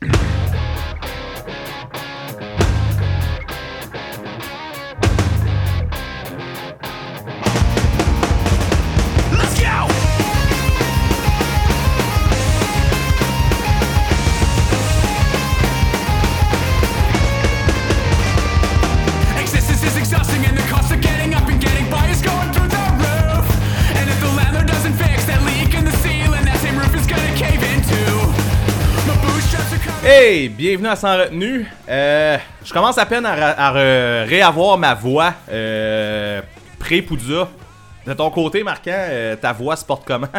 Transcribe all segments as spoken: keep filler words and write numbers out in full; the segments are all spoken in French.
Hey, bienvenue à Sans Retenue. Euh, je commence à peine à, à, à réavoir ma voix euh, pré-Poudza. De ton côté, Marquant, euh, ta voix se porte comment?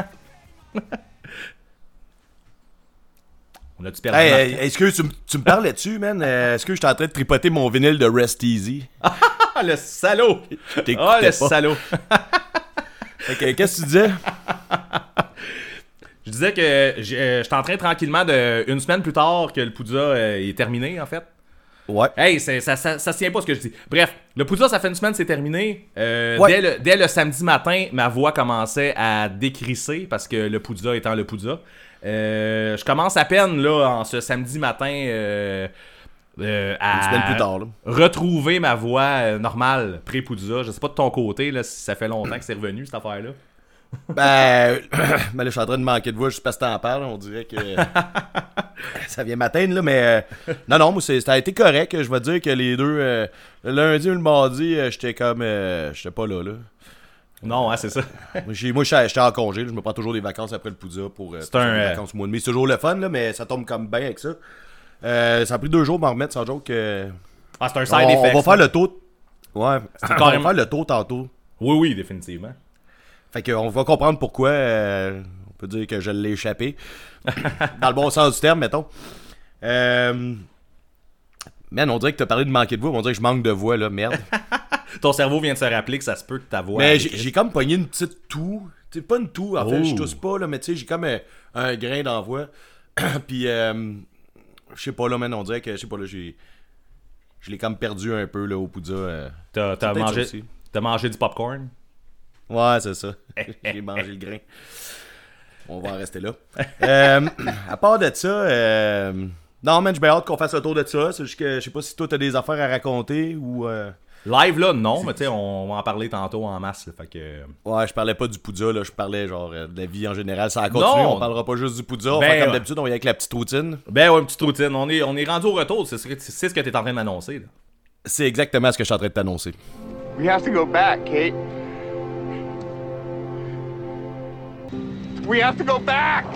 On a-tu perdu? Hey, hey, est-ce que tu, tu me parlais dessus, man? Euh, est-ce que j'étais en train de tripoter mon vinyle de Rest Easy? Ah, le salaud! Oh, le pas. salaud! Fait que, qu'est-ce que tu disais? Je disais que j'étais en train tranquillement de une semaine plus tard que le Poudza euh, est terminé en fait. Ouais. Hey, c'est, ça, ça, ça se tient pas ce que je dis. Bref, le Poudza, ça fait une semaine, c'est terminé. Euh, ouais. dès, le, dès le samedi matin, ma voix commençait à décrisser parce que le Poudza étant le Poudza. Euh, je commence à peine là en ce samedi matin euh, euh, à une semaine plus tard, là. retrouver ma voix euh, normale pré-Poudza. Je sais pas de ton côté là, si ça fait longtemps que c'est revenu cette affaire-là. Ben, ben là, je suis en train de manquer de voix juste parce que t'en parles. On dirait que ça vient m'atteindre, là. Mais euh, non, non, moi, c'est, ça a été correct. Je vais te dire que les deux, euh, le lundi ou le mardi, euh, j'étais comme. Euh, j'étais pas là, là. Non, hein, c'est ça. J'ai, moi, j'étais en congé. Là, je me prends toujours des vacances après le Poudza pour, euh, c'est pour un, des euh... vacances au mois de mai. C'est toujours le fun, là, mais ça tombe comme bien avec ça. Euh, ça a pris deux jours de m'en remettre sans joke. Euh... Ah, c'est un side on, effect. On va faire le tour. Ouais, c'est on carrément... va faire le tour tantôt. Oui, oui, définitivement. Fait qu'on va comprendre pourquoi euh, on peut dire que je l'ai échappé. Dans le bon sens du terme, mettons. Euh... Man, on dirait que t'as parlé de manquer de voix, mais on dirait que je manque de voix, là, merde. Ton cerveau vient de se rappeler que ça se peut que ta voix... Mais j'ai, j'ai comme pogné une petite toux. Tu sais, pas une toux, en oh. fait, je tousse pas, là, mais tu sais, j'ai comme euh, un grain dans la voix. Puis, euh, je sais pas, là, man, on dirait que, je sais pas, là, j'ai... Je l'ai comme perdu un peu, là, au Poudza. Euh, t'as, t'as, mangé, t'as mangé du popcorn? Ouais, c'est ça. J'ai mangé le grain. On va en rester là. euh, à part de ça, euh... non, man, j'ai bien hâte qu'on fasse le tour de ça. C'est juste que je sais pas si toi t'as des affaires à raconter ou. Euh... Live là, non, c'est... mais tu sais, on va en parler tantôt en masse. Là, fait que... Ouais, je parlais pas du Poudza, là, je parlais genre de la vie en général. Ça a continué, on parlera pas juste du Poudza. On ben, va faire comme ouais. d'habitude, on y avec la petite routine. Ben ouais, une petite routine. On est, on est rendu au retour, c'est, c'est, c'est ce que t'es en train de m'annoncer. Là. C'est exactement ce que je suis en train de t'annoncer. We have to go back, Kate. We have to go back!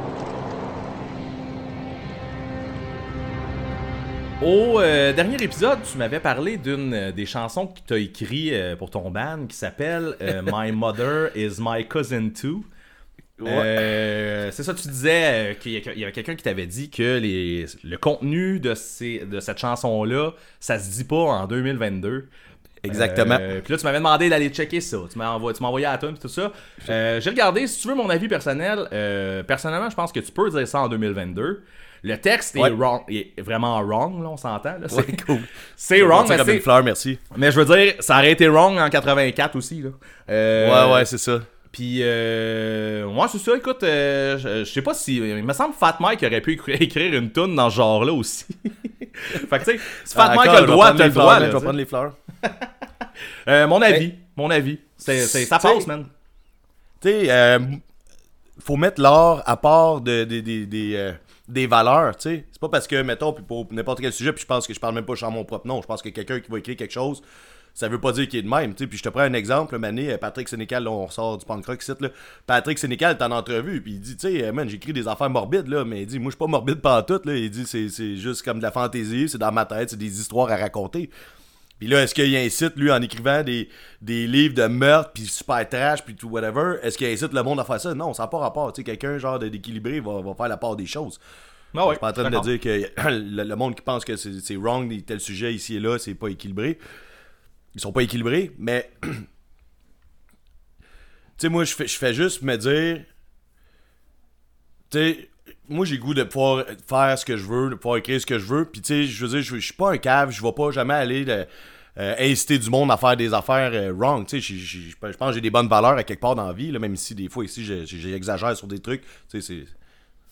Au euh, dernier épisode, tu m'avais parlé d'une euh, des chansons que tu as écrites euh, pour ton band qui s'appelle euh, My Mother is My Cousin Too. Ouais. Euh, c'est ça, tu disais euh, qu'il y, qu'il y avait quelqu'un qui t'avait dit que les, le contenu de, ces, de cette chanson-là, ça se dit pas en deux mille vingt-deux. Exactement. Euh, puis là, tu m'avais demandé d'aller checker ça. Tu m'as envoyé, tu m'as envoyé à la tune et tout ça. Euh, j'ai regardé. Si tu veux mon avis personnel, euh, personnellement, je pense que tu peux dire ça en deux mille vingt-deux. Le texte ouais. est, wrong, est vraiment wrong, là, on s'entend. Là. C'est, ouais, cool. c'est wrong, mais comme c'est... une fleur, merci. Mais je veux dire, ça aurait été wrong en quatre-vingt-quatre aussi. Là. Euh, ouais, ouais, c'est ça. Puis, euh, moi, c'est ça, écoute, euh, je, je sais pas si... Il me semble Fat Mike aurait pu écrire, écrire une toune dans ce genre-là aussi. Fait que, tu sais, si Fat ah, Mike a le droit, t'as le droit. Je vais prendre les fleurs. euh, mon avis, hey, mon avis. C'est, c'est, ça passe, man. Tu sais, euh, faut mettre l'art à part de, de, de, de, de euh, des valeurs, tu sais. C'est pas parce que, mettons, puis pour n'importe quel sujet, puis je pense que je parle même pas sur mon propre nom, je pense que quelqu'un qui va écrire quelque chose, ça veut pas dire qu'il est de même, tu sais. Puis je te prends un exemple, Mané, Patrick Sénécal, là, on ressort du punk rock ici, là. Patrick Sénécal est en entrevue, puis il dit, tu sais, man, j'écris des affaires morbides, là, mais il dit, moi, je suis pas morbide pantoute, là. Il dit, c'est, c'est juste comme de la fantaisie, c'est dans ma tête, c'est des histoires à raconter. Puis là, est-ce qu'il incite, lui, en écrivant des, des livres de meurtre, puis super trash, puis tout, whatever, est-ce qu'il incite le monde à faire ça? Non, ça n'a pas rapport, tu sais, quelqu'un, genre, d'équilibré va, va faire la part des choses. Ah ouais, je suis pas en train d'accord. de dire que le, le monde qui pense que c'est, c'est wrong, tel sujet ici et là, c'est pas équilibré. Ils sont pas équilibrés, mais tu sais, moi, je fais, je fais juste me dire, tu sais, moi, j'ai le goût de pouvoir faire ce que je veux, de pouvoir écrire ce que je veux, puis tu sais, je veux dire, je, je suis pas un cave, je vais pas jamais aller de, euh, inciter du monde à faire des affaires euh, wrong, tu sais, je pense que j'ai des bonnes valeurs à quelque part dans la vie, là, même si des fois, ici, j'exagère sur des trucs, tu sais, c'est...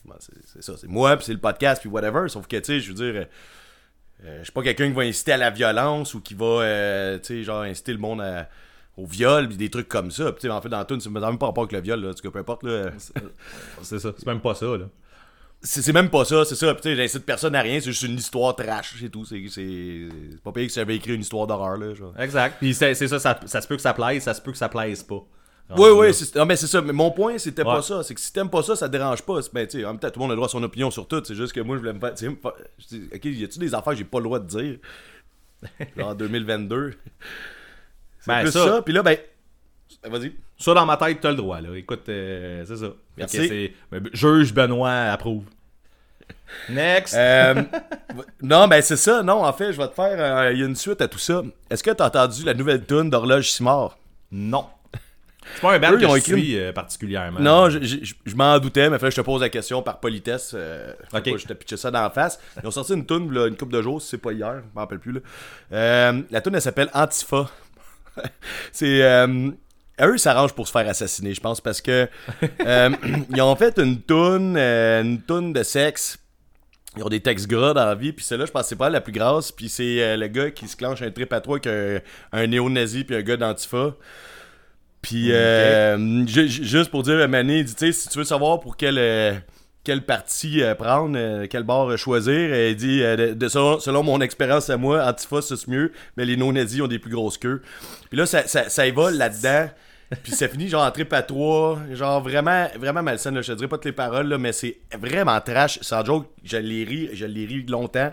c'est, c'est ça, c'est moi, puis c'est le podcast, puis whatever. Sauf que, tu sais, je veux dire, euh, euh, je suis pas quelqu'un qui va inciter à la violence ou qui va, euh, tu sais, genre, inciter le monde à, au viol, puis des trucs comme ça. Puis, tu sais, en fait, dans tout, ça n'a même pas rapport avec le viol, là, tu sais, peu importe, là. C'est ça, c'est même pas ça, là. C'est, c'est même pas ça, c'est ça. Puis, tu sais, j'incite personne à rien, c'est juste une histoire trash, c'est tout. C'est, c'est, c'est pas payé que j'avais écrit une histoire d'horreur, là, genre. Exact. Puis c'est, c'est ça, ça, ça se peut que ça plaise, ça se peut que ça plaise pas. Oui, oui, c'est, non, mais c'est ça. Mais mon point, c'était Ouais. pas ça. C'est que si t'aimes pas ça, ça te dérange pas. C'est, ben, tu sais, en même temps, tout le monde a le droit à son opinion sur tout. C'est juste que moi, je voulais me faire. Tu sais, me faire- je dis, ok, y a-tu des affaires que j'ai pas le droit de dire? Genre en deux mille vingt-deux. C'est Ben, plus ça- ça. Puis là, ben. Vas-y. Ça, dans ma tête, t'as le droit, là. Écoute, euh, c'est ça. Fait Merci. que c'est- mais juge Benoît approuve. Next! Euh, non, ben, c'est ça. Non, en fait, je vais te faire. euh, Il y a une suite à tout ça. Est-ce que t'as entendu la nouvelle tune d'Horloge Simard? Non. C'est pas un band Eux, que ils ont je écrit- suis euh, particulièrement. Non, je, je- je- je m'en doutais, mais fallait que je te pose la question par politesse. Euh, faut Ok. pas que je te pitchais ça dans la face. Ils ont sorti une toune là, une couple de jours, si c'est pas hier, je m'en rappelle plus. Là. Euh, la toune, elle s'appelle Antifa. c'est. Euh, eux, ils s'arrangent pour se faire assassiner, je pense, parce que euh, ils ont fait une toune, euh, une toune de sexe. Ils ont des textes gras dans la vie, puis celle-là, je pense que c'est pas la plus grasse. Puis c'est euh, le gars qui se clenche un trip à trois avec un, un néo-nazi puis un gars d'Antifa. Puis, euh, ju- ju- juste pour dire à Mané, il dit, tu sais, si tu veux savoir pour quel, euh, quel parti euh, prendre, euh, quel bord euh, choisir, euh, il dit, euh, de, de- selon, selon mon expérience à moi, Antifa, c'est mieux, mais les non-nazis ont des plus grosses queues. Puis là, ça, ça, ça évole là-dedans. Puis ça finit genre en trip à trois, genre vraiment, vraiment malsaine, là. Je te dirais pas toutes les paroles, là, mais c'est vraiment trash. Sans joke, je l'ai ri, je l'ai ri longtemps.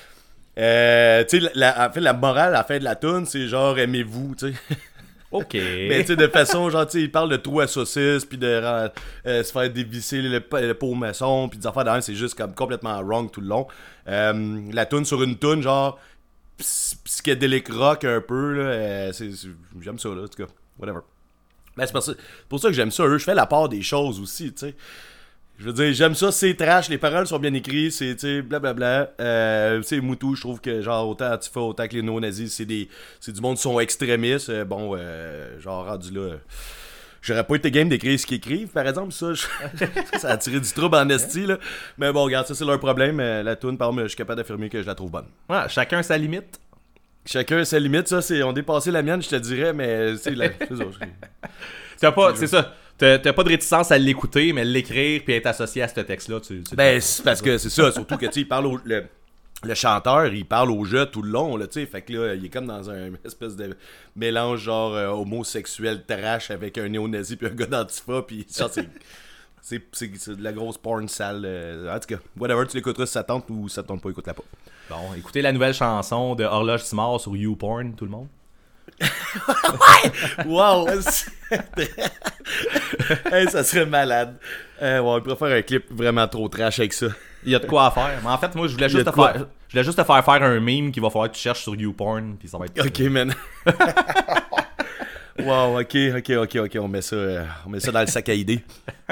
Euh, tu sais, la, en fait, la morale à la fin de la tune, c'est genre aimez-vous, tu sais. Ok. Mais tu sais, de façon, genre, tu sais, il parle de trou à saucisse, puis de euh, se faire dévisser le, le pot au maçon, puis des affaires derrière, c'est juste comme complètement wrong tout le long. Euh, la tune sur une tune, genre, ps- psychédélique rock un peu, là, euh, c'est, c'est- j'aime ça, là, en tout cas, whatever. Ben, c'est pour ça, c'est pour ça que j'aime ça, eux, je fais la part des choses aussi, tu sais. Je veux dire, j'aime ça, c'est trash, les paroles sont bien écrites, c'est, tu sais, blablabla. Euh, tu sais, Moutou, je trouve que, genre, autant Antifa, autant que les néo-nazis, c'est des, c'est du monde qui sont extrémistes. Euh, bon, euh, genre, rendu là, euh, j'aurais pas été game d'écrire ce qu'ils écrivent, par exemple, ça, je- ça a tiré du trouble en esti, là. Mais bon, regarde, ça, c'est leur problème. Euh, la toune, par exemple, je suis capable d'affirmer que je la trouve bonne. Ouais, chacun sa limite. Chacun a ses limites, ça, c'est, on dépassé la mienne, je te dirais, mais, c'est la, c'est ça, c'est- T'as pas, c'est ça. T'as, t'as pas de réticence à l'écouter, mais l'écrire puis être associé à ce texte-là, tu, tu Ben, c'est parce que c'est ça, surtout que, tu sais, il parle au... Le, le chanteur, il parle au jeu tout le long, là, tu sais, fait que là, il est comme dans un espèce de mélange, genre, euh, homosexuel trash avec un néo-nazi puis un gars d'Antifa, puis ça, c'est... C'est, c'est, c'est de la grosse porn sale. euh, en tout cas, whatever, tu l'écouteras si ça tente ou si ça te tente pas, écoute-la pas. Bon, écoutez la nouvelle chanson de Horloge Simard sur YouPorn, tout le monde. Wow! Hey, ça serait malade. Euh, ouais, on pourrait faire un clip vraiment trop trash avec ça. Il y a de quoi à faire. Mais en fait, moi, je voulais Il y a juste de te quoi. faire, je voulais juste te faire faire un meme qu'il va falloir que tu cherches sur YouPorn, puis ça va être. Ok, man. Wow, ok, ok, ok, ok, on met ça, euh, on met ça dans le sac à idées.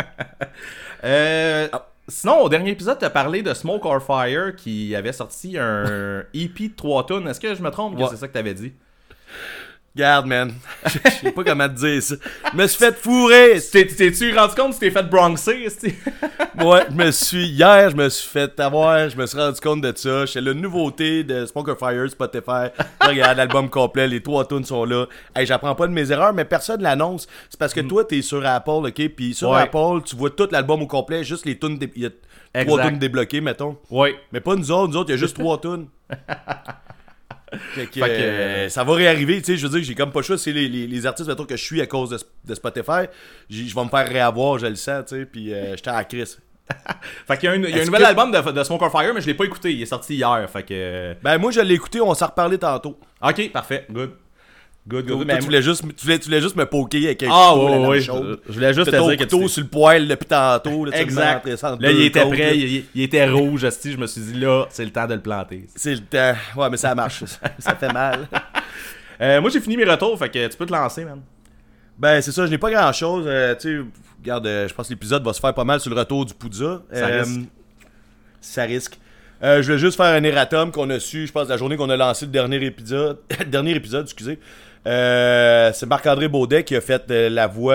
Euh, Sinon, au dernier épisode, tu as parlé de Smoke or Fire qui avait sorti un E P de trois tonnes. Est-ce que je me trompe que Ouais. c'est ça que tu avais dit? Garde, man. Je sais pas comment te dire ça. Je me suis fait fourrer. T'es- T'es-tu rendu compte que tu t'es fait bronxer? esti? Ouais, je me suis. Hier, je me suis fait avoir. Je me suis rendu compte de ça. J'étais la nouveauté de Smoke or Fire, Spotify. Regarde, l'album complet, les trois tunes sont là. Hey, j'apprends pas de mes erreurs, mais personne l'annonce. C'est parce que toi, t'es sur Apple, ok? Puis sur Ouais. Apple, tu vois tout l'album au complet, juste les tunes. dé- Il y a trois Exact. tunes débloquées, mettons. Oui. Mais pas nous autres, nous autres, il y a juste trois tunes. Fait que, Fait que- euh, ça va réarriver, tu sais, je veux dire, j'ai comme pas le choix, c'est les, les, les artistes, mettons, que je suis à cause de, de Spotify, j'ai- je vais me faire réavoir, je le sens, tu sais, puis euh, j'étais à la crise. Fait qu'il y a, une- il y a un Est-ce nouvel que- album de, de Smoke or Fire, mais je l'ai pas écouté. Il est sorti hier. Fait que. Ben, moi, je l'ai écouté, on s'en reparlé tantôt. Ok, parfait. Good. Good, good. Toi, Mais- tu, voulais juste, tu, voulais, tu voulais juste me poker avec un Ah, couteau, ouais, la même ouais. chose. Je voulais juste T'as te ton dire que couteau tu- sur le poêle depuis tantôt, là, tu sais, Exact. le rentrer Là, il était deux prêt, côtes, il, il était rouge, esti, je me suis dit là, c'est le temps de le planter. C'est le temps. Ouais, mais ça marche, ça, ça fait mal. Euh, moi, j'ai fini mes retours, fait que tu peux te lancer, man. Ben, c'est ça, je n'ai pas grand chose. tu sais, regarde, euh, je pense que l'épisode va se faire pas mal sur le retour du Poudza. Ça risque. Ça risque. Euh, je voulais juste faire un erratum qu'on a su, je pense, la journée qu'on a lancé le dernier épisode. dernier épisode, excusez. Euh, c'est Marc-André Baudet qui a fait euh, la voix. Tu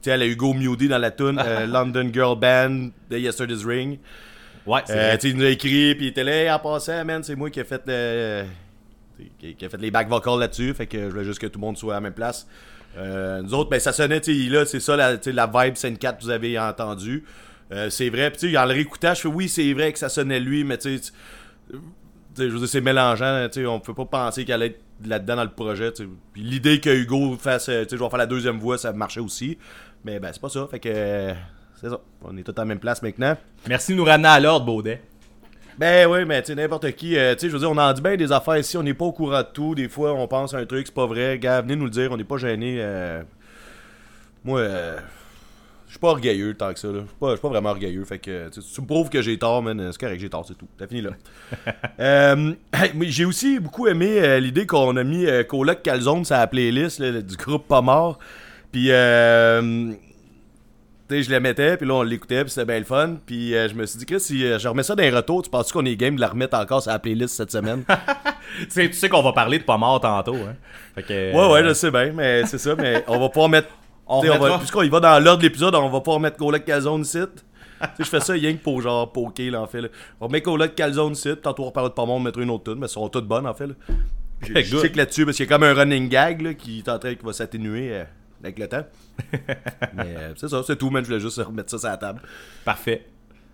tu sais, elle a Hugo Mewdy dans la tune euh, London Girl Band de Yesterday's Ring. Ouais, c'est Euh, vrai. tu sais, il nous a écrit, puis il était là, hey, en passant, man, c'est moi qui ai fait le, qui, qui a fait les back vocals là-dessus, fait que je voulais juste que tout le monde soit à la même place. Euh, nous autres, ben ça sonnait, tu sais, là, c'est ça, la, la vibe scène quatre que vous avez entendu. Euh, c'est vrai, puis tu sais, en le réécoutant, je fais oui, c'est vrai que ça sonnait lui, mais tu sais, je veux dire, c'est mélangeant, tu sais, on peut pas penser qu'elle allait être là-dedans dans le projet, tu sais. Puis l'idée que Hugo fasse, tu sais, je vais faire la deuxième voix, ça marchait aussi, mais ben c'est pas ça, fait que euh, c'est ça, on est tous à la même place maintenant. Merci de nous ramener à l'ordre, Baudet. Ben oui, mais tu sais, n'importe qui, euh, tu sais, je veux dire, on en dit bien des affaires ici, on n'est pas au courant de tout, des fois on pense à un truc, c'est pas vrai, gars, venez nous le dire, on n'est pas gênés. Euh... Moi, euh... je suis pas orgueilleux tant que ça, là. Je suis pas, je suis pas vraiment orgueilleux, fait que tu, tu me prouves que j'ai tort, man, c'est correct, j'ai tort, c'est tout, t'as fini là. euh, j'ai aussi beaucoup aimé euh, l'idée qu'on a mis euh, Coloc Calzone sur la playlist là, du groupe Pas Mort, puis euh... tu sais, je la mettais, puis là, on l'écoutait, puis c'était bien le fun. Puis euh, je me suis dit, Chris, si euh, je remets ça dans les retours, tu penses qu'on est game de la remettre encore sur la playlist cette semaine? tu, sais, tu sais qu'on va parler de Pas Mort tantôt, hein. Fait que, ouais, ouais, je sais bien, mais c'est ça, mais on va pas mettre... On on remettra... va, puisqu'on y va dans l'ordre de l'épisode, on va pas remettre Coloc Calzone ici. Tu sais, je fais ça rien que pour genre poker, là, en fait. Là. On remet Coloc Calzone ici, tantôt on va parler de Pas Mort, on mettra une autre tune, mais elles sont toutes bonnes, en fait. Là. Je, je sais que là-dessus, parce qu'il y a comme un running gag là, qui est en train, qui va s'atténuer euh, avec le temps. Mais euh, c'est ça, c'est tout, man. Je voulais juste remettre ça sur la table. Parfait.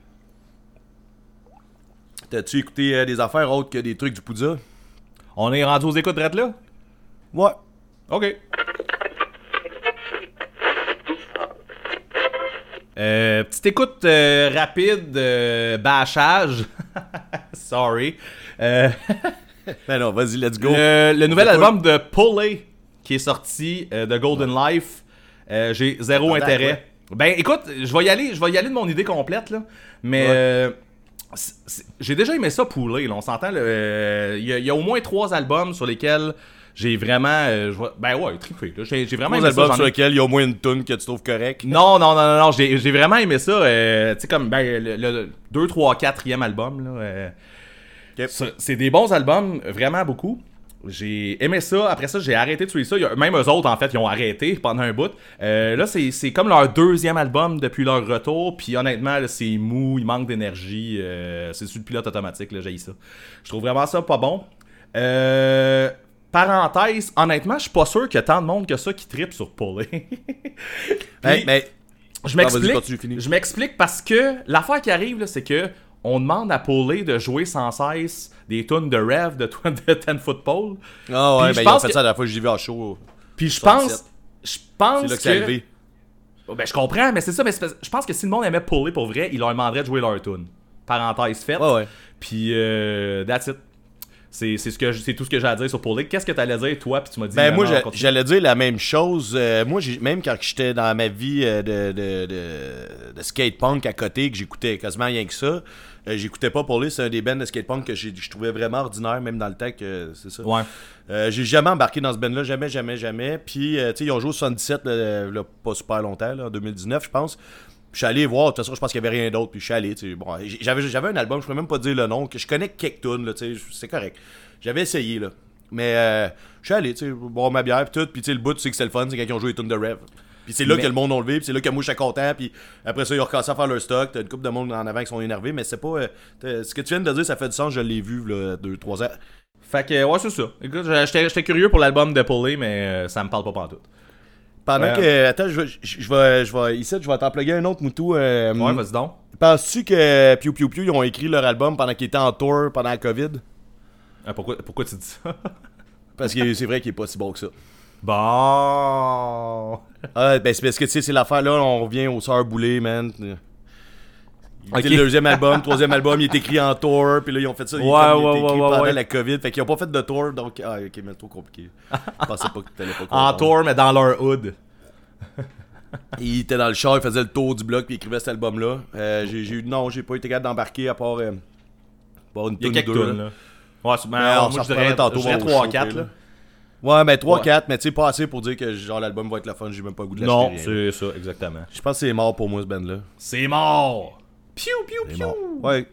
T'as-tu écouté euh, des affaires autres que des trucs du Poudja? On est rendu aux écoutes de là? Ouais. OK. Euh, petite écoute euh, rapide, euh, bâchage. Sorry. Euh, ben non, vas-y, let's go. le, le nouvel C'est album de Pulley qui est sorti euh, de Golden Life. Euh, j'ai zéro Attends, intérêt. Ben écoute, je vais y aller, je vais y aller de mon idée complète là. Mais Ouais. euh, c'est- c'est- j'ai déjà aimé ça Pulley, là, on s'entend. Il euh, y, y a au moins trois albums sur lesquels j'ai vraiment, euh, je vois- ben ouais, trippé. là. J'ai j'ai vraiment Trois aimé ça. albums j'en sur ai- lesquels il y a au moins une tune que tu trouves correcte. Non, non, non, non, non, j'ai j'ai vraiment aimé ça. euh, tu sais, comme ben, le, le deux, trois, quatrième album. Là, euh, Ok. ça- c'est des bons albums, vraiment beaucoup. J'ai aimé ça. Après ça, j'ai arrêté de suivre ça. Il y a- même eux autres, en fait, ils ont arrêté pendant un bout. Euh, là, c'est c'est comme leur deuxième album depuis leur retour. Puis honnêtement, là, c'est mou, il manque d'énergie. euh, c'est sur le pilote automatique, là, j'ai ça. Je trouve vraiment ça pas bon. Euh... Parenthèse, honnêtement, je suis pas sûr qu'il y a tant de monde que ça qui trippe sur Pulley. Hey, mais Je Ah, vas-y, m'explique. continue, finis. Je m'explique parce que l'affaire qui arrive, là, c'est que on demande à Pulley de jouer sans cesse des tunes de Rev de, de ten Football. ah ouais, Puis je ben ils ont pense fait que- ça la dernière fois que j'ai vu en show. Puis je soixante-sept. pense, je pense C'est là que que, c'est arrivé. Oh, ben je comprends, mais c'est ça. Mais c'est parce- je pense que si le monde aimait Pulley pour vrai, il leur demanderait de jouer leur tune. Parenthèse faite. Ouais, ouais. Puis euh, that's it. C'est c'est ce que je- c'est tout ce que j'ai à dire sur Pulley. Qu'est-ce que t'allais dire toi? Puis tu m'as dit. Ben non, moi non, j'a- continue. j'allais dire la même chose. Euh, moi j'ai- même quand j'étais dans ma vie euh, de, de, de, de skate punk à côté, que j'écoutais quasiment rien que ça, euh, j'écoutais pas Pulley, c'est un des bands de skate punk que j'ai- je trouvais vraiment ordinaire, même dans le temps que c'est ça. Ouais. Euh, j'ai jamais embarqué dans ce band là, jamais, jamais, jamais. Puis euh, tu sais, ils ont joué au soixante-dix-sept là, là, pas super longtemps, là, en deux mille dix-neuf je pense. Je suis allé voir, de toute façon je pense qu'il y avait rien d'autre, puis je suis allé, tu sais, bon, j'avais, j'avais un album, je pourrais même pas dire le nom, que je connais quelques tunes, là, tu sais, c'est correct. J'avais essayé, là. Mais euh, je suis allé, tu sais, boire ma bière, puis tout. Puis tu sais, le bout, tu sais que c'est le fun, c'est quand ils ont joué les tunes de Rev. Puis c'est là Mais- que le monde ont levé, puis c'est là que moi, je suis content. Puis après ça, ils ont recommencé à faire leur stock. T'as une couple de monde en avant qui sont énervés, mais c'est pas. euh, t'as- ce que tu viens de dire, ça fait du sens, je l'ai vu, là, deux, trois ans. Fait que ouais, c'est ça. Écoute, j'étais j'étais curieux pour l'album de Pulley, mais euh, ça me parle pas pantoute. Pendant Ouais. que. Attends, je vais. Je, je vais, je vais ici, je vais t'en plugger un autre moutou. Euh, Ouais, vas-y donc. Penses-tu que Piu Piu Piu, ils ont écrit leur album pendant qu'ils étaient en tour pendant la COVID? Ah, pourquoi, pourquoi tu dis ça? Parce que c'est vrai qu'il est pas si bon que ça. Bon. Ah, ben c'est parce que tu sais, c'est l'affaire là, on revient au Sœurs Boulay, man. Ok. C'est le deuxième album, troisième album, il est écrit en tour, puis là ils ont fait ça, il, est Ouais, comme, il ouais, est écrit ouais, ouais, pendant ouais. la COVID, fait qu'ils ont pas fait de tour, donc ah ok, mais trop compliqué. Je pensais pas que t'allais pas En comprendre. tour, mais dans leur hood. Il était dans le char, il faisait le tour du bloc, puis il écrivait cet album-là. Euh, j'ai, j'ai, non, j'ai pas été capable d'embarquer à part, euh, à part une Il y a tune ou quelques deux. tunes, là. là. Ouais, c'est- ben, Mais on moi, s'en je dirais, reparlera tantôt, je dirais au trois show, quatre, là. là. Ouais, ben trois Ouais. quatre, mais tu sais, pas assez pour dire que genre l'album va être la fun, j'ai même pas le goût de Non, l'acheter. rien. c'est ça, exactement. Je pense que c'est mort pour moi ce band-là. C'est mort! Piu, piu, C'est piu! mort. Ouais.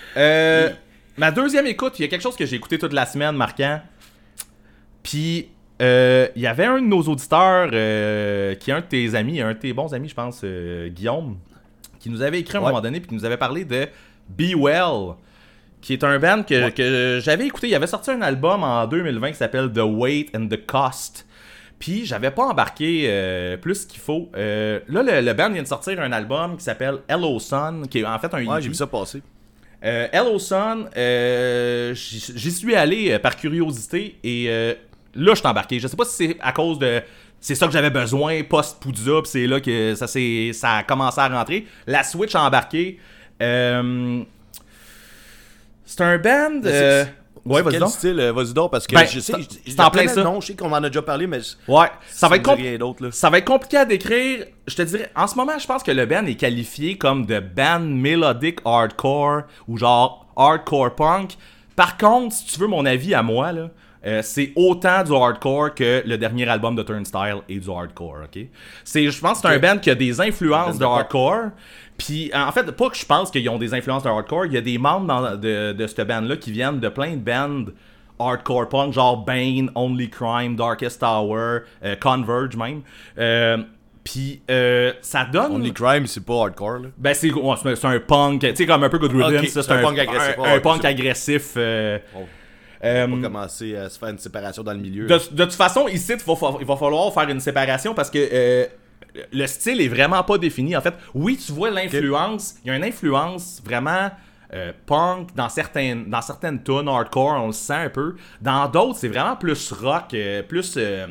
Euh, ma deuxième écoute, il y a quelque chose que j'ai écouté toute la semaine, marquant. Puis, euh, il y avait un de nos auditeurs euh, qui est un de tes amis, un de tes bons amis, je pense, euh, Guillaume, qui nous avait écrit à un Ouais. moment donné puis qui nous avait parlé de Be Well, qui est un band que, Ouais. que j'avais écouté. Il avait sorti un album en deux mille vingt qui s'appelle The Weight and the Cost. Puis j'avais pas embarqué euh, plus qu'il faut. Euh, là, le, le band vient de sortir un album qui s'appelle Hello Sun, qui est en fait un Ouais, E P. j'ai vu ça passer. Euh, Hello Sun, euh, j'y j'y suis allé euh, par curiosité et euh, là je suis embarqué. Je sais pas si c'est à cause de... C'est ça que j'avais besoin, post-Poudza, pis c'est là que ça, s'est, ça a commencé à rentrer. La Switch a embarqué. Euh, c'est un band... euh, Ouais, vas-y Quel donc. style, euh, vas-y donc, parce que Ben, je sais, c'est- je- c'est je en plein connais ça. le nom, je sais qu'on en a déjà parlé, mais je- Ouais, ça va me être dit compl- rien d'autre, là. Ça va être compliqué à décrire. Je te dirais, en ce moment, je pense que le band est qualifié comme de band melodic hardcore ou genre hardcore punk. Par contre, si tu veux mon avis à moi, là, euh, c'est autant du hardcore que le dernier album de Turnstile est du hardcore, ok? C'est, je pense que c'est un band qui a des influences de de pop. hardcore. Puis, en fait, pas que je pense qu'ils ont des influences de hardcore, il y a des membres dans- de, de cette band-là qui viennent de plein de bands hardcore punk, genre Bane, Only Crime, Darkest Tower, euh, Converge même. Euh, Puis euh, ça donne... Only Crime, c'est pas hardcore, là. Ben c'est, ouais, c'est c'est un punk, tu sais, comme un peu Good Riddance, Ok, ça, c'est, c'est un un, punk agressif, un- ouais, un ouais, punk c'est- agressif. euh, On euh, va pas commencer à se faire une séparation dans le milieu. de, de toute façon, ici, il va, fa- il va falloir faire une séparation parce que euh, le style est vraiment pas défini. En fait, oui, tu vois l'influence. Il y a une influence vraiment euh, punk dans certaines, dans certaines tunes hardcore, on le sent un peu. Dans d'autres, c'est vraiment plus rock, euh, plus... euh,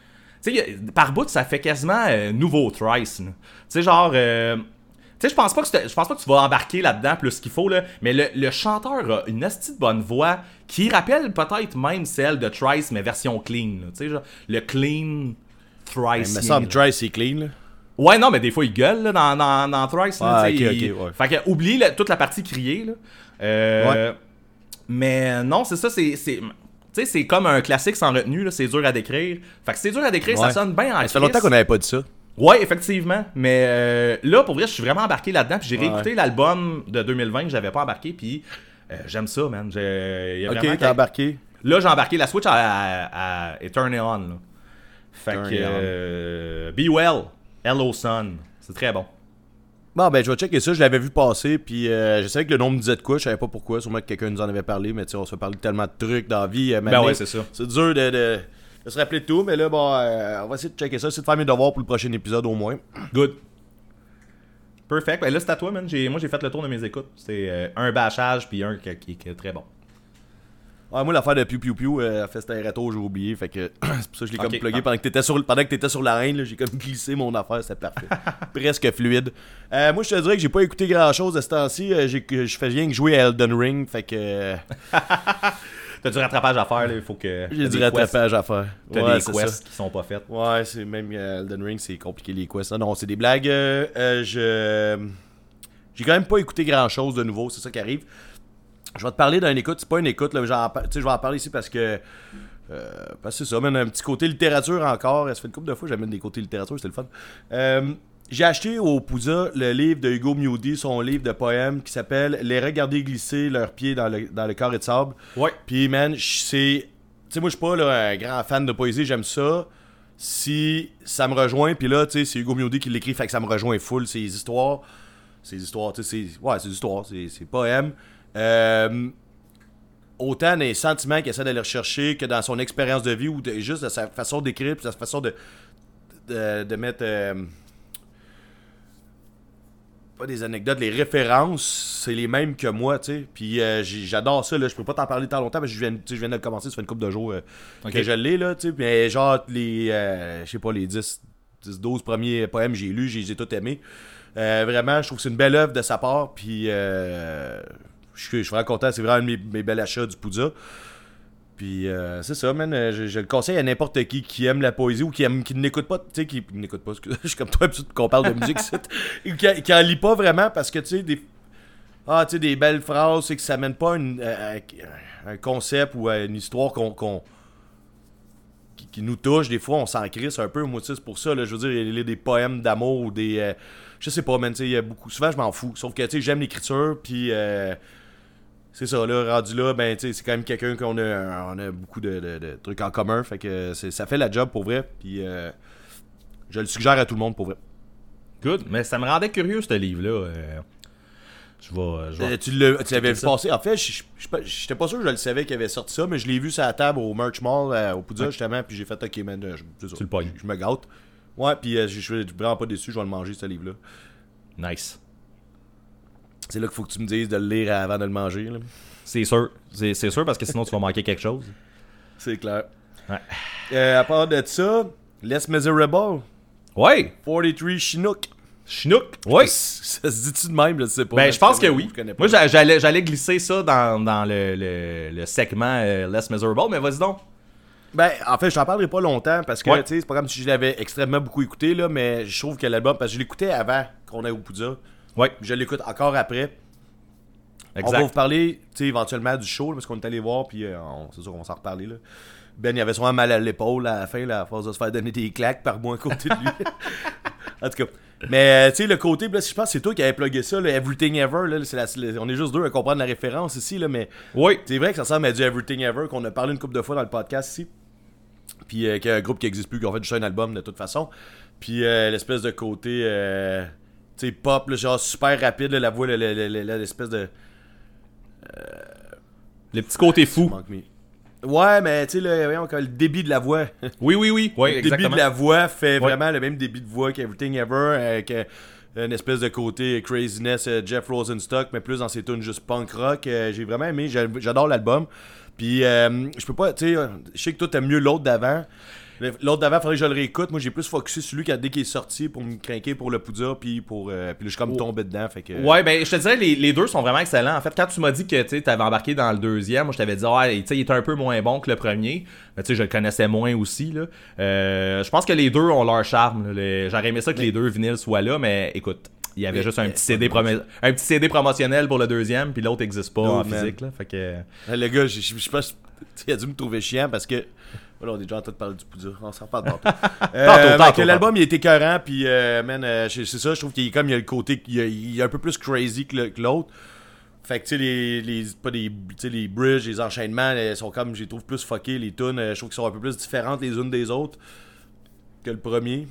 tu sais, par bout, ça fait quasiment euh, nouveau Thrice. Tu sais, genre... euh, tu sais, je pense pas que c'est- je pense pas que tu vas embarquer là-dedans plus qu'il faut, là, mais le, le chanteur a une hostie de bonne voix qui rappelle peut-être même celle de Thrice, mais version clean. là. Tu sais, genre, le clean Thrice. Il me semble Dry, c'est clean, là. Ouais, non, mais des fois, il gueule là, dans, dans, dans Thrice. là, Ah, tu sais, ok, il- ok, ouais. Fait que, oublie la- toute la partie criée. Là. Euh, Ouais. Mais non, c'est ça, c'est... c'est tu sais, c'est comme un classique sans retenue, là, c'est dur à décrire. Fait que c'est dur à décrire, ça Ouais. sonne bien en Ça fait longtemps crise. qu'on n'avait pas dit ça. Ouais, effectivement. Mais euh, là, pour vrai, je suis vraiment embarqué là-dedans. Puis j'ai Ouais. réécouté l'album de deux mille vingt que j'avais pas embarqué. Puis euh, j'aime ça, man. J'ai, il y a vraiment Ok, t'as embarqué. Là, j'ai embarqué la Switch à, à, à Turn It On. Là. Fait Turn que. It On. euh, Be Well, Hello Sun. C'est très bon. Bon, ben, je vais checker ça. Je l'avais vu passer, puis euh, je savais que le nom me disait de quoi. Je savais pas pourquoi. Sûrement que quelqu'un nous en avait parlé, mais tu sais, on se fait parler de tellement de trucs dans la vie. euh, Ben maintenant, ouais, c'est ça. C'est dur de, de, de se rappeler de tout, mais là, bon, euh, on va essayer de checker ça. Essayer de faire mes devoirs pour le prochain épisode au moins. Good. Perfect. Ben là, c'est à toi, man. J'ai, moi, j'ai fait le tour de mes écoutes. C'est euh, un bâchage, puis un qui, qui- qui est très bon. Ouais, moi, l'affaire de Piu Piu Piu, euh, fait c'était un retour, j'ai oublié. Fait que c'est pour ça que je l'ai comme Ok. plugué Ah. pendant que t'étais sur, pendant que t'étais sur la reine. là, J'ai comme glissé mon affaire, c'était parfait. Presque fluide. Euh, moi, je te dirais que j'ai pas écouté grand chose de ce temps-ci. Euh, j'ai- Je fais rien que jouer à Elden Ring. Fait que euh, T'as du rattrapage à faire, là. Il faut que. j'ai t'as du des rattrapage à faire. quests- T'as Ouais, des c'est quests ça. qui sont pas faites. Ouais, c'est même euh, Elden Ring, c'est compliqué les quests. Non, non, c'est des blagues. Euh, euh, je j'ai quand même pas écouté grand chose de nouveau, c'est ça qui arrive. Je vais te parler d'un écoute, c'est pas une écoute, là, genre, tu sais, je vais en parler ici parce que. Euh, parce que c'est ça, même un petit côté littérature encore. Ça fait une couple de fois que j'amène des côtés littérature, c'était le fun. Euh, j'ai acheté au Pouza le livre de Hugo Mewdy, son livre de poèmes qui s'appelle Les regarder glisser leurs pieds dans le, dans le carré de sable. Ouais. Puis, man, je- c'est. Tu sais, moi, je suis pas là, un grand fan de poésie, j'aime ça. Si ça me rejoint, puis là, tu sais, c'est Hugo Mewdy qui l'écrit, fait que ça me rejoint full. Ses histoires. Ses histoires, tu sais, c'est. Ouais, c'est des histoires, c'est c'est poèmes. Euh, autant des sentiments qu'il essaie d'aller rechercher que dans son expérience de vie ou de, juste de sa façon d'écrire, puis sa façon de, de, de mettre. euh, pas des anecdotes, les références, c'est les mêmes que moi, tu sais. Puis euh, j'ai- j'adore ça, là. Je peux pas t'en parler tant longtemps, parce que je viens, tu sais, je viens de le commencer, ça fait une couple de jours euh, Ok. que je l'ai, là, tu sais. Mais genre, les, euh, je sais pas, les dix, dix, douze premiers poèmes que j'ai lus, j'ai, j'ai tout aimé. Euh, vraiment, je trouve que c'est une belle œuvre de sa part, puis euh, je suis je suis vraiment content, c'est vraiment un de mes, mes bels achats du Pouza. Puis euh, c'est ça, man. euh, Je, je le conseille à n'importe qui qui aime la poésie ou qui aime qui n'écoute pas, tu sais, qui n'écoute pas, excuse, je suis comme toi, habitué qu'on parle de musique, c'est- ou qui, qui en lit pas vraiment parce que, tu sais, des. Ah, tu sais, des belles phrases, c'est que ça mène pas une, euh, un concept ou euh, une histoire qu'on. qu'on qui, qui nous touche, des fois, on s'en crisse un peu. Moi, tu sais, c'est pour ça, là, je veux dire, il y a des poèmes d'amour ou des. euh, je sais pas, man, tu sais, il y a beaucoup. Souvent, je m'en fous. Sauf que, tu sais, j'aime l'écriture, puis. Euh, c'est ça, là, rendu là, ben, tu sais, c'est quand même quelqu'un qu'on a, on a beaucoup de, de, de trucs en commun. Fait que c'est, ça fait la job pour vrai. Puis euh, je le suggère à tout le monde pour vrai. Good. Mais ça me rendait curieux, ce livre-là. Euh, je vais. Je vais... Euh, tu, l'as, tu l'avais vu passer. En fait, je j'étais pas sûr que je le savais qu'il avait sorti ça, mais je l'ai vu sur la table au Merch Mall, euh, au Poudja, ouais. justement. Puis j'ai fait, ok, man, je, je, tu le pognes. Je, je me gâte. Ouais, puis euh, je suis vraiment pas déçu, je vais le manger, ce livre-là. Nice. C'est là qu'il faut que tu me dises de le lire avant de le manger. Là. C'est sûr. C'est, c'est sûr, parce que sinon tu vas manquer quelque chose. C'est clair. Ouais. Euh, à part de ça, Less Miserable. Ouais. quarante-trois Chinook. Chinook. Ouais. Ça, ça se dit-tu de même, je sais pas. Ben, je pense que je oui. Moi, j'allais, j'allais glisser ça dans, dans le, le, le segment euh, Less Miserable, mais vas-y donc. Ben, en fait, je t'en parlerai pas longtemps parce que, ouais. tu sais, c'est pas comme si je l'avais extrêmement beaucoup écouté, là, mais je trouve que l'album, parce que je l'écoutais avant qu'on aille au Poudja. Ouais. Je l'écoute encore après. Exact. On va vous parler, tu sais, éventuellement du show, là, parce qu'on est allé voir, puis euh, on, c'est sûr qu'on va s'en reparler, là. Ben, il avait souvent mal à l'épaule à la fin, là, à force de se faire donner des claques par moi à côté de lui. En tout cas. Mais, tu sais, le côté, là, je pense que c'est toi qui avais plugué ça, là, Everything Ever, là, c'est la, c'est, on est juste deux à comprendre la référence ici, là, mais oui. C'est vrai que ça ressemble à du Everything Ever, qu'on a parlé une couple de fois dans le podcast ici. Puis, euh, qu'il y a un groupe qui n'existe plus, qui a fait juste un album de toute façon. Puis, euh, l'espèce de côté, euh, tu sais, pop, là, genre super rapide, là, la voix, là, la, la, la, l'espèce de. Euh, Les petits côtés fous. Ouais, mais tu sais, le, le débit de la voix. Oui, oui, oui. Ouais, le exactement. débit de la voix fait ouais. vraiment le même débit de voix qu'Everything Ever, avec euh, une espèce de côté craziness euh, Jeff Rosenstock, mais plus dans ses tunes juste punk rock. Euh, j'ai vraiment aimé, j'adore l'album. Puis, euh, je peux pas, tu sais, je sais que toi t'aimes mieux l'autre d'avant. L'autre d'avant, il faudrait que je le réécoute. Moi, j'ai plus focusé sur lui dès qu'il est sorti pour me craquer pour le Poudja, puis pour euh, puis là, je suis comme tombé dedans. Fait que... Ouais, ben, je te dirais, les, les deux sont vraiment excellents. En fait, quand tu m'as dit que tu avais embarqué dans le deuxième, moi, je t'avais dit, ouais, tu sais, il était un peu moins bon que le premier. Mais tu sais, je le connaissais moins aussi, là. Euh, je pense que les deux ont leur charme. Les... J'aurais aimé ça que mais... les deux vinyles soient là, mais écoute, il y avait mais, juste un petit, C D promo... un petit C D promotionnel pour le deuxième, puis l'autre n'existe pas no, en man. physique, là. Fait que. Le gars, je sais pas, il a dû me trouver chiant parce que. Voilà, on est déjà en train de parler du Poudja. On s'en parle tantôt. euh, tantôt, tantôt, tantôt l'album, il était écœurant. Puis, euh, man, euh, c'est ça. Je trouve qu'il est comme il y a le côté. Il, a, il est un peu plus crazy que, le, que l'autre. Fait que, tu sais, les, les, pas des, les bridges, les enchaînements, ils sont comme, je les trouve plus fuckés. Les tunes, je trouve qu'ils sont un peu plus différentes les unes des autres que le premier.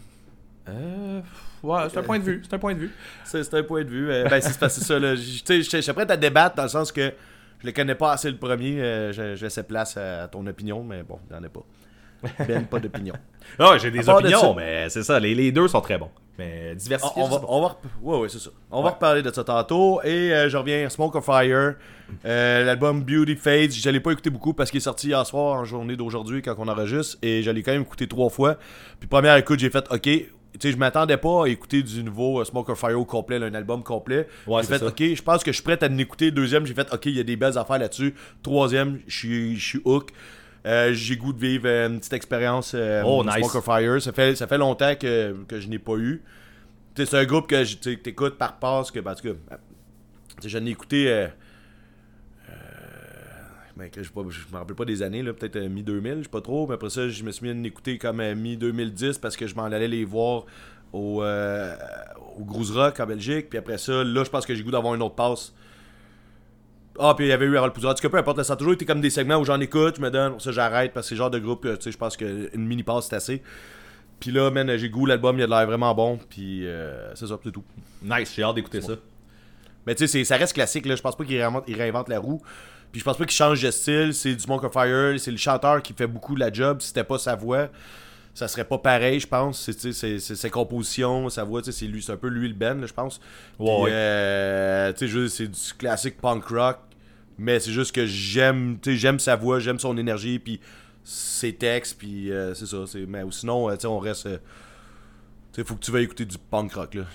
Euh. Ouais, c'est un point de vue. C'est un point de vue. C'est, c'est un point de vue. Euh, ben, c'est, c'est ça, là. Tu sais, je suis prêt à débattre dans le sens que je le connais pas assez le premier. Euh, je, je laissais place à ton opinion, mais bon, il n'y en a pas. Ben, pas d'opinion. Ah, j'ai des opinions, mais c'est ça. Les, les deux sont très bons. Mais diversifiés. On, on va, on va, ouais, ouais, c'est ça. On ouais. va reparler de ça tantôt. Et euh, je reviens à Smoke or Fire. Euh, l'album Beauty Fades. Je l'ai pas écouté beaucoup parce qu'il est sorti hier soir en journée d'aujourd'hui quand on enregistre. Et je l'ai quand même écouté trois fois. Puis première écoute, j'ai fait OK. Tu sais, je m'attendais pas à écouter du nouveau Smoke or Fire au complet, là, un album complet. Ouais, j'ai fait ça. OK, je pense que je suis prêt à l'écouter. Deuxième, j'ai fait OK, il y a des belles affaires là-dessus. Troisième, je suis, je suis hook. Euh, j'ai goût de vivre euh, une petite expérience euh, oh, nice. Smoke or Fire. Ça fait, ça fait longtemps que, que je n'ai pas eu. T'sais, c'est un groupe que tu écoutes par passe. Que, ben, en tout cas, je n'ai écouté. Euh, euh, ben, je ne me rappelle pas des années, là, peut-être euh, mi-deux mille, je sais pas trop. Mais après ça, je me suis mis à l'écouter comme euh, mi-deux mille dix parce que je m'en allais les voir au, euh, au Grouse Rock en Belgique. Puis après ça, là, je pense que j'ai goût d'avoir une autre passe. Ah, puis il y avait eu Harold Poudra. En tout cas, peu importe, ça a toujours été comme des segments où j'en écoute, je me donne, ça j'arrête parce que c'est le genre de groupe, tu sais, je pense qu'une mini passe c'est assez. Puis là, man, j'ai goût, l'album, il a l'air vraiment bon, puis euh, c'est ça, c'est tout. Nice, j'ai hâte d'écouter c'est ça. Bon. Mais tu sais, ça reste classique, là, je pense pas qu'il réinvente, il réinvente la roue. Puis je pense pas qu'il change de style, c'est du Smoke or Fire, c'est le chanteur qui fait beaucoup la job, si c'était pas sa voix, ça serait pas pareil, je pense. C'est, c'est, c'est ses compositions, sa voix, c'est lui, c'est un peu lui le Ben, là, je pense. Puis, ouais, ouais. Euh, tu sais, c'est du classique punk rock. Mais c'est juste que j'aime, tu sais, j'aime sa voix, j'aime son énergie, puis ses textes, puis euh, c'est ça. C'est, mais sinon, euh, tu sais, on reste. Euh, tu sais, faut que tu veuilles écouter du punk rock, là.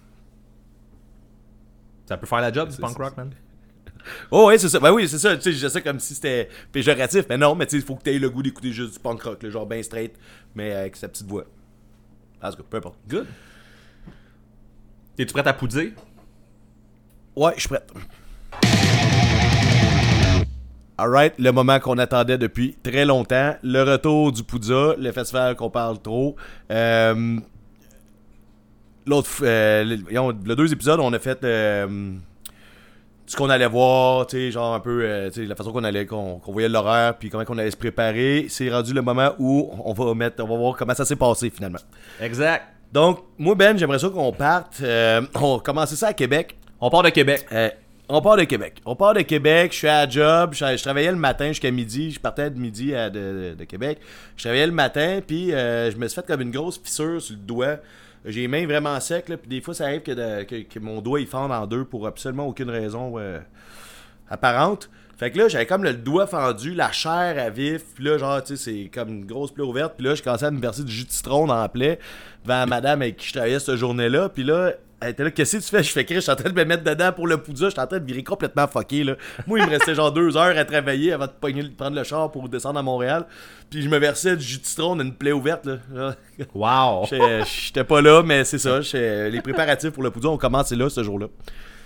Ça peut faire la job, c'est, du punk c'est, rock, man. Oh, ouais, c'est ça. Ben oui, c'est ça. Tu sais, je sais comme si c'était péjoratif, mais non, mais tu sais, il faut que tu aies le goût d'écouter juste du punk rock, là, genre ben straight, mais avec sa petite voix. En tout cas, peu importe. Good. Es-tu prête à poudrer? Ouais, je suis prête. Alright, le moment qu'on attendait depuis très longtemps, le retour du Poudja, le festival qu'on parle trop. Euh, l'autre, euh, le, le deux épisodes, on a fait euh, du ce qu'on allait voir, tu sais, genre un peu, euh, tu sais, la façon qu'on allait, qu'on, qu'on voyait l'horaire, puis comment qu'on allait se préparer. C'est rendu le moment où on va mettre, on va voir comment ça s'est passé finalement. Exact. Donc, moi, Ben, j'aimerais ça qu'on parte. Euh, on va commencer ça à Québec. On part de Québec. Euh, on part de Québec. On part de Québec. Je suis à la job. Je, je travaillais le matin jusqu'à midi. Je partais de midi à, de, de, de Québec. Je travaillais le matin, puis euh, je me suis fait comme une grosse fissure sur le doigt. J'ai les mains vraiment secs, là, puis des fois, ça arrive que, de, que, que mon doigt il fende en deux pour absolument aucune raison euh, apparente. Fait que là, j'avais comme le doigt fendu, la chair à vif, puis là, genre, tu sais, c'est comme une grosse plaie ouverte, puis là, je commençais à me verser du jus de citron dans la plaie devant la madame avec qui je travaillais cette journée-là, puis là, elle était là, qu'est-ce que tu fais? Je fais crier, je suis en train de me mettre dedans pour le poudre, je suis en train de virer complètement fucké, là. Moi, il me restait genre deux heures à travailler avant de, pogner, de prendre le char pour descendre à Montréal, puis je me versais du jus de citron dans une plaie ouverte, là. Wow! J'étais, j'étais pas là, mais c'est ça, les préparatifs pour le poudre ont commencé là, ce jour-là.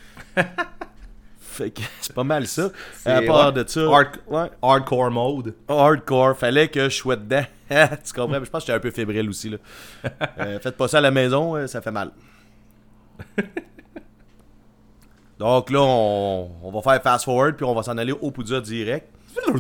Fait que c'est pas mal ça. C'est, à part ouais, de ça. hard- ouais. Hardcore mode. Hardcore. Fallait que je sois dedans. Tu comprends? Je pense que j'étais un peu fébrile aussi. Là. euh, faites pas ça à la maison, ça fait mal. Donc là, on, on va faire fast forward puis on va s'en aller au Poudja direct.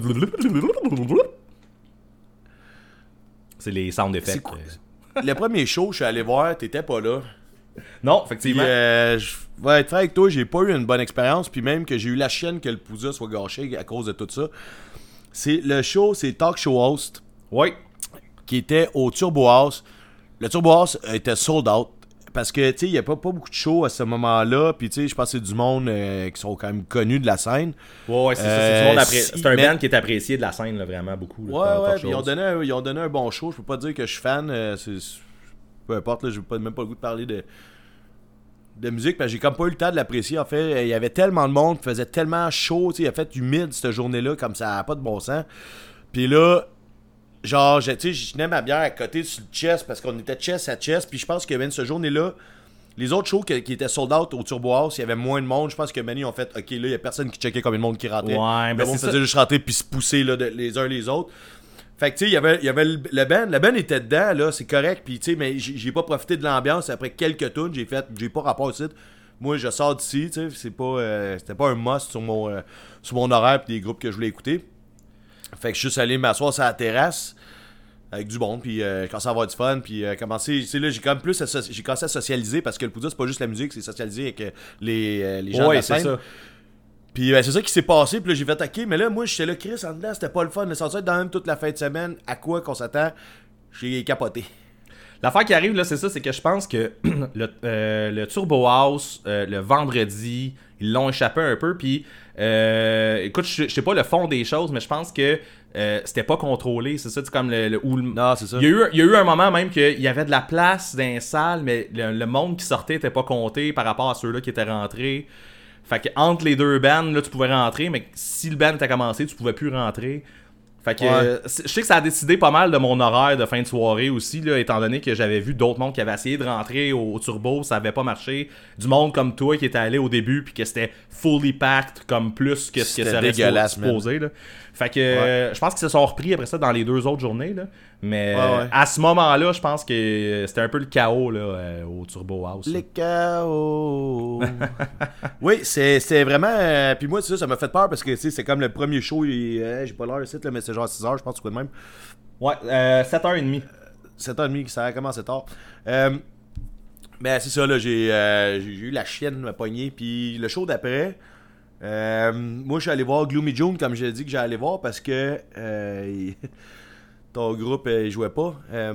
C'est les sound effects. C'est quoi? Le premier show, je suis allé voir, t'étais pas là. Non, Puis, effectivement. euh, je vais être franc avec toi, j'ai pas eu une bonne expérience, puis même que j'ai eu la chienne que le Poudja soit gâché à cause de tout ça. C'est le show, c'est Talk Show Host, Oui. qui était au Turbo House. Le Turbo House était sold out. Parce que, tu sais, il n'y a pas, pas beaucoup de shows à ce moment-là. Puis, tu sais, je pense que c'est du monde euh, qui sont quand même connus de la scène. Ouais, ouais, c'est ça. C'est, Euh, du monde appré- si- c'est un mais- band qui est apprécié de la scène, là, vraiment, beaucoup. Là, Ouais, par- ouais, par puis ils ont, chose. donné un, ils ont donné un bon show. Je peux pas dire que je suis fan. euh, c'est, c'est- peu importe, là, j'ai pas, même pas le goût de parler de, de musique. Parce que j'ai comme pas eu le temps de l'apprécier. En fait, il y avait tellement de monde, il faisait tellement chaud. Tu sais, il a fait humide cette journée-là, comme ça n'a pas de bon sens. Puis là, genre, je- tu sais, je tenais ma bière à côté sur le chest parce qu'on était chest à chest. Puis je pense que même cette journée-là, les autres shows qui, qui étaient sold out au Turbo House, il y avait moins de monde. Je pense que Manny ont fait, ok, là, il y a personne qui checkait combien de monde qui rentrait. Ouais, ben Le monde c'est faisait ça. juste rentrer puis se pousser là, de- les uns les autres. Fait que tu sais, il y avait, il y avait le, le band. Le band était dedans, là, c'est correct. Puis tu sais, mais j'ai, j'ai pas profité de l'ambiance. Après quelques tunes, j'ai fait, j'ai pas rapport ici. Moi, je sors d'ici, tu sais, c'est pas, euh, c'était pas un must sur mon, euh, sur mon horaire puis des groupes que je voulais écouter. Fait que je suis juste allé m'asseoir sur la terrasse avec du bon, puis euh, commencé à avoir du fun, puis euh, commencé, tu sais, là, j'ai quand même plus, à so- j'ai commencé à socialiser, parce que le Poudja, c'est pas juste la musique, c'est socialiser avec euh, les, euh, les gens de Ouais, la c'est scène. ça. Puis ben, c'est ça qui s'est passé, puis là, j'ai fait, ok, mais là, moi, j'étais là, Chris, en dedans, c'était pas le fun, le sortir dans même toute la fin de semaine, à quoi qu'on s'attend, j'ai capoté. L'affaire qui arrive, là, c'est ça, c'est que je pense que le, euh, le Turbo House, euh, le vendredi, ils l'ont échappé un peu, puis euh, écoute, je je sais pas le fond des choses, mais je pense que euh, c'était pas contrôlé, c'est ça, c'est comme le... le, où le- Non, c'est ça. Il y, a eu, il y a eu un moment même qu'il y avait de la place dans les salles, mais le, le monde qui sortait était pas compté par rapport à ceux-là qui étaient rentrés. Fait que entre les deux bands, là, tu pouvais rentrer, mais si le band était commencé, tu pouvais plus rentrer. Fait que Ouais. euh, je sais que ça a décidé pas mal de mon horaire de fin de soirée aussi, là, étant donné que j'avais vu d'autres mondes qui avaient essayé de rentrer au, au Turbo, ça avait pas marché. Du monde comme toi qui était allé au début puis que c'était fully packed comme plus que ce que C'était ça aurait dégueulasse, supposé. Là. Fait que euh, je pense qu'ils se sont repris après ça dans les deux autres journées. Là. Mais Ouais, euh, ouais. à ce moment-là, je pense que c'était un peu le chaos là, euh, au Turbo House. là. Les chaos. Oui, c'est, c'était vraiment. euh, Puis moi, tu sais, ça m'a fait peur parce que tu sais, c'est comme le premier show. Et, euh, j'ai pas l'heure ici, là, mais c'est genre six heures, je pense, quoi de même. Ouais, euh, sept heures trente. sept heures trente, ça a commencé tard. Euh, mais c'est ça, là, j'ai, euh, j'ai eu la chienne me pogner. Puis le show d'après, euh, moi, je suis allé voir Gloomy June, comme j'ai dit que j'allais aller voir parce que euh, il- ton groupe, euh, il jouait pas. Euh,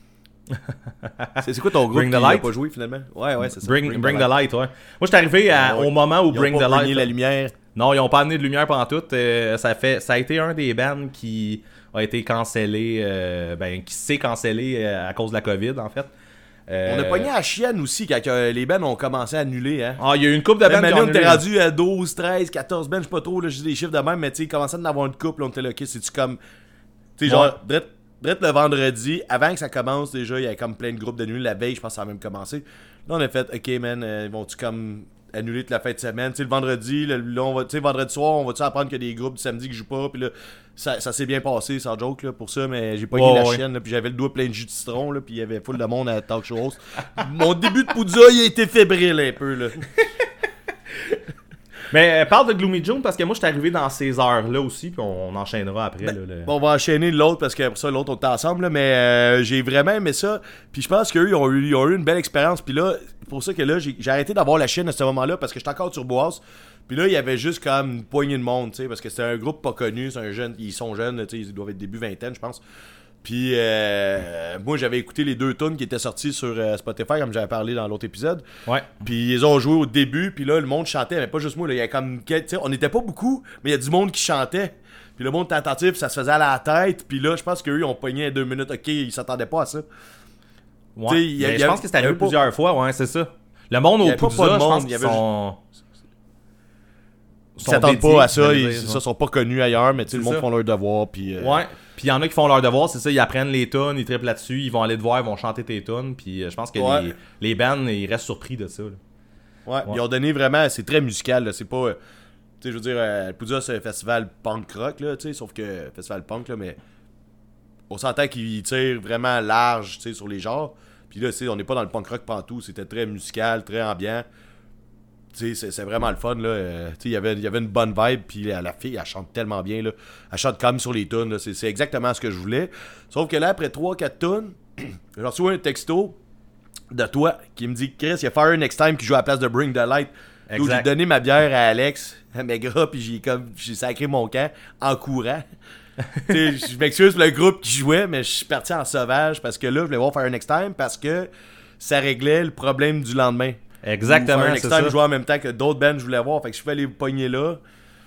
c'est, c'est quoi ton groupe Bring the qui n'a Light? pas joué finalement? Ouais, ouais, c'est ça. Bring, bring the light, ouais. Moi, j'étais arrivé à- Ah ouais. au moment où Ils ont Bring pas the pogné Light. la lumière. Non, ils ont pas amené de lumière pendant tout. Euh, ça, fait, ça a été un des bands qui a été cancellé, euh, ben, qui s'est cancellé euh, à cause de la COVID, en fait. Euh, On a pogné à la chienne aussi quand euh, les bands ont commencé à annuler. Hein. Ah, il y a eu une couple de Même bands qui année, ont on était annulé. rendu à douze, treize, quatorze bands, je sais pas trop, là, je dis des chiffres de même, mais tu sais, il commençait à en avoir une couple, là, on était là, ok, c'est-tu comme. Tu sais, genre, Ouais. drette, drette le vendredi, avant que ça commence, déjà, il y avait comme plein de groupes de nuit. La veille, je pense que ça a même commencé. Là, on a fait, ok, man, euh, vont-tu comme annuler toute la fin de semaine? Tu sais, le vendredi, là, là, on va, tu sais, vendredi soir, on va-tu apprendre qu'il y a des groupes du samedi qui jouent pas? Puis là, ça, ça s'est bien passé, sans joke, là, pour ça, mais j'ai pas Ouais, eu la ouais. chienne, là, puis j'avais le doigt plein de jus de citron, là, puis il y avait full de monde à Talk Show Host. Mon début de Poudja, il a été fébrile un peu, là. Mais euh, parle de Gloomy June parce que moi, je suis arrivé dans ces heures-là aussi, puis on, on enchaînera après. Ben, là, le... bon, on va enchaîner l'autre parce qu'après ça, l'autre, on est ensemble, là, mais euh, j'ai vraiment aimé ça. Puis je pense qu'eux, ils ont eu, ils ont eu une belle expérience. Puis là, c'est pour ça que là, j'ai, j'ai arrêté d'avoir la chaîne à ce moment-là parce que j'étais encore sur Boas. Puis là, il y avait juste comme une poignée de monde, tu sais, parce que c'était un groupe pas connu, c'est un jeune, ils sont jeunes, tu sais, ils doivent être début vingtaine, je pense. Puis euh, moi, j'avais écouté les deux tunes qui étaient sorties sur euh, Spotify, comme j'avais parlé dans l'autre épisode. Ouais. Puis ils ont joué au début, puis là, le monde chantait, mais pas juste moi, là, il y a comme, tu sais, on n'était pas beaucoup, mais il y a du monde qui chantait. Puis le monde était attentif, ça se faisait à la tête, puis là, je pense qu'eux, ils ont pogné deux minutes, ok, ils s'attendaient pas à ça. Ouais. Y a, Mais y je a, pense que c'est arrivé pas... plusieurs fois, ouais, c'est ça. Le monde au Poudza, je pense qu'ils sont... Ils s'attendent pas à ça, dire, ils ça, sont pas connus ailleurs, mais tu sais, le monde ça. font leur devoir, puis... Euh... Ouais, puis il y en a qui font leur devoir, c'est ça, ils apprennent les tunes, ils trippent là-dessus, ils vont aller te voir, ils vont chanter tes tunes, puis euh, je pense que ouais. les, les bands, ils restent surpris de ça. Là. Ouais, ouais, ils ont donné vraiment, c'est très musical, là, c'est pas... Euh, tu sais, je veux dire, euh, Poudza, c'est un festival punk rock, là, tu sais, sauf que... Festival punk, là, mais... On s'entend qu'ils tirent vraiment large, tu sais, sur les genres, puis là, tu sais, on n'est pas dans le punk rock pantoute, c'était très musical, très ambiant. Tu sais, c'est, c'est vraiment le fun, là. Euh, tu sais, y avait, il y avait une bonne vibe, puis la, la fille, elle chante tellement bien, là. Elle chante comme sur les tunes, là. C'est, c'est exactement ce que je voulais. Sauf que là, après trois quatre tunes, j'ai reçu un texto de toi qui me dit « Chris, il y a Fire Next Time qui joue à la place de Bring the Light. » Donc, j'ai donné ma bière à Alex, à Megra, puis j'ai comme j'ai sacré mon camp en courant. Tu sais, je m'excuse pour le groupe qui jouait, mais je suis parti en sauvage parce que là, je voulais voir Fire Next Time parce que ça réglait le problème du lendemain. Exactement, Fire c'est Next ça. Time jouait en même temps que d'autres bands que je voulais voir, fait que je suis allé pogner là.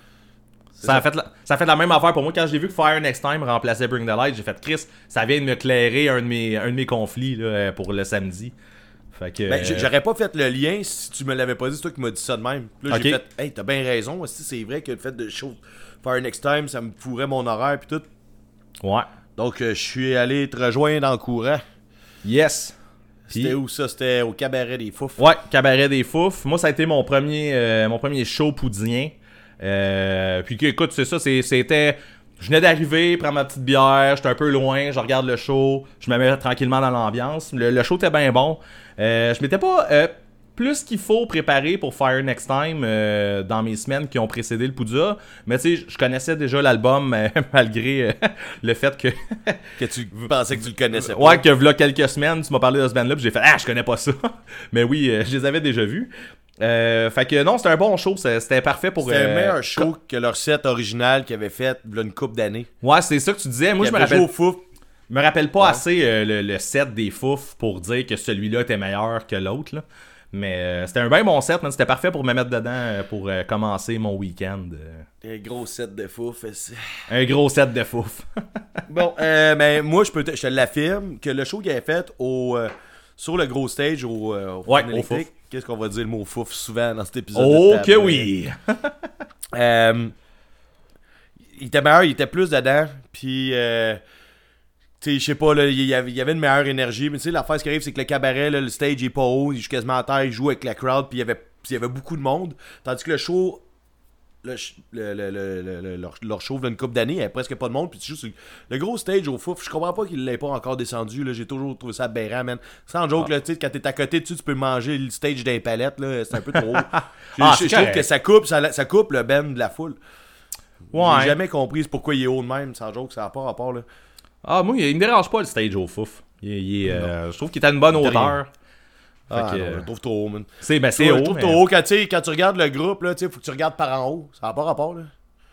Ça, ça. A fait la, ça a fait la même affaire pour moi quand j'ai vu que Fire Next Time remplaçait Bring the Light. J'ai fait Chris, ça vient de me clairer un de mes, un de mes conflits là, pour le samedi. Fait que, ben, euh... j'aurais pas fait le lien si tu me l'avais pas dit, c'est toi qui m'as dit ça de même. Là, okay. J'ai fait, hey, t'as bien raison. C'est vrai que le fait de show Fire Next Time, ça me fourrait mon horaire pis tout. Ouais. Donc, euh, je suis allé te rejoindre en courant. Yes. C'était où ça? C'était au Cabaret des Fouf. Ouais, Cabaret des Fouf. Moi, ça a été mon premier, euh, mon premier show poudien. Euh, puis écoute, c'est ça, c'est, c'était... Je venais d'arriver, prendre ma petite bière, j'étais un peu loin, je regarde le show, je me mets tranquillement dans l'ambiance. Le, le show était bien bon. Euh, je m'étais pas euh, plus qu'il faut préparé pour Fire Next Time euh, dans mes semaines qui ont précédé le Poudza. Mais tu sais, je connaissais déjà l'album euh, malgré euh, le fait que... que tu pensais que tu le connaissais pas. Ouais, que v'là quelques semaines, tu m'as parlé de ce band-là, puis j'ai fait « Ah, je connais pas ça! » Mais oui, euh, je les avais déjà vus. Euh, fait que non, c'était un bon show, c'était parfait pour... C'était euh, un meilleur show que leur set original qu'ils avaient fait il y a une couple d'années. Ouais, c'est ça que tu disais. Moi, je me rappelle... Fouf. me rappelle pas ouais. assez euh, le, le set des Fouf pour dire que celui-là était meilleur que l'autre, là. Mais euh, c'était un bien bon set, man. C'était parfait pour me mettre dedans euh, pour euh, commencer mon week-end. Euh... Un gros set de Fouf. Un gros set de Fouf. Bon, euh, mais moi, je peux te, je te l'affirme que le show qu'il avait fait au... Euh, sur le gros stage au, euh, au ouais, électrique. Fouf. Qu'est-ce qu'on va dire le mot fouf souvent dans cet épisode? Oh que oui! euh, il était meilleur, il était plus dedans. Puis, euh, tu sais, je sais pas, là, il y avait, il y avait une meilleure énergie. Mais tu sais, l'affaire, ce qui arrive, c'est que le cabaret, là, le stage est pas haut. Il joue quasiment à terre, il joue avec la crowd. Puis il y avait, il y avait beaucoup de monde. Tandis que le show... Le, le, le, le, le, leur, leur show d'une couple d'années, il n'y avait presque pas de monde. Puis tu joues le gros stage au Fouf. Je comprends pas qu'il l'ait pas encore descendu. Là. J'ai toujours trouvé ça aberrant, man. Sans joke, ah. là, tu sais, quand t'es à côté, tu peux manger le stage des palettes. Là, c'est un peu trop haut. ah, je, je trouve que ça coupe, ça, ça coupe le ben de la foule. Ouais. J'ai jamais compris pourquoi il est haut de même. Sans joke, ça n'a pas rapport. Là. Ah, moi, il me dérange pas le stage au Fouf. Il, il est, euh, je trouve qu'il est à une bonne hauteur. Ah, que, non, je trouve trop haut, man. C'est, ben, c'est haut. Je trouve mais... trop haut. Quand, quand tu regardes le groupe, là, faut que tu regardes par en haut. Ça n'a pas rapport, là.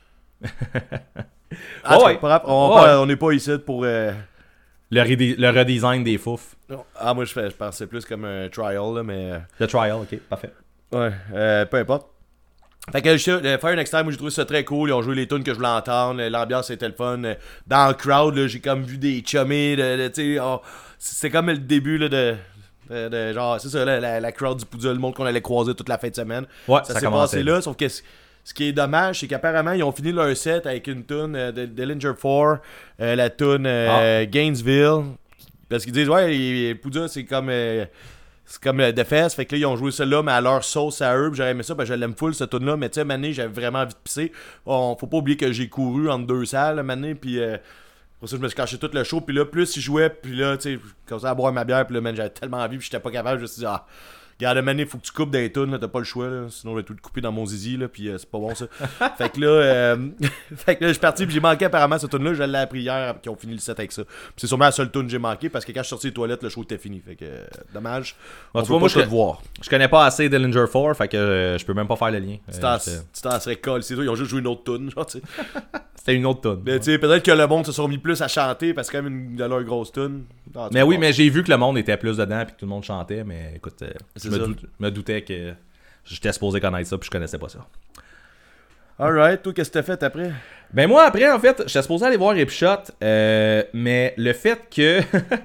ah, oh, ouais. pas rapport. On, oh, pas, ouais. on n'est pas ici pour... Euh... Le, redé- le redesign des Fouf. Ah, moi, je, fais, je pensais plus comme un trial, là, mais... Le trial, ok, parfait. Ouais, euh, peu importe. Fait que je, le Fire Next Time, moi j'ai trouvé ça très cool. Ils ont joué les tunes que je voulais entendre. L'ambiance était le fun. Dans le crowd, là, j'ai comme vu des chummés. De, de, tu sais, oh, c'est comme le début là, de... De, de, genre, c'est ça, là, la, la crowd du Poudza, le monde qu'on allait croiser toute la fin de semaine. Ouais, ça, ça s'est commençait. passé là, sauf que c- ce qui est dommage, c'est qu'apparemment, ils ont fini leur set avec une tune euh, de Dillinger four, euh, la tune euh, ah. Gainesville. Parce qu'ils disent, ouais, les, les Poudza, c'est comme. Euh, c'est comme euh, The Fest, fait que là, ils ont joué ça là, mais à leur sauce à eux. J'aurais aimé ça, parce que je l'aime full, cette tune-là. Mais tu sais, Mané, j'avais vraiment envie de pisser. Bon, faut pas oublier que j'ai couru entre deux salles, Mané, puis. Euh, pour ça, je me suis caché tout le show. Puis là, plus il jouait, puis là, tu sais, je commençais à boire ma bière. Puis là, man, j'avais tellement envie, puis j'étais pas capable. Je me suis dit, ah, Regarde, Mané, faut que tu coupes dans les tunes, là, t'as pas le choix, là, sinon je vais tout te couper dans mon zizi, là, puis euh, c'est pas bon ça. fait que là, euh, fait que là, je suis parti, puis j'ai manqué apparemment cette tune-là, je l'ai appris hier, qu'ils ont fini le set avec ça. Puis c'est sûrement la seule tune que j'ai manqué, parce que quand je suis sorti des toilettes, le show était fini. Fait que, euh, dommage. Bon, on tu peut vois, pas moi, tout je- voir. Je connais pas assez Dillinger quatre, fait que euh, je peux même pas faire le lien. Tu Euh, t'en j'étais- tu t'en serais collé, c'est ça, ils ont juste joué une autre tune, genre, tu sais. C'était une autre tune. Mais tu sais, peut-être que le monde se sont mis plus à chanter, parce que c'est quand même une, de leur grosse tune. Ah, tu Mais vois. oui, mais j'ai vu que le monde était plus dedans puis que tout le monde chantait, mais écoute, euh, je C'est me, ça. doute- me doutais que j'étais supposé connaître ça puis je connaissais pas ça. Alright, toi, qu'est-ce que t'as fait après? Ben moi, après, en fait, j'étais supposé aller voir Ripshot, euh, mais le fait que...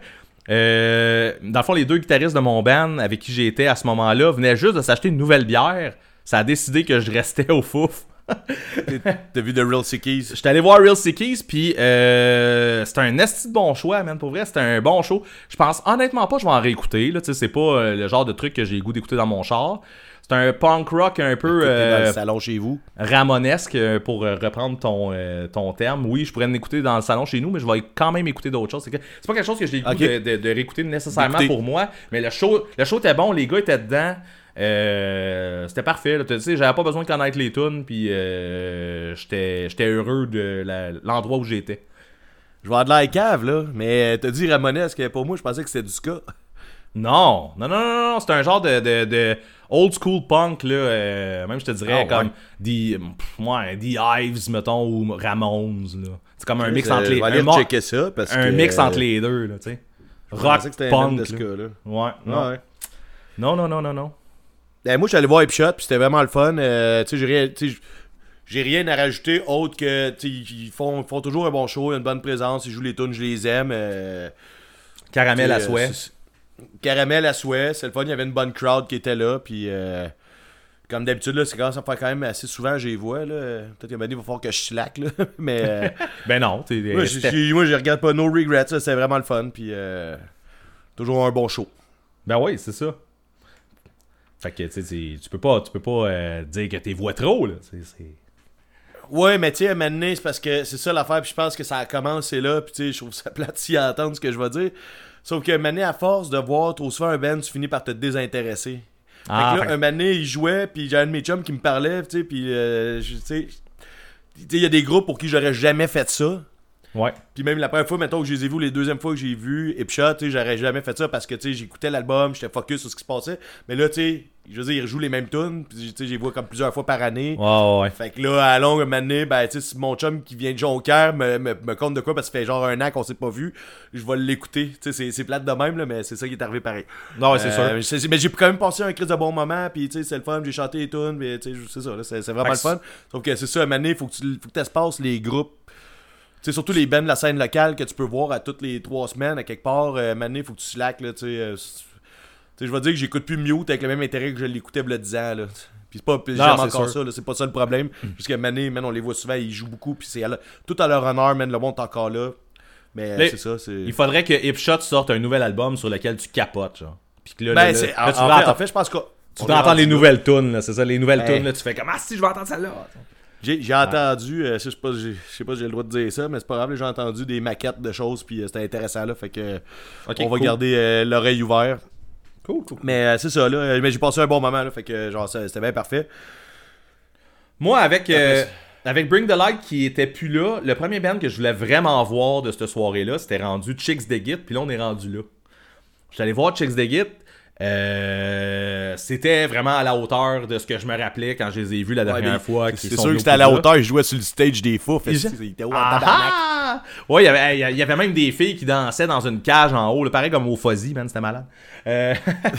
euh, dans le fond, les deux guitaristes de mon band avec qui j'étais à ce moment-là venaient juste de s'acheter une nouvelle bière. Ça a décidé que je restais au fouf. T'as vu The Real Sickies? J'étais allé voir Real Sickies, puis euh, c'était un esti de bon choix, man. Pour vrai, c'était un bon show. Je pense honnêtement pas que je vais en réécouter. Là, tu sais, c'est pas euh, le genre de truc que j'ai le goût d'écouter dans mon char. C'est un punk rock un peu T'es dans euh, le salon chez vous. ramonesque, euh, pour euh, reprendre ton, euh, ton terme. Oui, je pourrais l'écouter dans le salon chez nous, mais je vais quand même écouter d'autres choses. C'est, que, c'est pas quelque chose que j'ai le goût Ok. de, de- de réécouter nécessairement D'écouter. pour moi, mais le show, le show était bon, les gars étaient dedans. Euh, c'était parfait, là. Tu sais, j'avais pas besoin de connaître les tunes, puis euh, j'étais, j'étais heureux de la- l'endroit où j'étais. Je vais avoir de l'air cave, là, mais t'as dit Ramonesque, pour moi, je pensais que c'était du ska. Non, non, non, non, non, c'est un genre de, de, de old school punk, là, euh, même je te dirais, Ah, comme ouais. des, pff, ouais, The Hives, mettons, ou Ramones, là. C'est comme un mix Euh, entre les Je vais un, aller mo- checker ça, parce que... un mix entre les deux, là, tu sais. Je Rock, pensais que c'était un homme punk, de ska, là. là. Ouais, non. Ouais. non, non, non, non, non. Ben, moi, je suis allé voir Hipshot, puis c'était vraiment le fun. Euh, tu sais, j'ai rien, tu sais, j'ai rien à rajouter autre que, tu sais, ils font, ils font toujours un bon show, une bonne présence, ils jouent les tunes, je les aime. Euh, Caramel tu à sais, souhait. euh, c'est- Caramel à souhait, c'est le fun, il y avait une bonne crowd qui était là, puis euh, comme d'habitude, là, c'est quand ça fait quand même assez souvent, je les vois, là. Peut-être qu'à un moment donné, il va falloir que je slack, là, mais... euh, Ben non, t'es, moi, je, je- moi, je regarde pas No Regrets, ça, c'est vraiment le fun, puis euh, toujours un bon show. Ben oui, c'est ça. Fait que, tu sais, c'est- tu peux pas, tu peux pas euh, dire que t'es voix trop, là. C'est, c'est... Ouais, mais tu sais, à un moment donné, c'est parce que c'est ça l'affaire, puis je pense que ça a commencé là, puis tu sais, je trouve ça plate s'y entendre ce que je vais dire. Sauf qu'à un moment donné, à force de voir trop souvent un band, tu finis par te désintéresser. Ah, fait que là, fait que- un moment donné, il jouait, puis j'ai un de mes chums qui me parlait, tu sais, puis euh, je- tu sais, tu sais, il y a des groupes pour qui j'aurais jamais fait ça. Ouais. Puis même la première fois, mettons que je les ai vus, les deuxièmes fois que j'ai vu Hipshot, tu sais, j'aurais jamais fait ça parce que, tu sais, j'écoutais l'album, j'étais focus sur ce qui se passait. Mais là, tu sais, je veux dire, ils rejouent les mêmes tunes, puis tu sais, je les vois comme plusieurs fois par année. Ouais, ouais, ouais. Fait que là, à longue année, ben, tu sais, si mon chum qui vient de Jonquière me, me, me compte de quoi parce que ça fait genre un an qu'on s'est pas vu, je vais l'écouter. Tu sais, c'est, c'est plate de même, là, mais c'est ça qui est arrivé pareil. Non, ouais, c'est Euh, sûr. c'est- mais j'ai quand même passé un crise de bon moment, puis tu sais, c'est le fun, j'ai chanté les tunes, mais tu sais, c'est ça, là, c'est, c'est vraiment Fait le que fun. Sauf que c'est ça, à un moment donné, faut que tu faut que t'espaces les groupes. Tu sais, surtout les bands de la scène locale que tu peux voir à toutes les trois semaines, à quelque part, euh, à un moment donné, faut que tu slack, là, tu sais. euh, c'est- tu sais, je vais dire que j'écoute plus Mute avec le même intérêt que je l'écoutais il y a dix ans, là. Puis c'est pas, puis Non, j'aime c'est encore sûr. ça, là, c'est pas ça le problème. Jusqu'à Mané, man, on les voit souvent, ils jouent beaucoup, puis c'est à leur- tout à leur honneur, man, le monde est encore là. Mais, Mais c'est ça, c'est. Il faudrait que Hipshot sorte un nouvel album sur lequel tu capotes, genre. Puis que là, Ben, là, là, c'est. là, En, tu en vas fait, entendre- en fait, je pense que. tu vas entendre les nouvelles tunes, là, c'est ça, les nouvelles Ben. tunes, là, tu fais comme ah si je vais entendre celle-là. J'ai, j'ai entendu, euh, je sais pas, j'ai- je sais pas si j'ai le droit de dire ça, mais c'est pas grave, là, j'ai entendu des maquettes de choses, puis euh, c'était intéressant, là, fait que. Ok, on va cool. garder euh, l'oreille ouverte. Cool, cool. Mais euh, c'est ça, là. euh, Mais j'ai passé un bon moment, là, fait que, genre, ça- c'était bien parfait. Moi, avec, euh, Après, avec Bring the Light qui était plus là, le premier band que je voulais vraiment voir de cette soirée-là, c'était rendu Chicks the Git, puis là, on est rendu là. J'étais allé voir Chicks the Git. Euh, c'était vraiment à la hauteur de ce que je me rappelais quand je les ai vus la Ouais, dernière mais fois. c'est qu'ils c'est sont sûr venus que au c'était à la Poudlard. hauteur, ils jouaient sur le stage des fous. Fait, Ils- il était où en Ah tabarnak. ah! Ouais, il y avait- il y avait même des filles qui dansaient dans une cage en haut, là, pareil comme au Fuzzy, man, c'était malade. Euh...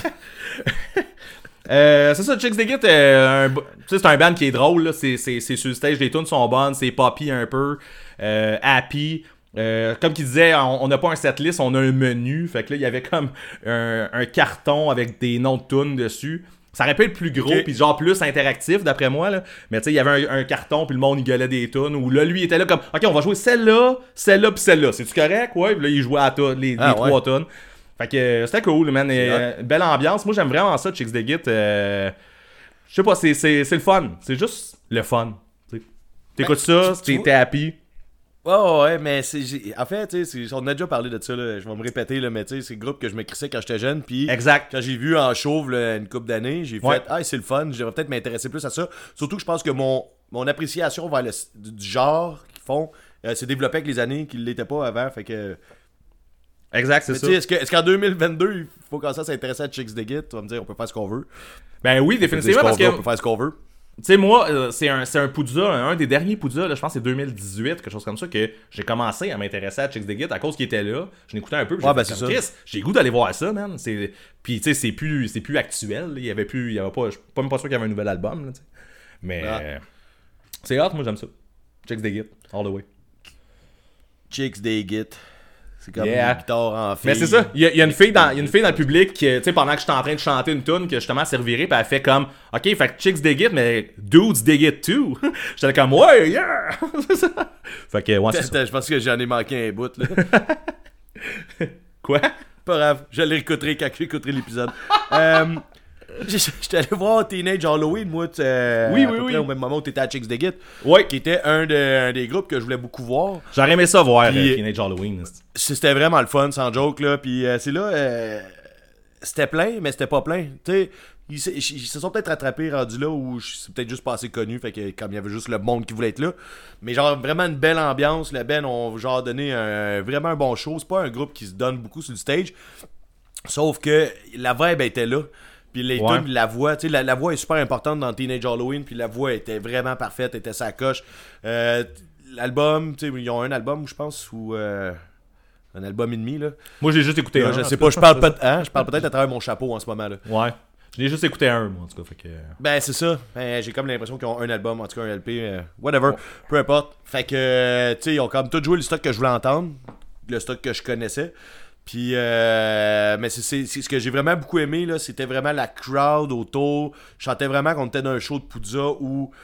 euh, c'est ça, Chicks the Git, euh, un... tu sais, c'est un band qui est drôle, là. C'est, c'est, c'est sur le stage, les tunes sont bonnes, c'est poppy un peu, euh, happy. Euh, comme qu'il disait, on n'a pas un setlist, on a un menu. Fait que là, il y avait comme un, un carton avec des noms de tunes dessus. Ça aurait pu être plus gros, Ok. puis genre plus interactif d'après moi, là. Mais tu sais, il y avait un, un carton, puis le monde il gueulait des tunes. Où là, lui il était là comme, ok, on va jouer celle-là, celle-là, puis celle-là. C'est-tu correct? Ouais, puis là, il jouait à tout, les, Ah, les ouais. trois tunes. Fait que euh, c'était cool, man. C'est Euh, belle ambiance. Moi, j'aime vraiment ça, Chicks the Git. Euh, Je sais pas, c'est, c'est, c'est le fun. C'est juste le fun. T'sais. T'écoutes ça, tu- tu t'es, t'es happy. Ouais, ouais, mais c'est. j'ai- En fait, tu sais, c'est- on a déjà parlé de ça, là. Je vais me répéter, là, mais tu sais, c'est le groupe que je me crissais quand j'étais jeune. Puis Exact. quand j'ai vu en chauve là, une couple d'années, j'ai fait, Ouais. ah, c'est le fun, je devrais peut-être m'intéresser plus à ça. Surtout que je pense que mon, mon appréciation vers le, du du genre qu'ils font euh, s'est développée avec les années qu'il l'était pas avant. Fait que. Exact, c'est Mais ça. tu sais, est-ce, que, est-ce qu'en deux mille vingt-deux, il faut commencer à s'intéresser à Chicks Digit? Tu vas me dire, on peut faire ce qu'on veut. Ben oui, On peut dire ce définitivement, qu'on parce veut, que, on peut faire ce qu'on veut. tu sais, moi, euh, c'est un, c'est un Poudza, un des derniers Poudza, là, je pense que c'est deux mille dix-huit, quelque chose comme ça, que j'ai commencé à m'intéresser à Chicks Digit à cause qu'il était là. Je l'écoutais un peu, puis j'ai Ouais, fait ben, c'est comme, ça. Chris, j'ai le goût d'aller voir ça, man. C'est... Puis, tu sais, c'est plus, c'est plus actuel. là. Il y avait plus, il y avait pas, je suis pas même pas sûr qu'il y avait un nouvel album, là, tu sais. Mais, Ah. euh, c'est hot, moi, j'aime ça. Chicks Digit, all the way. Chicks Digit. C'est comme Yeah. une guitare en fille. Mais c'est ça, il y, a- il y a une fille dans, il y a une fille dans le public qui, tu sais, pendant que j'étais en train de chanter une tune que justement s'est revirée, puis elle fait comme, ok, fait que chicks dig it, mais dudes dig it too. J'étais comme, ouais, yeah! C'est ça. Fait que, ouais, c'est ça. Je pense que j'en ai manqué un bout, là. Quoi? Pas grave, je le réécouterai quand j'écouterai l'épisode. euh, J'étais allé voir Teenage Halloween, moi, tu sais, Oui, à oui, peu oui. près au même moment où t'étais à Chicks Digit, Ouais. qui était un, de, un des groupes que je voulais beaucoup voir. J'aurais aimé ça voir Puis- euh, Teenage Halloween. c'est- C'était vraiment le fun, sans joke, là. Puis euh, c'est là, euh, c'était plein, mais c'était pas plein. Tu sais, ils, se- ils se sont peut-être rattrapés rendus là où je- c'est peut-être juste pas assez connu, fait que comme il y avait juste le monde qui voulait être là. Mais genre vraiment une belle ambiance, le Ben ont genre donné un, vraiment un bon show. C'est pas un groupe qui se donne beaucoup sur le stage, sauf que la vibe était là. Puis les Ouais. tunes, la voix, tu sais, la, la voix est super importante dans Teenage Halloween, puis la voix était vraiment parfaite, était sa coche. Euh, L'album, tu sais, ils ont un album, je pense, ou euh, un album et demi, là. Moi, j'ai juste écouté Là, un. je en sais tout pas, cas. je parle peut hein, je parle peut-être à travers mon chapeau en ce moment là. Ouais. J'ai juste écouté un, moi, en tout cas. Fait que. Ben c'est ça. Ben, j'ai comme l'impression qu'ils ont un album, en tout cas un L P, euh, whatever, peu importe. Fait que euh, tu sais, ils ont comme tout joué le stock que je voulais entendre, le stock que je connaissais. Puis euh, mais c'est, c'est, c'est ce que j'ai vraiment beaucoup aimé là, c'était vraiment la crowd autour. Je sentais vraiment qu'on était dans un show de Poudza où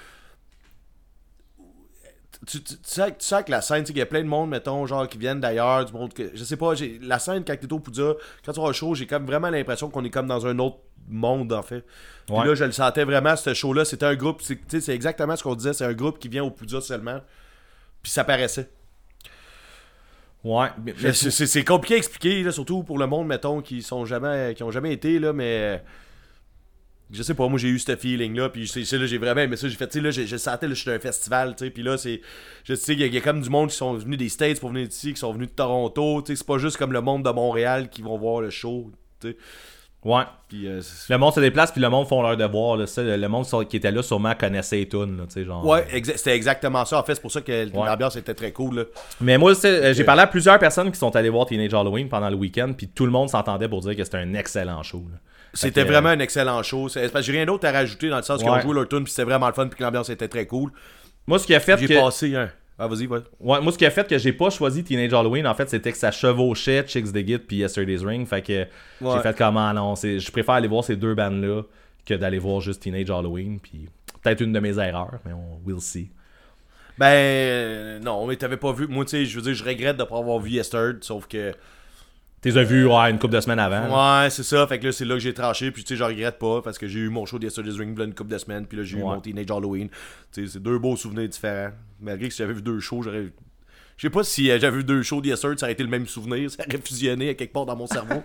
Tu, tu, tu, sais, tu sais que la scène, tu sais qu'il y a plein de monde, mettons, genre, qui viennent d'ailleurs, du monde que. Je sais pas, j'ai, la scène, quand t'es au Poudza, quand tu vas au show, j'ai comme vraiment l'impression qu'on est comme dans un autre monde, en fait. Puis Ouais. là, je le sentais vraiment, ce show-là. C'était un groupe, c'est, tu sais, c'est exactement ce qu'on disait, c'est un groupe qui vient au Poudza seulement. Puis ça paraissait. Ouais. Mais, C'est, c'est, c'est compliqué à expliquer, là, surtout pour le monde, mettons, qui sont jamais. Qui ont jamais été, là, mais. Je sais pas, moi j'ai eu ce feeling là, puis c'est, c'est là j'ai vraiment aimé ça, j'ai fait, tu sais là, je, je sentais là, je suis dans un festival, tu sais, puis là c'est, je sais qu'il y, a- il y a comme du monde qui sont venus des States pour venir ici, qui sont venus de Toronto, tu sais, c'est pas juste comme le monde de Montréal qui vont voir le show, tu sais, Ouais. puis euh, c'est- Le monde se déplace, puis le monde font leur devoir. Là, ça, le monde sur- qui était là sûrement connaissait les tunes. Là, tu sais, genre. ouais, exa- c'était exactement ça, en fait, c'est pour ça que l'ambiance était très cool là. Mais moi, c'est- euh, j'ai parlé à plusieurs personnes qui sont allées voir Teenage Halloween pendant le week-end, puis tout le monde s'entendait pour dire que c'était un excellent show. là. C'était Fait que, vraiment un excellent show, c'est, c'est parce que j'ai rien d'autre à rajouter dans le sens qu'ils Ouais. ont joué leur tune, puis c'était vraiment le fun, puis que l'ambiance était très cool. Moi, ce qui a fait J'ai que... passé un... Ah, vas-y, ouais. Ouais, moi, ce qui a fait que j'ai pas choisi Teenage Halloween, en fait, c'était que ça chevauchait Chicks Dig It puis Yesterday's Ring. Fait que Ouais. j'ai fait comment non, c'est, je préfère aller voir ces deux bandes-là que d'aller voir juste Teenage Halloween. Puis peut-être une de mes erreurs, mais on will see. Ben, euh, non, mais t'avais pas vu, moi, tu sais, je veux dire, je regrette de pas avoir vu Yesterday, sauf que... T'es as vu ouais, une couple de semaines avant. Ouais, c'est ça. Fait que là, c'est là que j'ai tranché. Puis tu sais, je regrette pas parce que j'ai eu mon show de Yesterday's Ring là, une couple de semaines. Puis là, j'ai eu Ouais. mon Teenage Halloween. Tu sais, c'est deux beaux souvenirs différents. Malgré que si j'avais vu deux shows, j'aurais. Je sais pas si euh, j'avais vu deux shows de Yesterday, ça aurait été le même souvenir. Ça aurait fusionné à quelque part dans mon cerveau.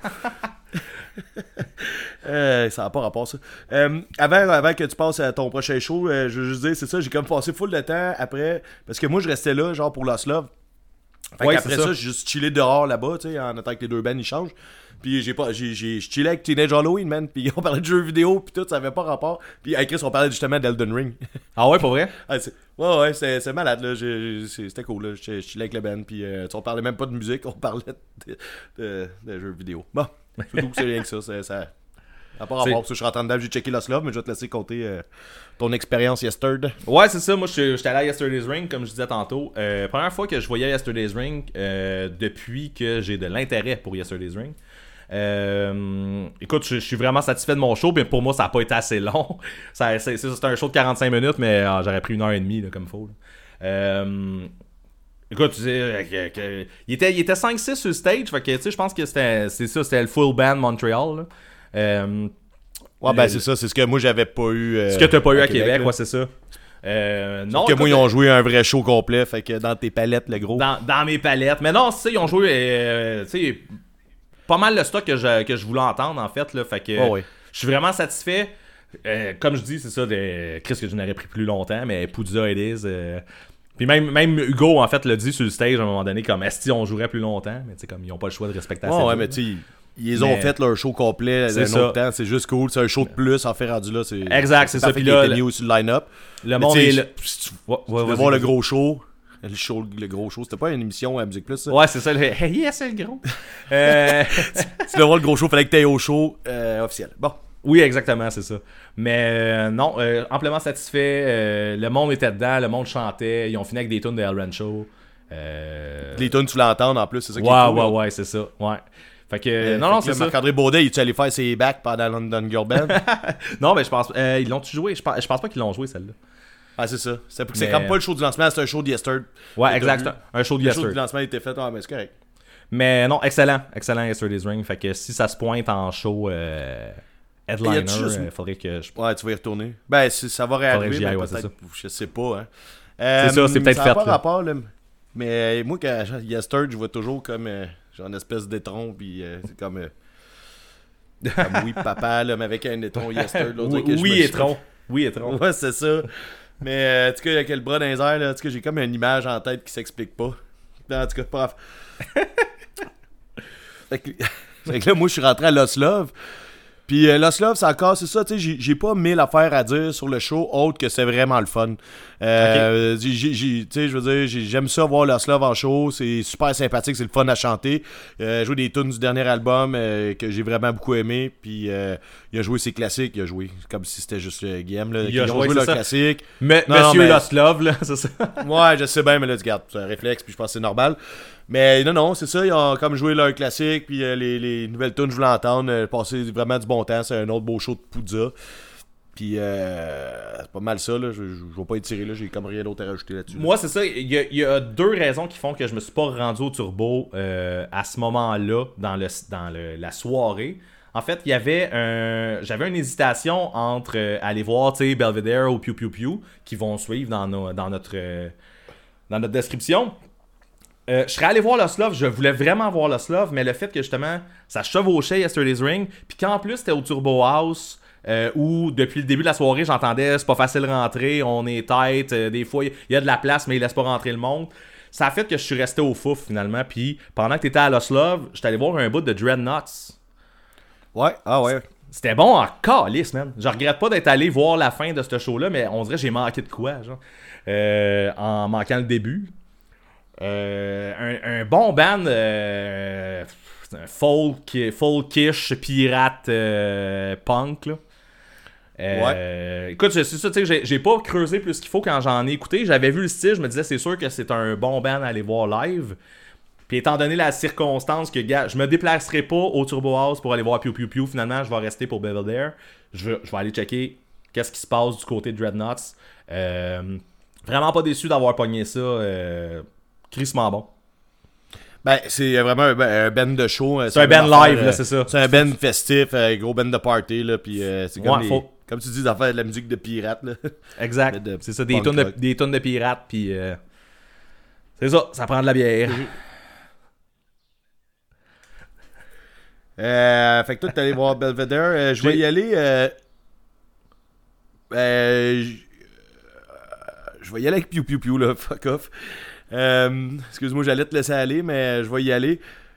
Euh, ça n'a pas rapport, ça. Euh, avant, avant que tu passes à ton prochain show, euh, je veux juste dire, c'est ça, j'ai comme passé full de temps après. Parce que moi, je restais là, genre pour Lost Love. Fait Ouais, qu'après c'est ça, ça. j'ai juste chillé dehors là-bas, tu sais, en attendant que les deux bands ils changent. Puis j'ai pas, j'ai, j'ai je chillais avec Teenage Halloween, man. Puis on parlait de jeux vidéo, puis tout, ça avait pas rapport. Puis avec Chris, on parlait justement d'Elden Ring. Ah ouais, pour vrai? Ah, c'est- ouais, ouais, c'est, c'est malade, là. J'ai- j'ai- c'est- c'était cool, là. Je je chillais avec le band, puis euh, tu sais, on parlait même pas de musique, on parlait de, de, de jeux vidéo. Bon, surtout que c'est rien que ça. C'est, ça à part C'est- rapport, parce que je suis rentré dedans, j'ai checké Lost Love, mais je vais te laisser compter euh, ton expérience yesterday. Ouais, c'est ça. Moi, je- j'étais allé à Yesterday's Ring, comme je disais tantôt. Euh, première fois que je voyais Yesterday's Ring euh, depuis que j'ai de l'intérêt pour Yesterday's Ring. Euh, écoute, je, je suis vraiment satisfait de mon show, mais pour moi, ça n'a pas été assez long. Ça, c'est, c'est, c'est un show de quarante-cinq minutes, mais ah, j'aurais pris une heure et demie, là, comme il faut. là. Euh, écoute, tu sais, euh, que- que- il était, il était cinq six sur le stage, fait que, tu sais, je pense que c'était, c'est ça, c'était le full band Montreal. là. Euh, Ouais, ben le- c'est ça, c'est ce que moi j'avais pas eu. euh, ce que t'as pas eu à, Québec, là. ouais, c'est ça. Euh, Non, non, que écoute, moi, ils ont joué un vrai show complet, fait que dans tes palettes, le gros. dans, dans mes palettes. Mais non, c'est ça, ils ont joué, euh, tu sais, pas mal le stock que je, que je voulais entendre, en fait, là. Fait que Oh, oui. je suis vraiment satisfait. Euh, comme je dis, c'est ça, de Chris que je n'aurais pris plus longtemps, mais Poudza it is. Euh... Puis même, même Hugo, en fait, l'a dit sur le stage à un moment donné, comme est-ce on jouerait plus longtemps, mais tu sais, comme ils n'ont pas le choix de respecter Oh, assez. ouais, mais tu sais, ils les ont Mais- fait leur show complet C'est un ça. autre temps, c'est juste cool. C'est un show de plus, en fait, rendu là. C'est... Exact, c'est ça. parfait Puis qu'il là, ait été le- mis sur le line-up. Le Mais monde tu sais, est là. si tu Ouais, ouais, veux vas-y, voir le vas-y. gros show, le, show, le gros show, c'était pas une émission à Musique Plus, ça? Ouais, c'est ça. Le... Hey, yes, c'est le gros. euh... Si tu veux voir le gros show, fallait que t'ailles au show euh, officiel. Bon. Oui, exactement, c'est ça. Mais euh, non, euh, amplement satisfait. Euh, le monde était dedans, le monde chantait. Ils ont fini avec des tunes de Hell Rancho. Euh... Les tunes, tu l'entends en plus, c'est ça qui Ouais, est cool. ouais, là. ouais, c'est ça. Ouais. Fait que. Euh, non, fait non, que c'est là, ça. Marc-André Baudet, il est allé faire ses bacs pendant London Girl Band? Non, mais je pense. Euh, ils l'ont-tu joué? Je pense, je pense pas qu'ils l'ont joué, celle-là. Ah, c'est ça. C'est, c'est Mais- comme pas le show du lancement, c'est un show de Yester. Ouais, T'as exact. vu? c'est un- Un show de Le show Yesterday. du lancement était fait, ah, mais c'est correct. Mais non, excellent. Excellent Yesterday's Ring. Fait que si ça se pointe en show euh, headliner, Y a-tu juste- euh, faudrait que je. Ouais, tu vas y retourner. Ben, c'est- ça va Faudrait que réarriver, j'y mais aille, ouais, peut-être, c'est je sais pas, hein. Euh, ça, c'est peut-être ça a fait, pas là. rapport, là. Mais euh, moi, quand Yester, je vois toujours comme euh, genre une espèce d'étron, puis euh, c'est comme... euh, comme oui, papa, là, mais avec un étron Yester. là, on dirait que Oui, je oui, me- Etron. Oui, Etron. Ouais, c'est ça. Mais, euh, en tout cas, avec le bras dans les airs, là, en tout cas, j'ai comme une image en tête qui s'explique pas. En tout cas, pas grave. fait, que, fait que là, moi, je suis rentré à Lost Love. Puis euh, Lost Love, c'est encore, c'est ça, tu sais, j'ai, j'ai pas mille affaires à dire sur le show, autre que c'est vraiment le fun. Euh, j'ai, j'ai, j'ai- tu sais, je veux dire, j'ai- j'aime ça voir Lost Love en show, c'est super sympathique, c'est le fun à chanter. Euh, jouer des tunes du dernier album euh, que j'ai vraiment beaucoup aimé, puis euh, il a joué ses classiques, il a joué, comme si c'était juste le game, là. Il a Ils ont joué, joué c'est leurs ça. classiques. Mais, Non, non, Monsieur mais- Lost Love, là, c'est ça. Ouais, je sais bien, mais là, tu gardes, c'est un réflexe, puis je pense que c'est normal. Mais non, non, c'est ça, ils ont comme joué leur classique, puis euh, les, les nouvelles tunes, je voulais entendre, euh, passer vraiment du bon temps, c'est un autre beau show de Poudza. Puis euh, c'est pas mal ça, là, je, je, je vais pas étirer, là, j'ai comme rien d'autre à rajouter là-dessus. là. Moi, c'est ça. Il y, a, il y a deux raisons qui font que je me suis pas rendu au turbo euh, à ce moment-là, dans, le, dans le, la soirée. En fait, il y avait un. J'avais une hésitation entre euh, aller voir, tu sais, Belvedere ou Pew Pew Pew, qui vont suivre dans, nos, dans, notre, euh, dans notre description. Euh, je serais allé voir Lost Love, je voulais vraiment voir Lost Love, mais le fait que justement, ça chevauchait Yesterday's Ring, puis qu'en plus c'était au Turbo House, euh, où depuis le début de la soirée, j'entendais c'est pas facile de rentrer, on est tight, euh, des fois il y a de la place, mais ils laissent pas rentrer le monde. Ça a fait que je suis resté au fouf finalement, puis pendant que t'étais à Lost Love, j'étais allé voir un bout de Dreadnoughts. Ouais, ah ouais. C'était bon en calice, man. Je regrette pas d'être allé voir la fin de ce show-là, mais on dirait que j'ai manqué de quoi, genre, euh, en manquant le début. Euh, un, un bon band euh, un folk, folkish pirate euh, punk là. Euh, écoute, c'est ça, tu sais, j'ai, j'ai pas creusé plus qu'il faut quand j'en ai écouté. J'avais vu le style, je me disais c'est sûr que c'est un bon band à aller voir live. Puis étant donné la circonstance que gars, je me déplacerai pas au Turbo House pour aller voir Pew Pew Pew, finalement je vais rester pour Belvedere. Je vais, je vais aller checker qu'est-ce qui se passe du côté de Dreadnoughts. Euh, vraiment pas déçu d'avoir pogné ça. Euh, crissement bon. Ben, c'est vraiment un, un band de show. C'est un band affaire, live, euh, là, c'est ça. C'est un band festif, un gros band de party, là, puis euh, c'est comme Ouais, les- faut- Comme tu dis, d'en faire de la musique de pirate, là. Exact. De- C'est ça, des punk tonnes de, rock. des tonnes de pirates, puis euh, c'est ça, ça prend de la bière. Euh, fait que toi, t'es allé voir Belvedere. Euh, je vais J'ai- y aller. Euh, euh, j- euh, je vais y aller avec Pew Pew Pew, là. Fuck off. Euh, excuse-moi, j'allais te laisser aller, mais je vais y aller.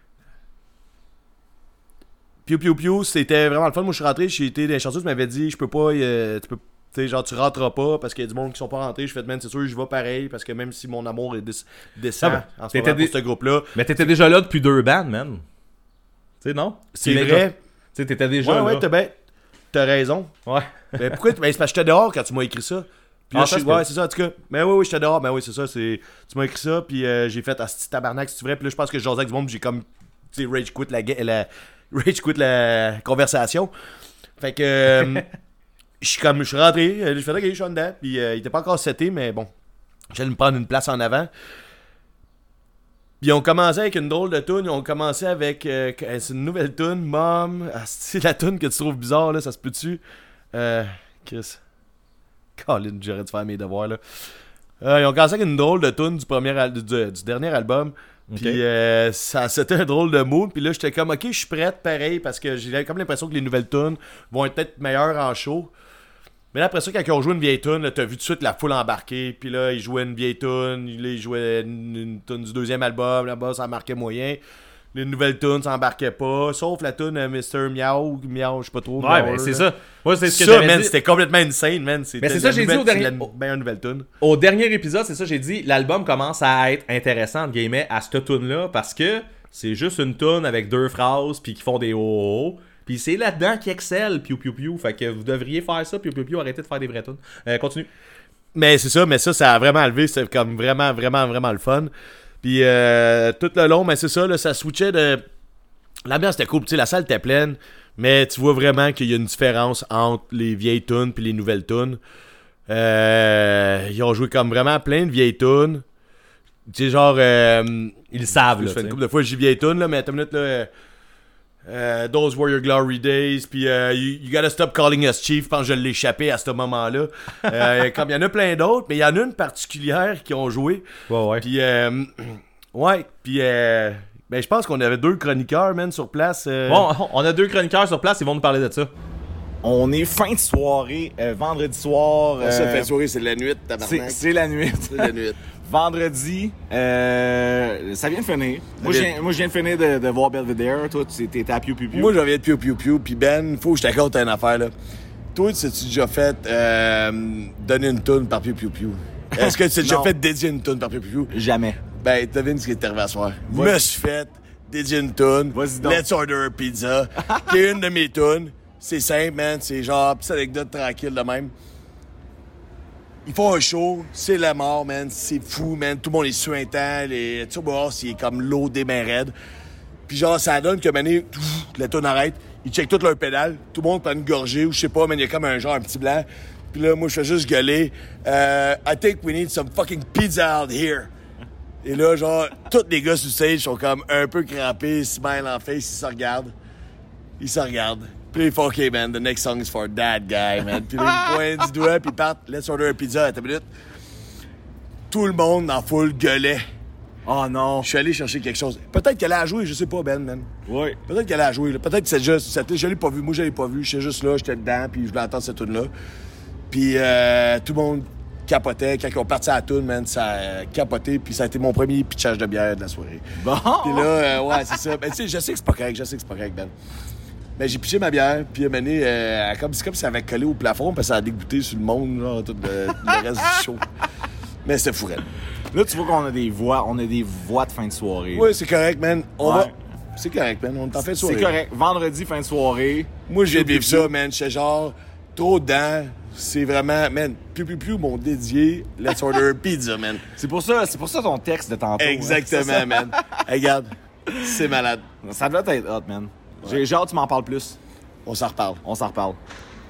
Pew Pew Pew, c'était vraiment le fun. Moi, je suis rentré, j'ai été dans les chansons, tu m'avais dit, je peux pas, euh, tu peux, tu sais, genre, tu rentreras pas parce qu'il y a du monde qui sont pas rentrés. Je fais, man, c'est sûr, je vais pareil parce que même si mon amour est des- descend Ah, ben, en ce t'étais moment pour des- ce groupe-là, Mais t'étais déjà là depuis deux bands, man. Tu sais, non? c'est Tu l'as vrai. déjà- Tu sais, t'étais déjà Ouais, là. ouais, t'as ben, t'as raison. Ouais. Mais pourquoi tu- ben, c'est parce que j'étais dehors quand tu m'as écrit ça. Puis là, Ah, je ça suis- se peut. ouais, c'est ça, en tout cas. Mais oui, oui, j'étais dehors. Mais oui, c'est ça. C'est... Tu m'as écrit ça, puis euh, j'ai fait, ah, c'est tabarnak, c'est vrai. Puis là, je pense que je jasais avec du monde, puis j'ai comme, tu sais, rage quit la, ga- la, rage quit la conversation. Fait que, euh, je suis comme, je suis rentré, euh, je fais, ok, je suis en dedans. Puis euh, il était pas encore seté, mais bon, j'allais me prendre une place en avant. Puis on commençait avec une drôle de tune. On commençait avec, euh, c'est une nouvelle tune, Mom. Ah, c'est la tune que tu trouves bizarre, là, ça se peut-tu? Euh, Chris. Colin, j'aurais dû faire mes devoirs, là. Euh, ils ont commencé avec une drôle de tune du, premier al- du, du dernier album. Puis Ok. euh, ça, c'était un drôle de mood. Puis là, j'étais comme, ok, je suis prête, pareil, parce que j'ai comme l'impression que les nouvelles tunes vont être peut-être meilleures en show. Mais là, après ça, quand ils ont joué une vieille tune, là, t'as vu tout de suite la foule embarquer. Puis là, ils jouaient une vieille tune. Là, ils jouaient une, une tune du deuxième album. Là-bas, ça marquait moyen. Les nouvelles tunes, ça embarquait pas. Sauf la tune euh, mister Miaou, Miaou, je sais pas trop. Ouais, Miaou, ben c'est là. ça. Moi, c'est ce que Ça, j'avais man, dit. c'était complètement insane, man. C'était Mais c'est ça, la j'ai dit nouvelle- au dernier- c'est la meilleure nouvelle tune. Au dernier épisode, c'est ça, j'ai dit, l'album commence à être intéressant, entre guillemets, à cette tune-là, parce que c'est juste une tune avec deux phrases, puis qui font des oh oh oh. Puis c'est là-dedans qui excelle, piou piou piou. Fait que vous devriez faire ça, piou piou piou, arrêtez de faire des vraies tunes. Euh, continue. Mais c'est ça, mais ça, ça a vraiment levé. C'était comme vraiment, vraiment, vraiment le fun. Puis euh, tout le long, mais c'est ça, là, ça switchait de. L'ambiance était cool. Tu sais, la salle était pleine, mais tu vois vraiment qu'il y a une différence entre les vieilles tunes et les nouvelles tunes. Euh, ils ont joué comme vraiment plein de vieilles tunes. Tu sais, genre. Euh, Ils le savent, là. je fais une t'sais. couple de fois, j'ai vieille tunes, là, mais attends une minute, là. euh, euh, Those Were Your Glory Days, puis euh, you, you Gotta Stop Calling Us Chief, je pense que je l'ai échappé à ce moment-là. Euh, comme il y en a plein d'autres, mais il y en a une particulière qui ont joué. Ouais, ouais. Puis, euh, ouais, puis, euh, ben, je pense qu'on avait deux chroniqueurs, man, sur place. euh. Bon, on a deux chroniqueurs sur place, ils vont nous parler de ça. On est fin de soirée, euh, vendredi soir. Ça, euh, fait soirée, c'est la nuit, c'est, tabarnak. c'est la nuit. C'est la nuit. Vendredi, euh, ça vient de finir. Moi, je vient- viens, moi, je viens de finir de, de voir Belvedere. Toi, tu étais à Piu Piu Piu. Moi, je reviens de Piu Piu Piu, puis Ben, faut que je te raconte une affaire, là. Toi, tu t'es déjà fait euh, donner une toune par Piu Piu Piu? Est-ce que tu t'es déjà Non. fait dédier une toune par Piu Piu Piu? Jamais. Ben, devine ce qui est arrivé à soir. Je Vas-y. me suis fait dédier une toune. Vas-y donc. Let's Order a Pizza, qui est une de mes tounes. C'est simple, man. C'est genre, petite anecdote tranquille de même. Ils font un show, c'est la mort, man. C'est fou, man. Tout le monde est suintant. Les Turbo House, il est comme l'eau des mains raides. Puis genre, ça donne que, mané, la toune arrête. Ils checkent toutes leurs pédales. Tout le monde prend une gorgée ou je sais pas, mais il y a comme un genre, un petit blanc. Puis là, moi, je fais juste gueuler. Euh, I think we need some fucking pizza out here. Et là, genre, tous les gars sur stage sont comme un peu crampés, smile en face, ils se regardent. Ils se regardent. Puis là, ils font, OK, man, the next song is for that guy, man. Puis là, ils pointent du doigt, puis ils partent. Let's order a pizza, à ta minute. Tout le monde dans la foule gueulait. Oh non. Je suis allé chercher quelque chose. Peut-être qu'elle a joué, je sais pas, Ben, man. Oui. Peut-être qu'elle a joué, là. Peut-être que c'est juste. c'était- Je l'ai pas vu. Moi, je l'ai pas vu. J'étais juste là, j'étais dedans, puis je voulais entendre cette tune-là. Puis euh, tout le monde capotait. Quand ils ont parti à la tune, man, ça a capoté. Puis ça a été mon premier pitchage de bière de la soirée. Bon. Puis là, euh, ouais, c'est ça. Ben, tu sais, je sais que c'est pas correct. Je sais que c'est pas correct, Ben. Ben, j'ai pitché ma bière, puis à un moment donné, euh, comme, c'est comme si ça avait collé au plafond, parce que ça a dégoûté sur le monde, genre, tout le, le reste du show. Mais c'était fourré. Là, tu vois qu'on a des voix, on a des voix de fin de soirée. Oui, c'est correct, man. On Ouais. va. C'est correct, man. On t'en fait soirée. C'est correct. Vendredi, fin de soirée. Moi, j'ai Piu, vécu piu, ça, piu. man. J'étais genre trop dedans. C'est vraiment, man. Piu Piu Piu m'ont dédié Let's Order Pizza, man. C'est pour ça, c'est pour ça ton texte de tantôt. hein. C'est Exactement, ça. man. Hey, regarde, c'est malade. Ça devait être hot, man. J'ai j'ai hâte que tu m'en parles plus. On s'en reparle. On s'en reparle.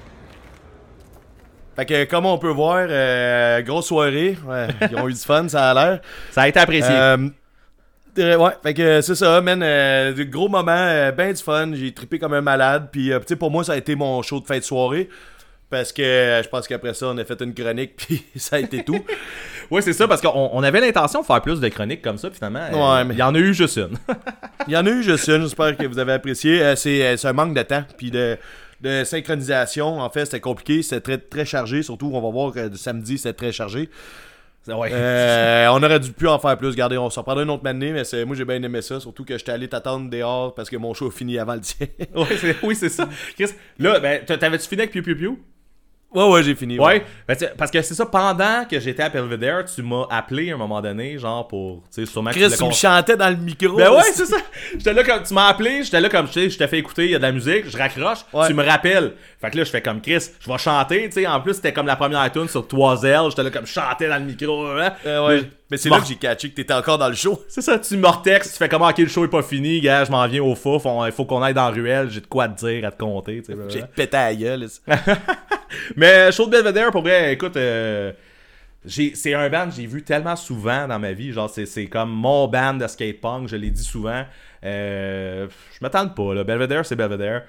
Fait que, comme on peut voir, euh, grosse soirée. Ouais, ils ont eu du fun, ça a l'air. Ça a été apprécié. Euh, euh, ouais, fait que c'est ça, man. Euh, de gros moments, euh, ben du fun. J'ai trippé comme un malade. Puis, euh, tu sais, pour moi, ça a été mon show de fin de soirée. Parce que euh, je pense qu'après ça, on a fait une chronique, puis ça a été tout. Oui, c'est ça, parce qu'on on avait l'intention de faire plus de chroniques comme ça, puis finalement, Ouais, euh, mais- il y en a eu juste une. Il y en a eu juste une, j'espère que vous avez apprécié. Euh, c'est, euh, c'est un manque de temps, puis de, de synchronisation. En fait, c'était compliqué, c'était très, très chargé. Surtout, on va voir que le samedi, c'était très chargé. Ouais. Euh, on aurait dû plus en faire plus. Regardez, on s'en prendra une autre matinée, mais c'est, moi, j'ai bien aimé ça. Surtout que j'étais allé t'attendre dehors parce que mon show a fini avant le tien. Ouais, c'est- oui, c'est ça. Chris, là, ben, t'a- t'avais-tu fini avec Piu Piu Piu? ouais, ouais, j'ai fini. Ouais, ben, tu sais, parce que c'est ça, pendant que j'étais à Belvedere, tu m'as appelé à un moment donné, genre pour, tu sais, sûrement que tu Chris, voulais tu me qu'on- chantais dans le micro. Ben ouais, aussi. c'est ça. J'étais là comme tu m'as appelé, j'étais là comme tu sais, je t'ai fait écouter, il y a de la musique, je raccroche, Ouais. tu me rappelles. Fait que là je fais comme Chris, je vais chanter, tu sais, en plus c'était comme la première tune sur trois L, j'étais là comme je chantais dans le micro. Hein? Euh, ouais. Là, Mais c'est bon. là que j'ai catché que t'étais encore dans le show. C'est ça, tu me retextes, tu fais comment ok le show est pas fini, gars, je m'en viens au fouf, on- il faut qu'on aille dans la ruelle, j'ai de quoi te dire, à te compter, tu sais. J'ai blablabla. pété à la gueule. Mais show de Belvedere, pour vrai, écoute, euh, j'ai, c'est un band que j'ai vu tellement souvent dans ma vie. Genre, c'est, c'est comme mon band de skate punk, je l'ai dit souvent. Euh, je m'attends pas, là. Belvedere, c'est Belvedere.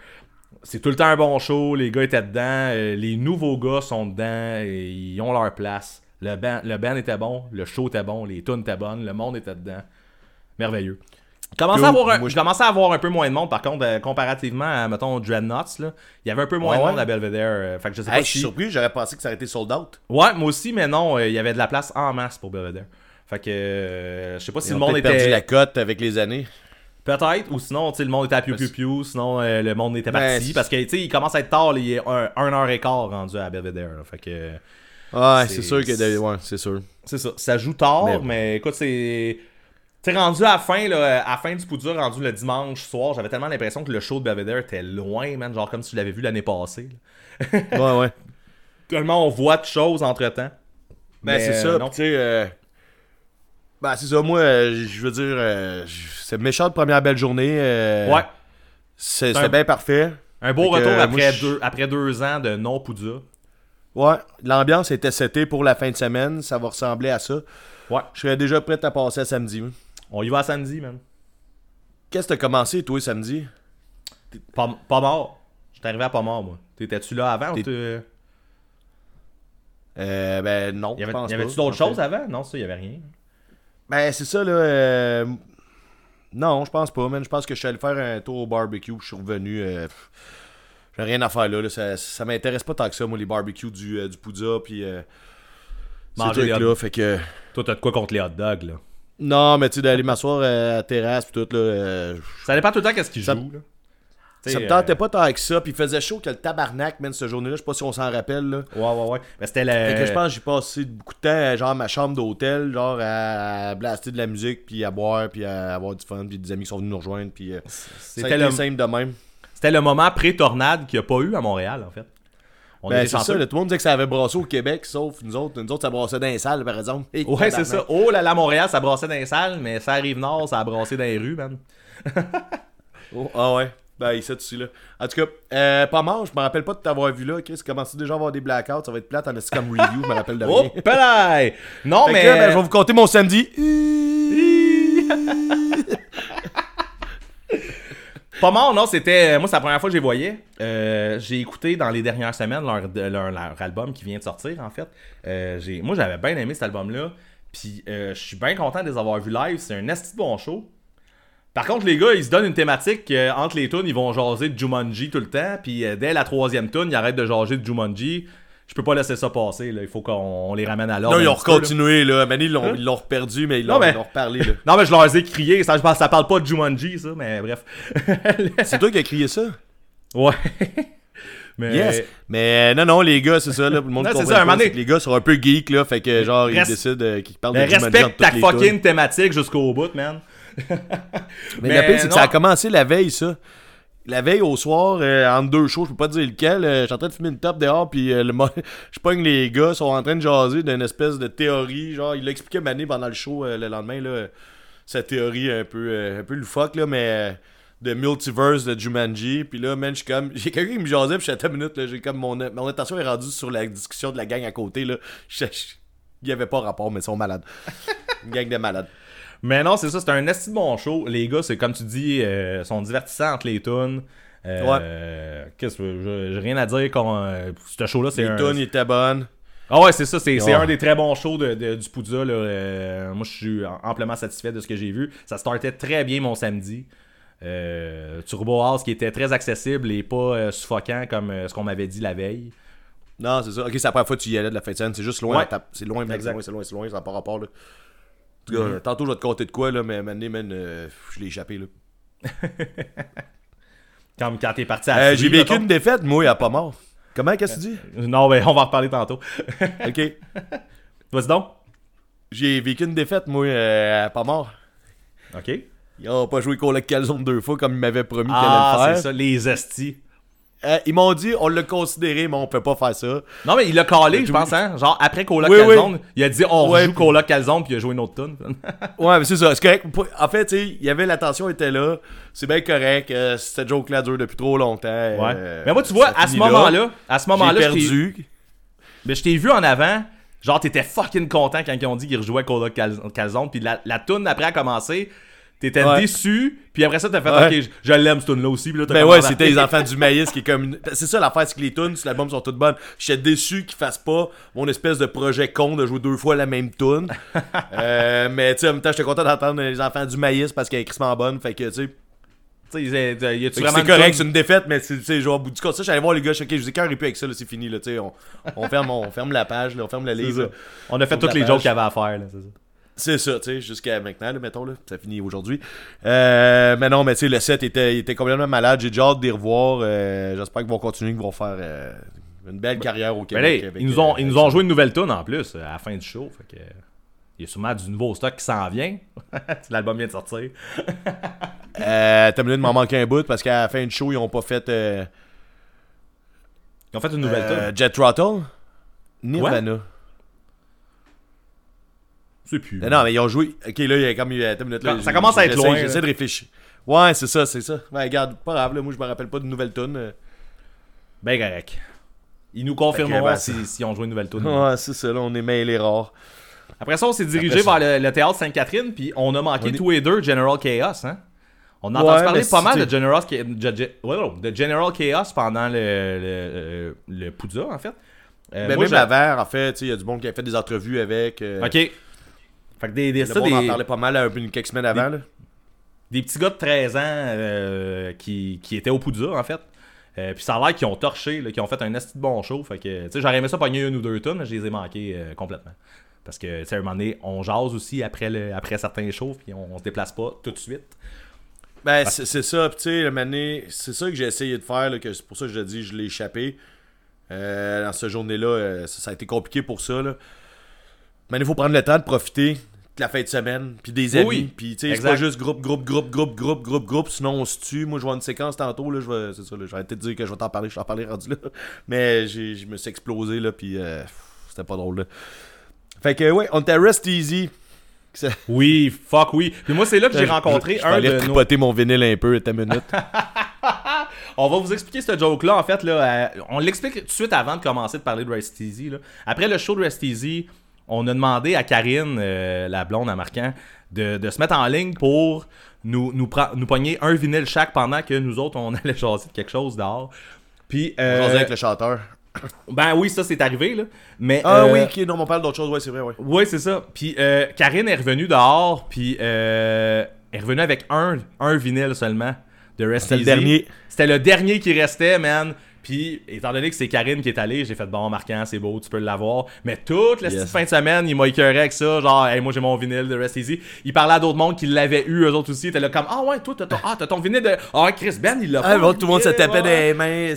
C'est tout le temps un bon show, les gars étaient dedans, euh, les nouveaux gars sont dedans, et ils ont leur place. Le band, le band était bon, le show était bon, les tunes étaient bonnes, le monde était dedans. Merveilleux. Je commençais, à avoir un, Moi, je commençais à avoir un peu moins de monde, par contre, euh, comparativement à, mettons, Dreadnoughts, là, il y avait un peu moins Ouais, de monde ouais. à Belvedere. Euh, fait que je sais pas Hey, je si... suis surpris, j'aurais pensé que ça aurait été sold out. Ouais, moi aussi, mais non, euh, il y avait de la place en masse pour Belvedere. Fait que, euh, je sais pas si Ils le ont monde peut-être était... perdu la cote avec les années. Peut-être, ou sinon, tu sais, le monde était à piou piou piou, sinon euh, le monde était Ben, parti, c'est- parce que, tu sais, il commence à être tard, là, il est un, un heure et quart rendu à Belvedere, là, fait que... Ouais, C'est- c'est sûr que. de- Ouais, c'est sûr. C'est ça, ça joue tard, mais, Mais- écoute, c'est... Tu sais, rendu à la fin, là, à la fin du Poudre, rendu le dimanche soir, j'avais tellement l'impression que le show de Belvedere était loin, man, genre comme si tu l'avais vu l'année passée. là. Ouais, ouais. Tellement on voit de choses entre-temps. Ben, Mais, c'est euh, ça, non. pis tu sais. euh, Ben, c'est ça, moi, euh, je veux dire. euh, c'est méchant de première belle journée. euh, Ouais, c'est- un- C'était bien parfait. un beau Fait que, retour euh, après, moi, je- deux, après deux ans de non-Poudre. Ouais, l'ambiance était setée pour la fin de semaine. Ça va ressembler à ça. Ouais, Je serais déjà prêt à passer à samedi. moi. on y va à samedi, man. Qu'est-ce que t'as commencé, toi, samedi? Pas, pas mort. J'étais arrivé à pas mort, moi. T'étais-tu là avant ou T'es- t'es- Euh, ben, non. Y je avait- pense y avait-tu pas, d'autres en fait. choses avant? Non, ça, y avait rien. Ben, c'est ça, là. euh, Non, je pense pas, man. Je pense que je suis allé faire un tour au barbecue. Je suis revenu. euh, pff, J'ai rien à faire là. là. Ça, ça m'intéresse pas tant que ça, moi, les barbecues du, euh, du Poudja. Puis. Euh... Ces Manger les trucs-là. Fait que. Toi, t'as de quoi contre les hot dogs, là? Non, mais tu sais, d'aller m'asseoir euh, à la terrasse. Puis tout, là. euh, Ça dépend tout le temps qu'est-ce qu'ils Ça- jouent, là. Ça T'sais, me tentait euh, pas tant que ça. Puis il faisait chaud que le tabarnak, man, cette journée-là. Je sais pas si on s'en rappelle, là. Ouais, ouais, ouais. Mais c'était le... Fait que je pense que j'ai passé beaucoup de temps, euh, genre, à ma chambre d'hôtel, genre, à blaster de la musique, puis à boire, puis à avoir du fun, puis des amis qui sont venus nous rejoindre, puis euh, ça a C'était été le... simple de même. c'était le moment pré-tornade qu'il n'y a pas eu à Montréal, en fait. On Ben, était c'est chanceux. ça, là, tout le monde disait que ça avait brassé au Québec, sauf nous autres. Nous autres, ça brassait dans les salles, par exemple. Et Ouais, c'est tabarnak. ça. Oh là là, Montréal, ça brassait dans les salles, mais ça arrive nord, ça a brassé dans les rues, man. Oh, ah ouais. Ben, il sait là. En tout cas, euh, pas mort, je me rappelle pas de t'avoir vu là. Chris, commence déjà à avoir des blackouts, ça va être plate en esti comme review, je me rappelle de rien. Oh, pelaille! Non, Fait mais... que là, ben, je vais vous compter mon samedi. Pas mort, non, c'était... Moi, c'est la première fois que je les voyais. Euh, j'ai écouté dans les dernières semaines leur, de- leur, leur album qui vient de sortir, en fait. Euh, j'ai... Moi, j'avais bien aimé cet album-là. Puis, euh, je suis bien content de les avoir vus live. C'est un esti de bon show. Par contre, les gars, ils se donnent une thématique. euh, entre les tunes, ils vont jaser de Jumanji tout le temps. Puis, euh, dès la troisième tune, ils arrêtent de jaser de Jumanji. Je peux pas laisser ça passer, là. Il faut qu'on on les ramène à l'ordre. Non, ils un ont petit peu, là. recontinué, là. Mané, ils l'ont Hein? ils l'ont reperdu, mais ils Non, l'ont mais- ils l'ont reparlé, là. Non, mais je leur ai crié. Ça, je pense, ça parle pas de Jumanji, ça, mais bref. C'est toi qui as crié ça? Ouais. Mais... Yes! Mais non, non, les gars, c'est ça, là. Pour le monde Non, qui c'est comprend ça, un pas, moment c'est que les gars sont un peu geeks, là. Fait que, genre, ils Reste- décident euh, qu'ils parlent Mais de Jumanji respecte entre ta toutes les tunes. fucking thématique jusqu'au bout, man. Mais, Mais la pire, c'est que non. ça a commencé la veille, ça. La veille au soir, euh, entre deux shows, je peux pas te dire lequel, euh, je suis en train de fumer une top dehors, puis euh, le mo- je pogne les gars, sont en train de jaser d'une espèce de théorie, genre, il l'a expliqué Mané pendant le show euh, le lendemain, là, euh, sa théorie un peu, euh, un peu loufoque, là, mais euh, de multiverse de Jumanji, puis là, man, je suis comme, j'ai quelqu'un qui me jasait, puis j'étais à une minute, là, j'ai comme, mon, mon attention est rendue sur la discussion de la gang à côté, là, Je- je- il y avait pas rapport, mais ils sont malades. Une gang de malades. Mais non, c'est ça, c'est un esti de bon show. Les gars, c'est comme tu dis, euh, sont divertissants entre les tunes. Euh, Qu'est-ce que j'ai j'ai rien à dire contre euh, ce show-là, c'est Les un. tunes étaient bonnes. Ah ouais, c'est ça, c'est c'est Ouais. un des très bons shows de, de- du Poudja. Là. Euh, moi, je suis amplement satisfait de ce que j'ai vu. Ça startait très bien mon samedi. Euh, Turbo House qui était très accessible et pas euh, suffocant comme euh, ce qu'on m'avait dit la veille. Non, c'est ça. Ok, c'est la première fois que tu y allais de la fin de semaine. C'est juste loin. Ouais. à ta- C'est loin, man, c'est Exact. loin, c'est loin, c'est loin. Ça n'a pas rapport, là. En tout cas, euh, tantôt, je vais te compter de quoi, là, mais maintenant, man, euh, je l'ai échappé, là. Comme quand t'es parti à Euh, Free, j'ai vécu mettons. une défaite, moi, à pas mort. Comment, qu'est-ce que tu dis? Non, ben on va en reparler tantôt. Ok. Vas-y donc. J'ai vécu une défaite, moi, euh, à pas mort. OK. Ils ont pas joué Coloc Calzone deux fois comme ils m'avaient promis qu'ils Ah, allaient le c'est faire. ça, les estis. Euh, ils m'ont dit, on l'a considéré, mais on peut pas faire ça. Non, mais il l'a calé, je pense, hein. Genre, après Coloc Oui, oui. Calzone, il a dit on Ouais, rejoue puis- Coloc Calzone, puis il a joué une autre tune. Ouais, mais c'est ça, c'est correct. En fait, tu sais, il y avait l'attention était là. C'est bien correct. Euh, cette joke-là dure depuis trop longtemps. Ouais. euh, mais moi, tu vois, ça à ce finit là. moment-là, à ce J'ai moment-là, je t'ai- perdu. mais je t'ai vu en avant. Genre, t'étais fucking content quand ils ont dit qu'ils rejouaient Coloc Cal- Calzone, puis la, la tune après a commencé. T'étais Ouais. déçu, puis après ça, t'as fait Ouais. ok, je, je l'aime, ce tune-là aussi. Puis là, t'as Ben comme ouais, embarqué. c'était les enfants du maïs qui est comme. une- C'est ça l'affaire, c'est que les tunes sur l'album sont toutes bonnes. J'étais déçu qu'ils fassent pas mon espèce de projet con de jouer deux fois la même tune. euh, mais tu sais, en même temps, j'étais content d'entendre les enfants du maïs parce qu'elle est crissement bonne. Fait que tu sais. Tu sais, il y a- il y a-tu Fait que vraiment c'est une correct, tune- c'est une défaite, mais c'est, tu sais, genre, au bout du compte, ça, j'allais voir les gars, je suis ok, je vous écœure plus avec ça, là, c'est fini, là, tu sais, on, on, ferme, on ferme la page, là, on ferme le C'est livre. ça. là. On a fait Sur toutes la les page. jokes qu'il y avait à faire, là, c'est ça. C'est ça, tu sais, jusqu'à maintenant, là, mettons, là, ça finit aujourd'hui. Euh, mais non, mais tu sais, le set était, il était complètement malade, j'ai déjà hâte d'y revoir, euh, j'espère qu'ils vont continuer, qu'ils vont faire euh, une belle carrière au Mais Québec. là, avec, ils nous ont, euh, ils nous ont joué une nouvelle tune en plus euh, à la fin du show. Fait que, euh, il y a sûrement du nouveau stock qui s'en vient. L'album vient de sortir. Euh, t'as minute, il m'en manque un bout, parce qu'à la fin du show, ils ont pas fait euh, Ils ont fait une nouvelle euh, tune. Jet Throttle, Nirvana. C'est plus. Non, non, mais ils ont joué. Ok, là, il y a comme. Attends une minute, là, Ça- ça j'ai- commence à être j'essaie- loin, J'essaie là. de réfléchir. Ouais, c'est ça, c'est ça. Ouais, regarde, pas grave, là, moi, je me rappelle pas de nouvelle tune. euh. Ben correct. Ils nous confirmeront Fait que, ben, si, si on joue une nouvelle tune. Ouais, c'est ça, là, on est mêlés rares. Après ça, on s'est dirigé Après vers le, le théâtre Sainte-Catherine, puis on a manqué On est- tous les deux General Chaos, hein? On a Ouais, entendu parler mais pas mal c'est- de General, Cha- de, de- ouais, non, de General Chaos pendant le, le, le, le Poudza, en fait. Euh, Mais moi, même je- avant, en fait, tu sais, il y a du monde qui a fait des entrevues avec. euh, Ok. Fait que des, des, Le ça, monde en des, parlait pas mal un peu une quelques semaines avant, là. des petits gars de treize ans euh, qui, qui étaient au Poudza, en fait. Euh, puis ça a l'air qu'ils ont torché, là, qu'ils ont fait un esti de bon show. Fait que, tu sais, j'aurais aimé ça pogner une ou deux tonnes, mais je les ai manqués euh, complètement. Parce que, tu sais, à un moment donné, on jase aussi après, le, après certains shows, puis on, on se déplace pas tout de suite. Ben, c'est, c'est ça, pis tu sais, le mané, c'est ça que j'ai essayé de faire, là, que c'est pour ça que je dis, je l'ai échappé. Euh, dans cette journée-là, euh, ça, ça a été compliqué pour ça, là. Mais il faut prendre le temps de profiter de la fin de semaine, puis des Oui, amis, oui. puis tu sais, c'est Exact. pas juste groupe, groupe, groupe, groupe, groupe, groupe, groupe, sinon on se tue. Moi, je vois une séquence tantôt, là, je vais, c'est ça, là, je vais arrêter de dire que je vais t'en parler, je t'en parler rendu là. Mais j'ai, je me suis explosé, là, puis euh, pff, c'était pas drôle, là. Fait que, ouais, on était Rest Easy. Ça- Oui, fuck oui. Puis moi, c'est là que j'ai Je- rencontré je, je un vais aller de nos... tripoter mon vinyle un peu, ta minute. On va vous expliquer ce joke-là, en fait. Là, euh, on l'explique tout de suite avant de commencer de parler de Rest Easy. Là. Après le show de Rest Easy, on a demandé à Karine, euh, la blonde à Marquand, de, de se mettre en ligne pour nous, nous, pre- nous pogner un vinyle chaque pendant que nous autres, on allait jaser de quelque chose dehors. Puis, euh, Jaser avec le chanteur. ben oui, ça c'est arrivé, là. Mais, Ah euh, oui, ok, non, on parle d'autre chose, ouais, c'est vrai, ouais. oui, c'est ça. Puis euh, Karine est revenue dehors, puis euh, est revenue avec un, un vinyle seulement de Rest C'était le Easy. dernier. C'était le dernier qui restait, man. Puis, étant donné que c'est Karine qui est allée, j'ai fait bon, Marquant, c'est beau, tu peux l'avoir. Mais toute la Yes. petite fin de semaine, il m'a écœuré avec ça. Genre, hey, moi j'ai mon vinyle de Rest Easy. Il parlait à d'autres mondes qui l'avaient eu, eux autres aussi. Il était là comme, ah ouais, toi, t'as ton, ah, t'as ton vinyle de. Ah, Chris Ben, il l'a Ah, pas. bon, tout le monde se Yeah, tapait ouais. des mains.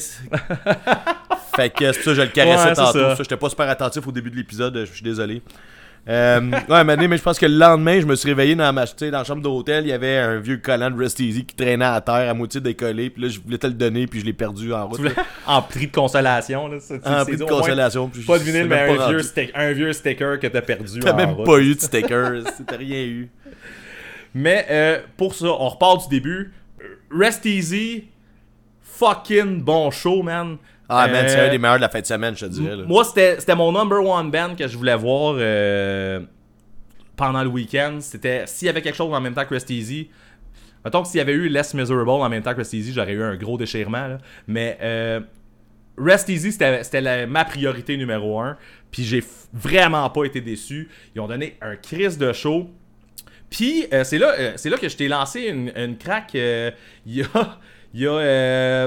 Fait que c'est pour ça que je le caressais Ouais, c'est tantôt. ça. Ça, j'étais pas super attentif au début de l'épisode, je suis désolé. Euh, ouais, mais, mais je pense que le lendemain, je me suis réveillé dans ma tu sais, dans la chambre d'hôtel. Il y avait un vieux collant de Rest Easy qui traînait à terre à moitié décollé. Puis là, je voulais te le donner, puis je l'ai perdu en route. Tu voulais- En prix de consolation, là. C'est, En c'est- prix de c'est au moins consolation. puis Pas de je- vinyle, c'est mais même pas un vieux, rendu. stick- un vieux sticker que t'as perdu. T'as en même route. pas eu de sticker. T'as rien eu. Mais euh, pour ça, on repart du début. Rest Easy, fucking bon show, man. Ah, man, c'est Euh, un des meilleurs de la fin de semaine, je te dirais. Là. Moi, c'était, c'était mon number one band que je voulais voir euh, pendant le week-end. C'était s'il y avait quelque chose en même temps que Rest Easy. Mettons que s'il y avait eu Less Miserable en même temps que Rest Easy, j'aurais eu un gros déchirement. Là. Mais euh, Rest Easy, c'était, c'était la- ma priorité numéro un. Puis j'ai f- vraiment pas été déçu. Ils ont donné un crise de show. Puis euh, c'est, là, euh, c'est là que je t'ai lancé une, une craque. euh, Il y a, il y a euh,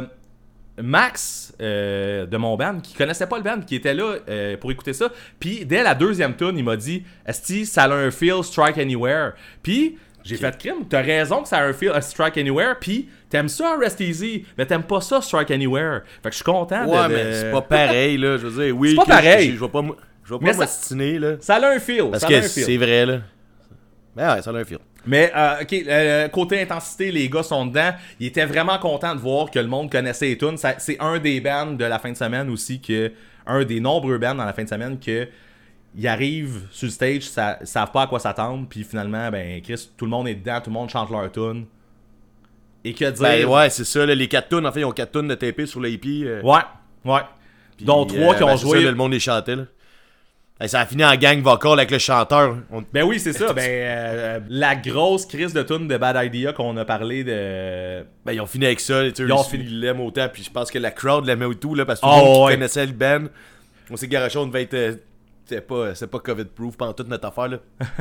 Max euh, de mon band qui connaissait pas le band, qui était là euh, pour écouter ça. Puis dès la deuxième tune, il m'a dit Esti, ça a un feel Strike Anywhere. Puis j'ai fait crime, t'as raison que ça a un feel Strike Anywhere. Puis t'aimes ça Rest Easy, mais t'aimes pas ça Strike Anywhere. Fait que je suis content Ouais, de, de- mais c'est pas pareil, là. Je veux dire, oui. C'est pas que je- pareil. Je je vais pas, m- je vais Mais pas ça- m'ostiner, là. Ça a un feel. Parce ça a que un feel. c'est vrai, là. Ben ouais, ça a un feel. Mais, euh, ok, euh, côté intensité, les gars sont dedans. Ils étaient vraiment contents de voir que le monde connaissait les tunes. Ça- C'est un des bands de la fin de semaine aussi, que un des nombreux bands dans la fin de semaine que ils arrivent sur le stage, ça, savent pas à quoi s'attendre, puis finalement, ben, Chris, tout le monde est dedans, tout le monde chante leur tune. Et que dire... Ben ouais, c'est ça, là. Les quatre tunes, en fait, ils ont quatre tunes de T P sur l'A P. Euh, Ouais, ouais. puis, Dont trois euh, qui ont ben, c'est joué... ça, là, le monde les chantait, là. Hey, ça a fini en gang vocal avec le chanteur. On... Ben oui, c'est ça. Ben, euh, la grosse crise de tune de Bad Idea qu'on a parlé de... Ben, ils ont fini avec ça. Ils, Ils ont ont fini. Ils l'aiment autant. Puis je pense que la crowd l'aimait et tout. Là, parce que tout Oh, le monde qui ouais. connaissait le band. On s'est garoché, on devait être... euh, C'est pas, c'est pas COVID-proof pendant toute notre affaire, là.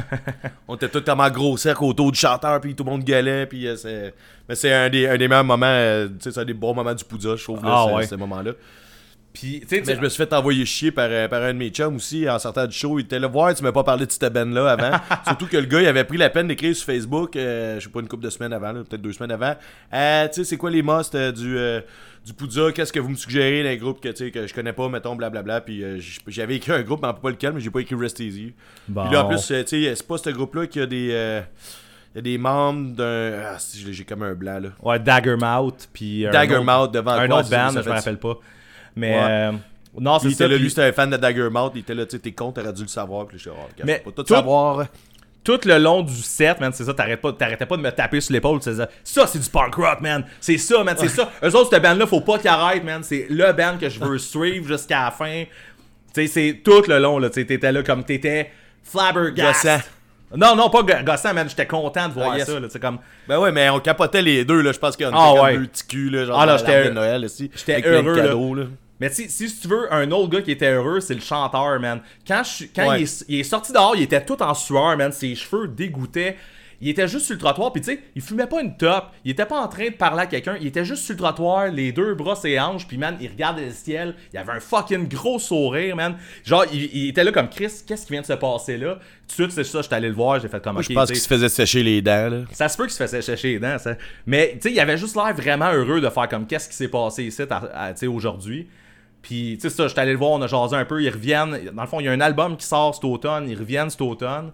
On était tous comme en gros cercle autour du chanteur, puis tout le monde gueulait, puis euh, c'est... Mais c'est un des, un des meilleurs moments, euh, tu sais, c'est un des bons moments du Poudja, je trouve, là, Ah, ce- ouais. ces moments-là. Puis, tu sais, Mais je me suis fait envoyer chier par, euh, par un de mes chums aussi, en sortant du show. Il était là, voir, tu m'as pas parlé de cette band-là avant. Surtout que le gars, il avait pris la peine d'écrire sur Facebook, euh, je sais pas, une couple de semaines avant, là, peut-être deux semaines avant. Euh, tu sais, c'est quoi les musts euh, du... Euh, du Poudja, qu'est-ce que vous me suggérez d'un groupe que, tu sais, que je connais pas, mettons, blablabla. Puis euh, j- j'avais écrit un groupe, mais pas lequel, mais j'ai pas écrit Rest Easy. Bon. Puis là, en plus, euh, tu sais, c'est pas ce groupe-là qui a des. euh, Il y a des membres d'un. Ah, si, j'ai j'ai comme un blanc, là. Ouais, Daggermouth, puis... un Daggermouth autre- devant Un quoi, autre c'est ça, band, ça je fait- me rappelle pas. Mais... Ouais. euh, non, Puis c'est il ça. était là, puis lui, c'était un fan de Daggermouth. Il était là, tu sais, t'es con, t'aurais dû le savoir. Puis je suis oh, regarde, Mais pas tout, tout- savoir. Tout le long du set, man, c'est ça, t'arrêtes pas, t'arrêtais pas de me taper sur l'épaule, tu disais, ça, c'est du punk rock, man. C'est ça, man, c'est ça. Eux autres, cette band-là, faut pas qu'ils arrêtent, man. C'est le band que je veux suivre jusqu'à la fin. Tu sais, c'est tout le long, là. Tu sais, t'étais là comme t'étais flabbergasted. Gossant. Non, non, pas go- gossant, man. J'étais content de voir Ah, yes. ça, là. Tu sais, comme. Ben ouais, mais on capotait les deux, là. Je pense qu'on était Ah, comme ouais. deux petits culs, là. Genre, Ah, là, dans j'étais- l'arbre de Noël, aussi. j'étais avec plein de heureux, là. cadeaux, là. Mais si, si tu veux, un autre gars qui était heureux, c'est le chanteur, man. Quand, je, suis- quand Ouais. il, est, il est sorti dehors, il était tout en sueur, man. Ses cheveux dégoûtaient. Il était juste sur le trottoir, puis tu sais, il fumait pas une top. Il était pas en train de parler à quelqu'un. Il était juste sur le trottoir, les deux bras ses hanches, puis man, il regardait le ciel. Il avait un fucking gros sourire, man. Genre, il, il était là comme Chris, qu'est-ce qui vient de se passer là? Tout de suite, c'est ça, j'étais allé le voir, j'ai fait comme Moi, ok, je pense tu qu'il sais, se faisait sécher les dents, là. ça se peut qu'il se fasse sécher les dents, ça. Mais, tu sais, il avait juste l'air vraiment heureux de faire comme qu'est-ce qui s'est passé ici, à- à- tu sais, aujourd'hui. Puis, tu sais, ça, j'étais allé le voir, on a jasé un peu, ils reviennent. Dans le fond, il y a un album qui sort cet automne, ils reviennent cet automne.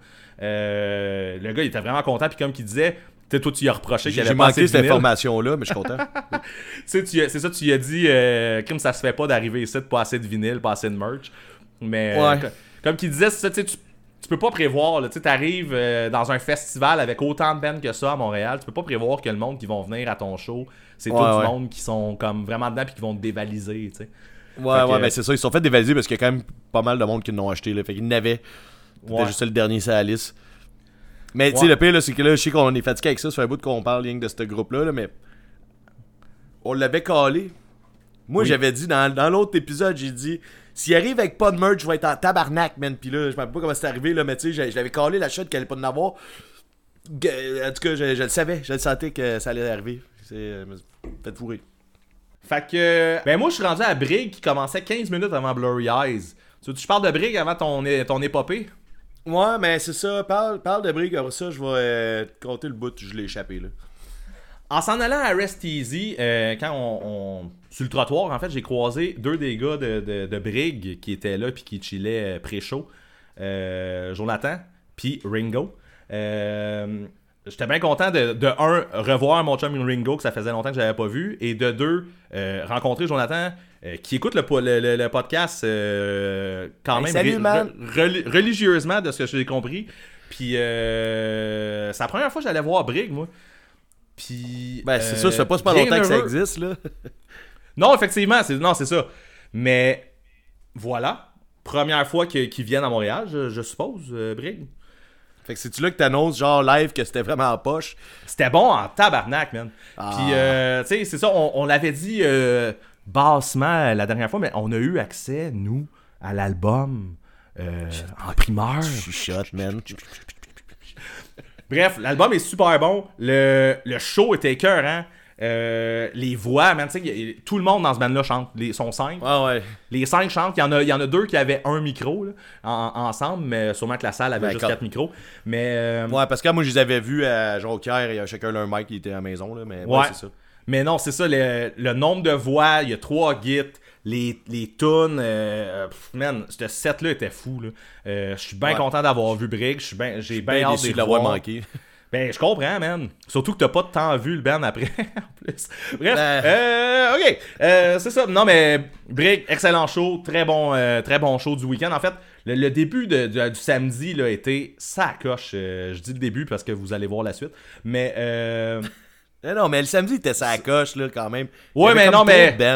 Euh, le gars, il était vraiment content, puis comme il disait, tu sais, toi, tu lui as reproché qu'il J'ai avait j'ai pas assez manqué de cette vinyle. information-là, mais je suis content. Tu sais, tu- c'est ça, tu lui as dit, euh, Crime, ça se fait pas d'arriver ici, de pas assez de vinyle, pas assez de merch. Mais, euh, Ouais. co- comme qu'il disait, c'est ça, tu sais, tu tu peux pas prévoir, là, tu sais, t'arrives euh, dans un festival avec autant de bands que ça à Montréal, tu peux pas prévoir que le monde qui vont venir à ton show, c'est Ouais, tout ouais. du monde qui sont comme vraiment dedans puis qui vont te dévaliser, tu sais. Ouais, Fait que- ouais, ben c'est ça. Ils se sont fait dévaliser parce qu'il y a quand même pas mal de monde qui l'ont acheté, là. Fait qu'ils n'avaient. C'était Ouais. juste le dernier sur la liste. Mais tu sais, Ouais. le pire, là, c'est que là, je sais qu'on est fatigué avec ça. Ça fait un bout qu'on parle rien que de ce groupe-là, là, mais. On l'avait calé. Moi, Oui. j'avais dit dans, dans l'autre épisode, j'ai dit s'il arrive avec pas de merch, je vais être en tabarnak, man. Puis là, je me rappelle pas comment c'est arrivé, là, mais tu sais, j'ai- je l'avais calé la shot qu'elle allait pas en avoir. Que- En tout cas, je, je le savais. Je le sentais que ça allait arriver. C'est. euh, Faites fourrer. Fait que, ben moi, je suis rendu à Brig qui commençait quinze minutes avant Blurry Eyes. Tu veux que je parle de Brig avant ton, é- ton épopée? Ouais, mais c'est ça. Parle, parle de Brig, après ça, je vais euh, te compter le bout, je l'ai échappé, là. En s'en allant à Rest Easy, euh, quand on, on- sur le trottoir, en fait, j'ai croisé deux des gars de, de, de Brig qui étaient là puis qui chillaient euh, pré-show. Euh, Jonathan puis Ringo. Euh, J'étais bien content de, de un, revoir mon chum Ringo, que ça faisait longtemps que je l'avais pas vu, et de deux, euh, rencontrer Jonathan, euh, qui écoute le, po- le, le- le podcast euh, quand Hey, même salut, re- man. re- religieusement, de ce que j'ai compris. Puis, euh, c'est la première fois que j'allais voir Brig, moi. Puis, Ben, c'est euh, ça, ça fait pas super bien longtemps que ça heureux. existe, là. Non, effectivement, c'est, non, c'est ça. Mais, voilà. Première fois que- qu'ils viennent à Montréal, je, je suppose, euh, Brig. Fait que c'est-tu là que t'annonces, genre, live, que c'était vraiment en poche? C'était bon en tabarnak, man. Ah. Puis, euh, tu sais, c'est ça, on, on l'avait dit euh, bassement la dernière fois, mais on a eu accès, nous, à l'album euh, en primeur. Chuchote, man. Bref, l'album est super bon. Le, le show était écœurant. Euh, les voix, man, tu sais, y a- tout le monde dans ce band-là chante. Les, sont cinq. Ouais, ouais. Les cinq chantent. Il y en a, il y en a deux qui avaient un micro là, en- ensemble, mais sûrement que la salle avait Ben, juste quand- quatre micros. Mais, euh, Ouais, parce que quand moi, je les avais vus à Jonquière, il y a chacun leur mic qui était à la maison, là. Mais ouais, Ouais. c'est ça. mais non, c'est ça, le, le nombre de voix, il y a trois gits, les, les tunes, euh, pff, man, ce set-là était fou, là. Euh, je suis bien Ouais. content d'avoir vu Brig, je suis bien, j'ai bien Ben hâte déçu de de l'avoir voir. manqué. Ben, je comprends, man. Surtout que t'as pas de temps vu le band après, en plus. Bref, Ben. euh, ok, euh, c'est ça. Non, mais Brig, excellent show, très bon, euh, très bon show du week-end. En fait, le, le début de- de- du samedi là, était sacoche. Euh, je dis le début parce que vous allez voir la suite. Mais, euh, Eh non, mais le samedi, il était sa coche, là, quand même. Il y Ouais, avait mais comme non, trop mais- de bands.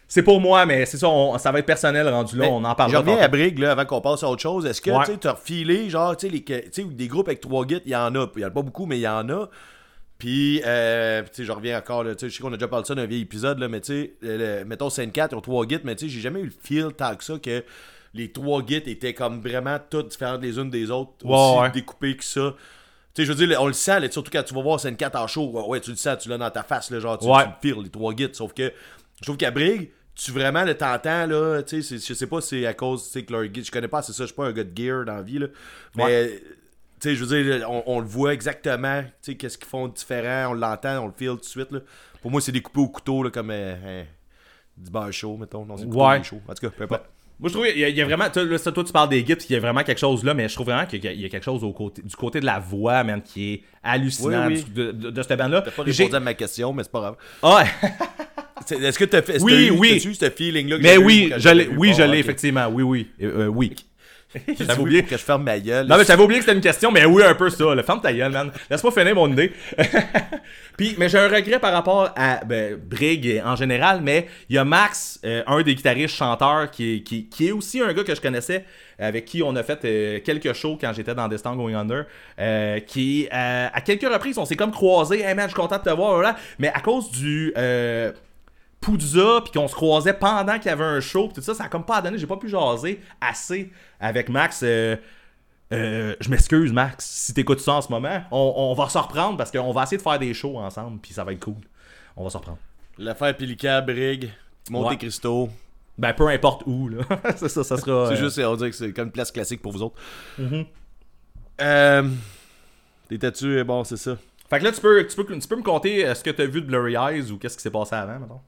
c'est pour moi, mais c'est ça, on, ça va être personnel rendu là, Mais on en parle. Je reviens à Brig, là, avant qu'on passe à autre chose. Est-ce que Ouais. tu as refilé, genre, tu sais, les- tu sais, des groupes avec trois guides, il y en a. Il y en a pas beaucoup, mais il y en a. Puis, euh, tu sais, je reviens encore, là, tu sais, je sais qu'on a déjà parlé de ça dans un vieil épisode, là, mais tu sais, le- le- mettons scène quatre, ils ont trois guides, mais tu sais, j'ai jamais eu le feel tant que ça que les trois guides étaient comme vraiment toutes différentes les unes des autres, Ouais, aussi ouais. découpées que ça. Tu sais, je veux dire, on le sent, là, surtout quand tu vas voir scène quatre en show, ouais, tu le sens, tu l'as dans ta face, là, genre, tu, Ouais. tu le feels, les trois guides, sauf que je trouve qu'à Brig, tu vraiment le t'entends, là, tu sais, c'est- je sais pas si c'est à cause, tu sais, que leur guide, je connais pas, c'est ça, je suis pas un gars de gear dans la vie, là, mais... Ouais. Tu sais, je veux dire, on, on le voit exactement, tu sais, qu'est-ce qu'ils font de différent, on l'entend, on le feel tout de suite, là. Pour moi, c'est découpé au couteau, là, comme euh, euh, du bar show, mettons. Non, c'est du Ouais. show. En tout cas, peu importe. Moi, je trouve qu'il y, a- il y a vraiment. Toi, là, ça, toi, tu parles des guides, il y a vraiment quelque chose là, mais je trouve vraiment qu'il y a, il y a quelque chose au côté, du côté de la voix, man, qui est hallucinant Oui, oui. du- de, de, de cette bande-là. T'as pas J'ai- répondu à ma question, mais c'est pas grave. Ah, C'est- Est-ce que t'as fait. est-ce Oui, que t'as eu- oui. T'as-tu eu ce feeling-là que mais j'avais eu oui, quand je j'avais l'ai, vu? oui, Bon, je l'ai, ok. effectivement. Oui, oui. Euh, euh, oui. J'avais J'avais oublié oublié. que je ferme ma gueule. Non, mais j'avais oublié que c'était une question, mais oui, un peu ça. Là. Ferme ta gueule, man. Laisse-moi finir mon idée. Puis, mais j'ai un regret par rapport à ben, Brig en général, mais il y a Max, euh, un des guitaristes chanteurs, qui est, qui, qui est aussi un gars que je connaissais, avec qui on a fait euh, quelques shows quand j'étais dans Destin Going Under, euh, qui, euh, à quelques reprises, on s'est comme croisés. Hey man, je suis content de te voir, là. Mais à cause du... Euh, Poudza, puis qu'on se croisait pendant qu'il y avait un show, pis tout ça, ça a comme pas donné, j'ai pas pu jaser assez avec Max. Euh, euh, je m'excuse, Max, si t'écoutes ça en ce moment, on, on va se reprendre parce qu'on va essayer de faire des shows ensemble, puis ça va être cool. On va se reprendre. L'affaire Pelican, Brig, Monte Ouais. Cristo. Ben, peu importe où, là. c'est ça, ça sera. C'est euh, juste, on dirait que c'est comme une place classique pour vous autres. Mhm. Euh. T'étais-tu. Bon, c'est ça. Fait que là, tu peux, tu peux, tu peux me conter euh, ce que t'as vu de Blurry Eyes ou qu'est-ce qui s'est passé avant, mettons.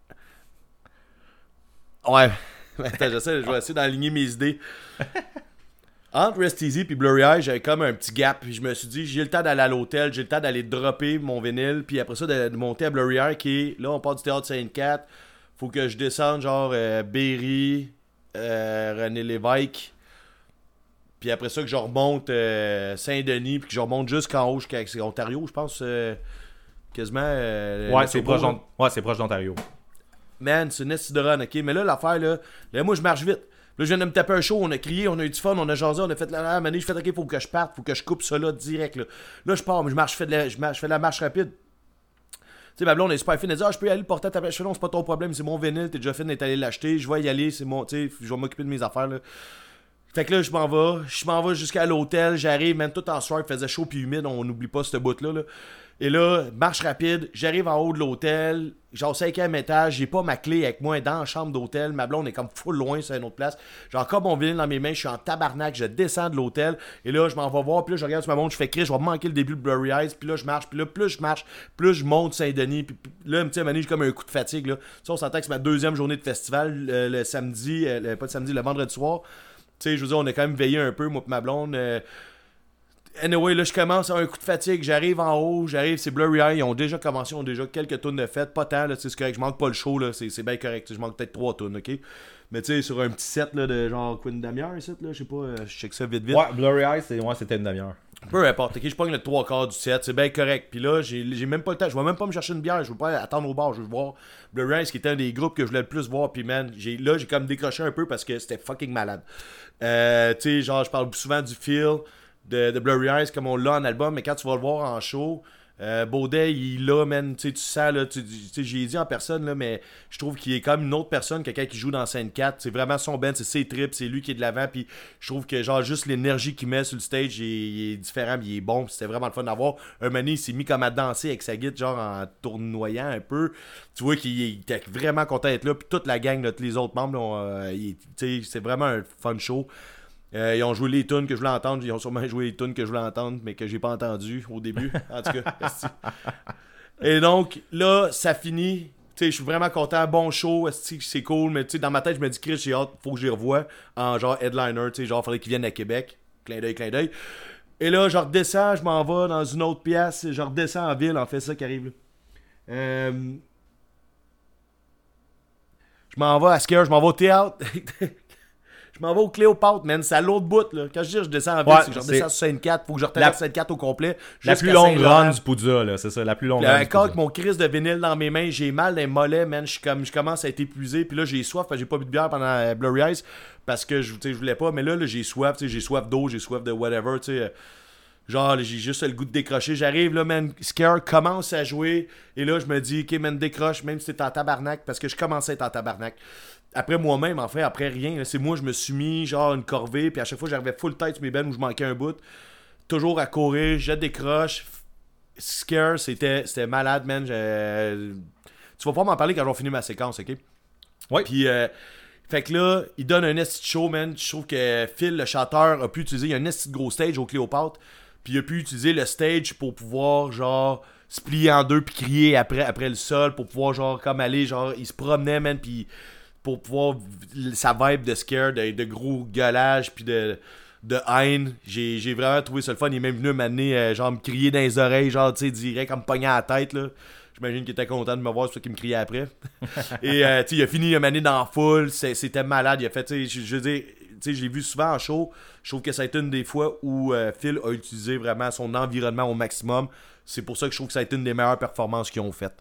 Ouais. Attends, j'essaie, je vais essayer d'aligner mes idées. Entre Rest Easy et Blurry Eye, j'avais comme un petit gap. Puis je me suis dit, j'ai le temps d'aller à l'hôtel, j'ai le temps d'aller dropper mon vinyle. Puis après ça, de, de monter à Blurry Eye, qui est là, on part du théâtre Sainte-Cat. Faut que je descende, genre euh, Berry, euh, René Lévesque. Puis après ça, que je remonte euh, Saint-Denis. Puis que je remonte jusqu'en haut, jusqu'à c'est Ontario, je pense. euh, quasiment. euh, Ouais, le c'est Turbo, proche, là. d'Ont- ouais, c'est proche d'Ontario. Man, c'est une esti de run, ok? Mais là, l'affaire, là, là, moi, je marche vite. Là, je viens de me taper un show, on a crié, on a eu du fun, on a jasé, on a fait la la manée, je fais, ok, faut que je parte, faut que je coupe ça là, direct, là. Là, je pars, mais je marche, je fais de la, je marche, je fais de la marche rapide. Tu sais, ma blonde est super fine, elle dit, ah, je peux y aller porter ta pêche, je fais, non, c'est pas ton problème, c'est mon vinyle, t'es déjà fine d'être allé l'acheter, je vais y aller, c'est mon, tu sais, je vais m'occuper de mes affaires, là. Fait que là, je m'en vais, je m'en vais jusqu'à l'hôtel, j'arrive, même tout en soir, il faisait chaud puis humide, on n'oublie pas ce bout-là, là. Et là, marche rapide, j'arrive en haut de l'hôtel, genre cinquième étage, j'ai pas ma clé avec moi dans la chambre d'hôtel, ma blonde est comme full loin sur une autre place. J'ai encore mon vinyle dans mes mains, je suis en tabarnak, je descends de l'hôtel, et là, je m'en vais voir, puis là, je regarde sur ma montre, je fais crier, je vais manquer le début de Blurry Eyes, puis là, je marche, puis là, plus je marche, plus je monte Saint-Denis, puis puis là, tu sais, j'ai comme un coup de fatigue, là. Tu sais, on s'entend que c'est ma deuxième journée de festival, le, le samedi, euh, le- pas le samedi, le vendredi soir. Tu sais, je veux dire, on a quand même veillé un peu, moi et ma blonde. Euh... Anyway, là, je commence à avoir un coup de fatigue. J'arrive en haut, j'arrive, c'est Blurry Eye. Ils ont déjà commencé, ils ont déjà quelques tonnes de fête. Pas tant, là, tu sais, c'est correct. Je manque pas le show, là, c'est, c'est bien correct. Tu sais, je manque peut-être trois tonnes, ok? Mais tu sais, sur un petit set, là, de genre Queen Damier, ici, là, je sais pas, euh, je check ça vite, vite. Ouais, Blurry Eyes, c'est, ouais, c'était une demi-heure. Peu importe, ok, je pogne le trois quarts du set, c'est bien correct. Puis là, j'ai, j'ai même pas le temps, je vais même pas me chercher une bière, je veux pas attendre au bar, je veux voir Blurry Eyes, qui était un des groupes que je voulais le plus voir. Puis man, j'ai, là, j'ai comme décroché un peu parce que c'était fucking malade. Euh, tu sais, genre, je parle souvent du feel de, de Blurry Eyes comme on l'a en album, mais quand tu vas le voir en show, euh, Baudet, il l'a, man, tu sais, tu sens, là, tu sais, j'ai dit en personne, là, mais je trouve qu'il est comme une autre personne, quelqu'un qui joue dans scène quatre. C'est vraiment son band, c'est ses trips, c'est lui qui est de l'avant, puis je trouve que, genre, juste l'énergie qu'il met sur le stage, il est, il est différent, puis il est bon, puis c'était vraiment le fun d'avoir. Un moment, il s'est mis comme à danser avec sa guitare, genre en tournoyant un peu. Tu vois qu'il il était vraiment content d'être là, puis toute la gang, là, tous les autres membres, là, ont, euh, il- tu sais, c'est vraiment un fun show. Euh, ils ont joué les tunes que je voulais entendre. Ils ont sûrement joué les tunes que je voulais entendre, mais que j'ai pas entendu au début. En tout cas, esti. Et donc, là, ça finit. Tu sais, je suis vraiment content. Bon show, esti, c'est cool. Mais tu sais, dans ma tête, je me dis, Chris, j'ai hâte, faut que j'y revoie en genre headliner. Tu sais, genre, faudrait qu'ils viennent à Québec. Clin d'œil, clin d'œil. Et là, je redescends, je m'en vais dans une autre pièce. Je redescends en ville, en fait, ça qui arrive là. Euh... Je m'en vais à Scare, je m'en vais au théâtre. Je m'en vais au Cléopâtre, man. C'est à l'autre bout, là. Quand je dis je descends en ville, Ouais, c'est que je c'est- redescends sur Sainte-Cat. Faut que je La- retraverse Sainte-Cat au complet. La jusqu'à plus longue Saint-Laurent. run du Poudja, là, c'est ça, la plus longue Puis run là, du encore Poudja. avec mon crise de vinyle dans mes mains, j'ai mal dans les mollets, man. Je suis comme, je commence à être épuisé. Puis là, j'ai soif, parce que j'ai pas bu de bière pendant euh, Blurry Eyes parce que je, tu sais, je voulais pas. Mais là, là j'ai soif, tu sais, j'ai soif d'eau, j'ai soif de whatever, tu sais. euh, Genre, là, j'ai juste le goût de décrocher. J'arrive, là, man, Scare commence à jouer. Et là, je me dis, ok, man, décroche, même si t'es en tabarnak, parce que je commençais à être en tabarnak. Après moi-même, en fait, après rien, là, c'est moi, je me suis mis, genre, une corvée, puis à chaque fois, j'arrivais full tête sur mes bennes où je manquais un bout. Toujours à courir, je décroche. Scare, c'était, c'était malade, man. Je- Tu vas pouvoir m'en parler quand je vais finir ma séquence, ok? Ouais. Puis, euh, fait que là, il donne un esti de show, man. Je trouve que Phil, le chanteur, a pu utiliser. Il y a un esti de gros stage au Cléopâtre. Puis il a pu utiliser le stage pour pouvoir, genre, se plier en deux puis crier après, après le sol. Pour pouvoir, genre, comme aller, genre, il se promenait, man. Puis pour pouvoir. Sa vibe de scare, de, de gros gueulage, puis de, de haine. J'ai, j'ai vraiment trouvé ça le fun. Il est même venu m'amener, euh, genre, me crier dans les oreilles, genre, tu sais, direct, comme me pogner à la tête, là. J'imagine qu'il était content de me voir, c'est ça qu'il me criait après. Et euh, tu sais, il a fini une année dans la foule, c'est- c'était malade. Il a fait, tu sais, je je veux dire, tu sais, j'ai vu souvent en show. Je trouve que ça a été une des fois où euh, Phil a utilisé vraiment son environnement au maximum. C'est pour ça que je trouve que ça a été une des meilleures performances qu'ils ont faites.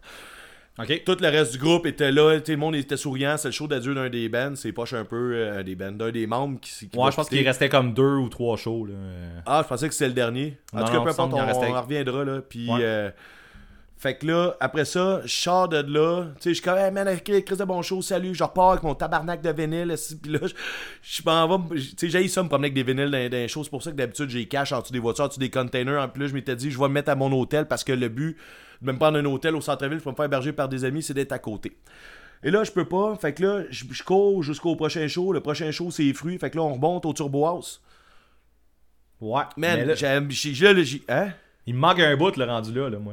Ok. Tout le reste du groupe était là, tu sais, le monde était souriant. C'est le show d'adieu d'un des bands, c'est poche un peu euh, des bands, d'un des membres qui, qui Ouais, va je pense quitter. qu'il restait comme deux ou trois shows, là. Ah, je pensais que c'était le dernier. En Non, tout cas, non, peu il semble importe, qu'il en on, restait- on en reviendra, là. Puis, Ouais. euh, fait que là, après ça, je sors de là. Tu sais, je suis comme, hey man, Chris de bon show, salut. Je repars avec mon tabarnak de vinyle. Puis là, je, je m'en vais. Tu sais, j'ai ça me promener avec des vinyles dans, dans les shows. C'est pour ça que d'habitude, j'ai cash en dessous des voitures, en dessous des containers. En plus, je m'étais dit, je vais me mettre à mon hôtel parce que le but de me prendre un hôtel au centre-ville, je peux me faire héberger par des amis, c'est d'être à côté. Et là, je peux pas. Fait que là, je, je cours jusqu'au prochain show. Le prochain show, c'est les fruits. Fait que là, on remonte au Turbo House. Ouais. Man, mais là, j'aime. j'ai- j'ai- là, j'ai- Hein? il me manque un bout, le rendu là, là, moi.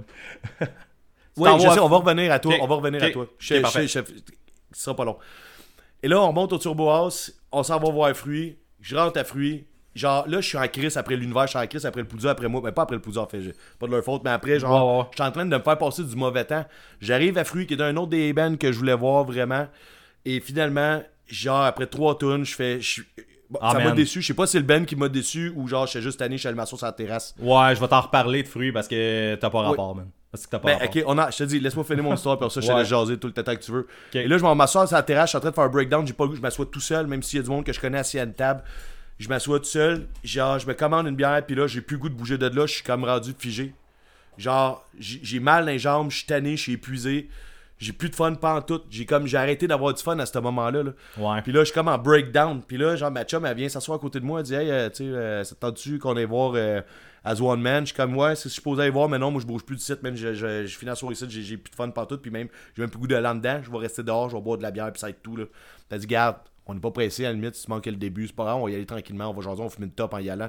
Oui, t'en je vas- sais, on va revenir à toi. Ok. On va revenir Ok. à toi. Ok, Je, je, parfait. je- ce sera pas long. Et là, on remonte au Turbo House. On s'en va voir Fruits. Je rentre à Fruits. Genre, là, je suis en crise après l'univers. Je suis en crise après le Poudja, après moi. Mais pas après le Poudja, en fait. j'ai- Pas de leur faute. Mais après, genre, Ouais, ouais. je suis en train de me faire passer du mauvais temps. J'arrive à Fruits, qui est un autre des bands que je voulais voir vraiment. Et finalement, genre, après trois tunes, je fais. je suis- bon, Ah, ça m'a man. déçu. Je sais pas si c'est le band qui m'a déçu ou genre, je suis juste tanné, je suis allé m'asseoir sur la terrasse. Ouais, je vais t'en reparler de fruits parce que t'as pas rapport, man. Parce que t'as pas Ben, rapport. ok, on a, je te dis, laisse-moi finir mon histoire, puis ça, je te Ouais. laisse jaser tout le temps que tu veux. Et là, je vais m'asseoir sur la terrasse, je suis en train de faire un breakdown, j'ai pas le goût, je m'assois tout seul, même s'il y a du monde que je connais assis à une table. Je m'assois tout seul, genre, je me commande une bière, puis là, j'ai plus le goût de bouger de là, je suis comme rendu figé. Genre, j'ai j'ai mal dans les jambes, je suis tanné, je suis épuisé. J'ai plus de fun pantoute. J'ai comme j'ai arrêté d'avoir du fun à ce moment-là. Là. Ouais. Puis là, je suis comme en breakdown. Puis là, genre, ma chum, elle vient s'asseoir à côté de moi. Elle dit, hey, euh, tu sais, euh, ça te tente-tu qu'on aille voir euh, As One Man? Je suis comme, ouais, c'est ce que je supposé aller voir, mais non, moi, je bouge plus du site. Même, je, je, je finis la soirée ici, j'ai, j'ai plus de fun pantoute. Puis même, j'ai même plus le goût de aller dedans. Je vais rester dehors, je vais boire de la bière, puis ça va être tout. Là. T'as dit, garde, on n'est pas pressé, à la limite, si tu manques le début, c'est pas grave, on va y aller tranquillement, on va jaser, on va fumer une top en y allant.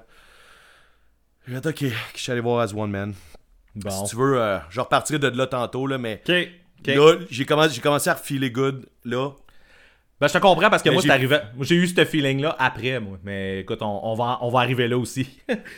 J'ai dit, ok, je suis allé voir As One Man. Bon. Si tu veux, euh, je repartirai de là tantôt, là, mais. Ok. Ok. Là, j'ai commencé, j'ai commencé à refiler good, là. Ben, je te comprends parce que Ben, moi, j'ai- c'est arrivé. Moi, j'ai eu ce feeling-là après, moi. Mais écoute, on, on va, on va arriver là aussi.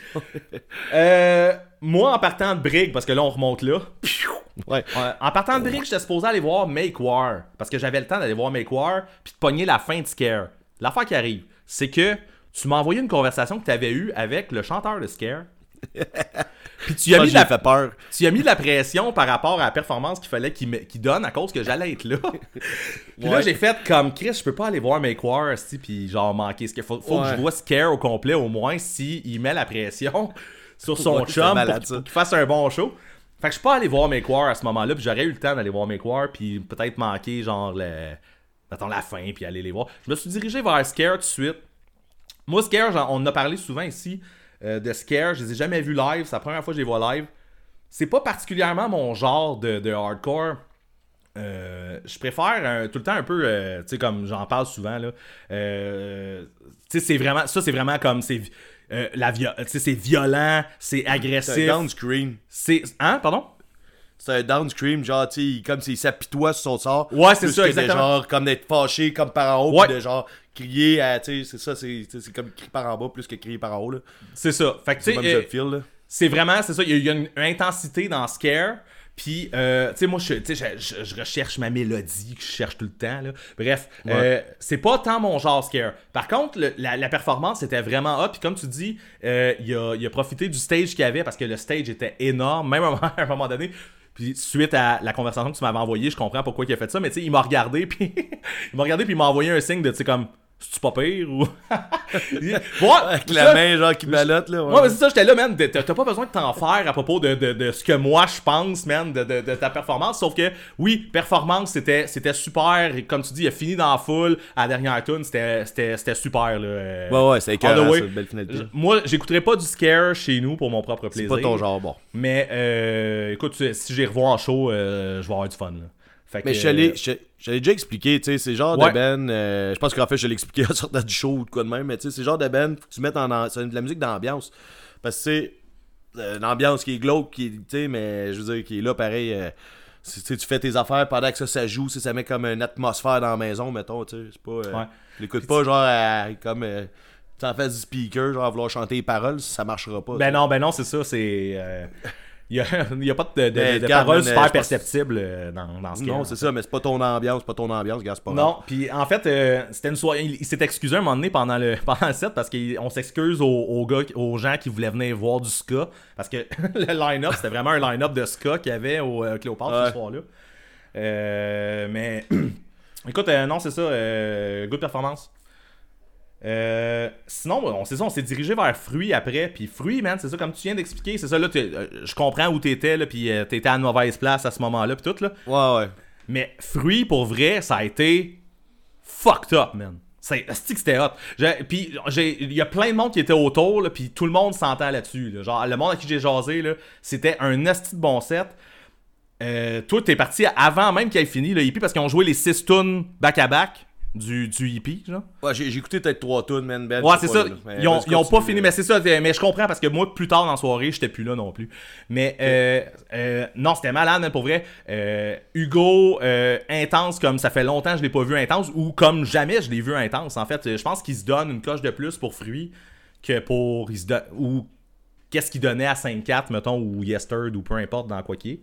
Euh, moi, en partant de Brig, parce que là, on remonte là. Ouais. Euh, en partant de Brig, j'étais supposé aller voir Make War. Parce que j'avais le temps d'aller voir Make War. Puis de pogner la fin de Scare. L'affaire qui arrive, c'est que tu m'as envoyé une conversation que tu avais eue avec le chanteur de Scare. Puis tu y as Ça, mis de j'ai la fait peur. Tu as mis de la pression par rapport à la performance qu'il fallait qu'il, me- qu'il donne à cause que j'allais être là. Puis là, Ouais. j'ai fait comme Chris, je peux pas aller voir Make War, sti, puis genre manquer. Ce qu'il faut, faut que Ouais. je vois Scare au complet au moins si il met la pression sur son Ouais, c'est chum malade, pour, ça. pour qu'il fasse un bon show. Fait que je suis pas allé voir Make War à ce moment-là, puis j'aurais eu le temps d'aller voir Make War, puis peut-être manquer genre le, mettons, la fin, puis aller les voir. Je me suis dirigé vers Scare tout de suite. Moi, Scare, genre, on en a parlé souvent ici euh, de Scare. Je les ai jamais vus live. C'est la première fois que je les vois live. C'est pas particulièrement mon genre de, de hardcore. Euh, je préfère euh, tout le temps un peu, euh, tu sais, comme j'en parle souvent, là. Euh, tu sais, c'est vraiment, ça, c'est vraiment comme, c'est, euh, la vio- tu sais, c'est violent, c'est C'est un agressif. downscream. C'est, hein, pardon? C'est un downscream, genre, tu sais, comme s'il s'apitoie sur son sort. Ouais, c'est plus ça, que de exactement. genre, comme d'être fâché comme par en haut, Ouais. puis de genre, crier à, tu sais, c'est ça, c'est, c'est c'est comme crier par en bas plus que crier par en haut, là. C'est ça. Fait que, tu C'est sais, même euh, je le feel, là. c'est vraiment, c'est ça, il y a, il y a une, une intensité dans Scare. Puis, euh, tu sais, moi, je, je, je, je recherche ma mélodie, que je cherche tout le temps. Là. Bref, Ouais. euh, c'est pas tant mon genre scare. Par contre, le, la, la performance était vraiment hot. Puis comme tu dis, euh, il, a, il a profité du stage qu'il y avait parce que le stage était énorme, même à un moment donné. Puis suite à la conversation que tu m'avais envoyée, je comprends pourquoi il a fait ça. Mais tu sais, il m'a regardé, puis il m'a regardé, puis il m'a envoyé un signe de, tu sais, comme... C'est-tu pas pire ou. Ouais, Avec la main, genre, qui balotte, là. Ouais, mais c'est ça, j'étais là, man. T'as t'as pas besoin de t'en faire à propos de, de, de ce que moi je pense, man, de, de, de ta performance. Sauf que, oui, performance, c'était c'était super. Et comme tu dis, il a fini dans la foule. À la dernière tune, c'était c'était- c'était super, là. Ouais, ouais, c'est All the écœurant, way. ça, belle finalité. Je- Moi, j'écouterais pas du scare chez nous pour mon propre C'est plaisir. pas ton genre, bon. Mais, euh, écoute, si j'ai revois en show, euh, je vais avoir du fun, là. Fait Mais que, je te l'ai- je je l'ai déjà expliqué, tu sais, c'est genre Ouais. de ben, euh, je pense qu'en fait je l'ai expliqué en sortant du show ou de quoi de même, mais tu sais, c'est genre de ben, faut que tu mettes en, en- c'est de la musique d'ambiance. Parce que c'est euh, une ambiance qui est glauque, qui est, tu sais, mais je veux dire, qui est là pareil, euh, si tu sais, tu fais tes affaires pendant que ça, ça joue, si ça met comme une atmosphère dans la maison, mettons, tu sais, c'est pas, euh, Ouais. tu l'écoutes pas genre à- comme, euh, tu en fais du speaker, genre à vouloir chanter les paroles, ça marchera pas. Ben tu sais. non, ben non, c'est ça, c'est. euh, Il n'y a, y a pas de, de, Ben, de regarde, paroles man, super je pense- perceptibles euh, dans, dans ce Non, cas. c'est ça, mais c'est pas ton ambiance, pas ton ambiance, gars, c'est pas grave. Non, puis en fait, euh, c'était une soirée. Il, il s'est excusé un moment donné pendant le, pendant le set parce qu'on s'excuse aux, aux, gars, aux gens qui voulaient venir voir du ska. Parce que le line-up, c'était vraiment un line-up de ska qu'il y avait au euh, Cléopâtre Ouais. ce soir-là. Euh, mais écoute, euh, non, c'est ça. Euh, good performance. Euh, sinon, on, c'est ça, on s'est dirigé vers Fruits après. Puis Fruits, man, c'est ça, comme tu viens d'expliquer, c'est ça, là, t'es- euh, je comprends où t'étais, là, puis euh, t'étais à une mauvaise place à ce moment-là, puis tout, là. Ouais, ouais. Mais Fruits, pour vrai, ça a été fucked up, man. C'est c'est que c'était hot. J'ai- Puis j'ai- il y a plein de monde qui était autour, là, puis tout le monde s'entend là-dessus. Là. Genre, le monde à qui j'ai jasé, là, c'était un asti de bon set. Euh, toi, t'es parti avant même qu'il ait fini le hippie parce qu'ils ont joué les six tunes back-à-back du, du hippie, genre. Ouais, j'ai, j'ai écouté peut-être trois tunes, man. Ben, Ouais, je sais c'est pas, ça. là, mais Ils ont, vas-y, ils ont pas continue, fini, là. mais c'est ça. Mais je comprends parce que moi, plus tard dans la soirée, j'étais plus là non plus. Mais euh, euh, non, c'était malade, mais pour vrai. Euh, Hugo, euh, intense comme ça fait longtemps que je l'ai pas vu intense, ou comme jamais je l'ai vu intense. En fait, je pense qu'il se donne une coche de plus pour Fruits que pour. Il se donne, ou qu'est-ce qu'il donnait à cinq quatre, mettons, ou Yesterd, ou peu importe dans quoi qu'il est.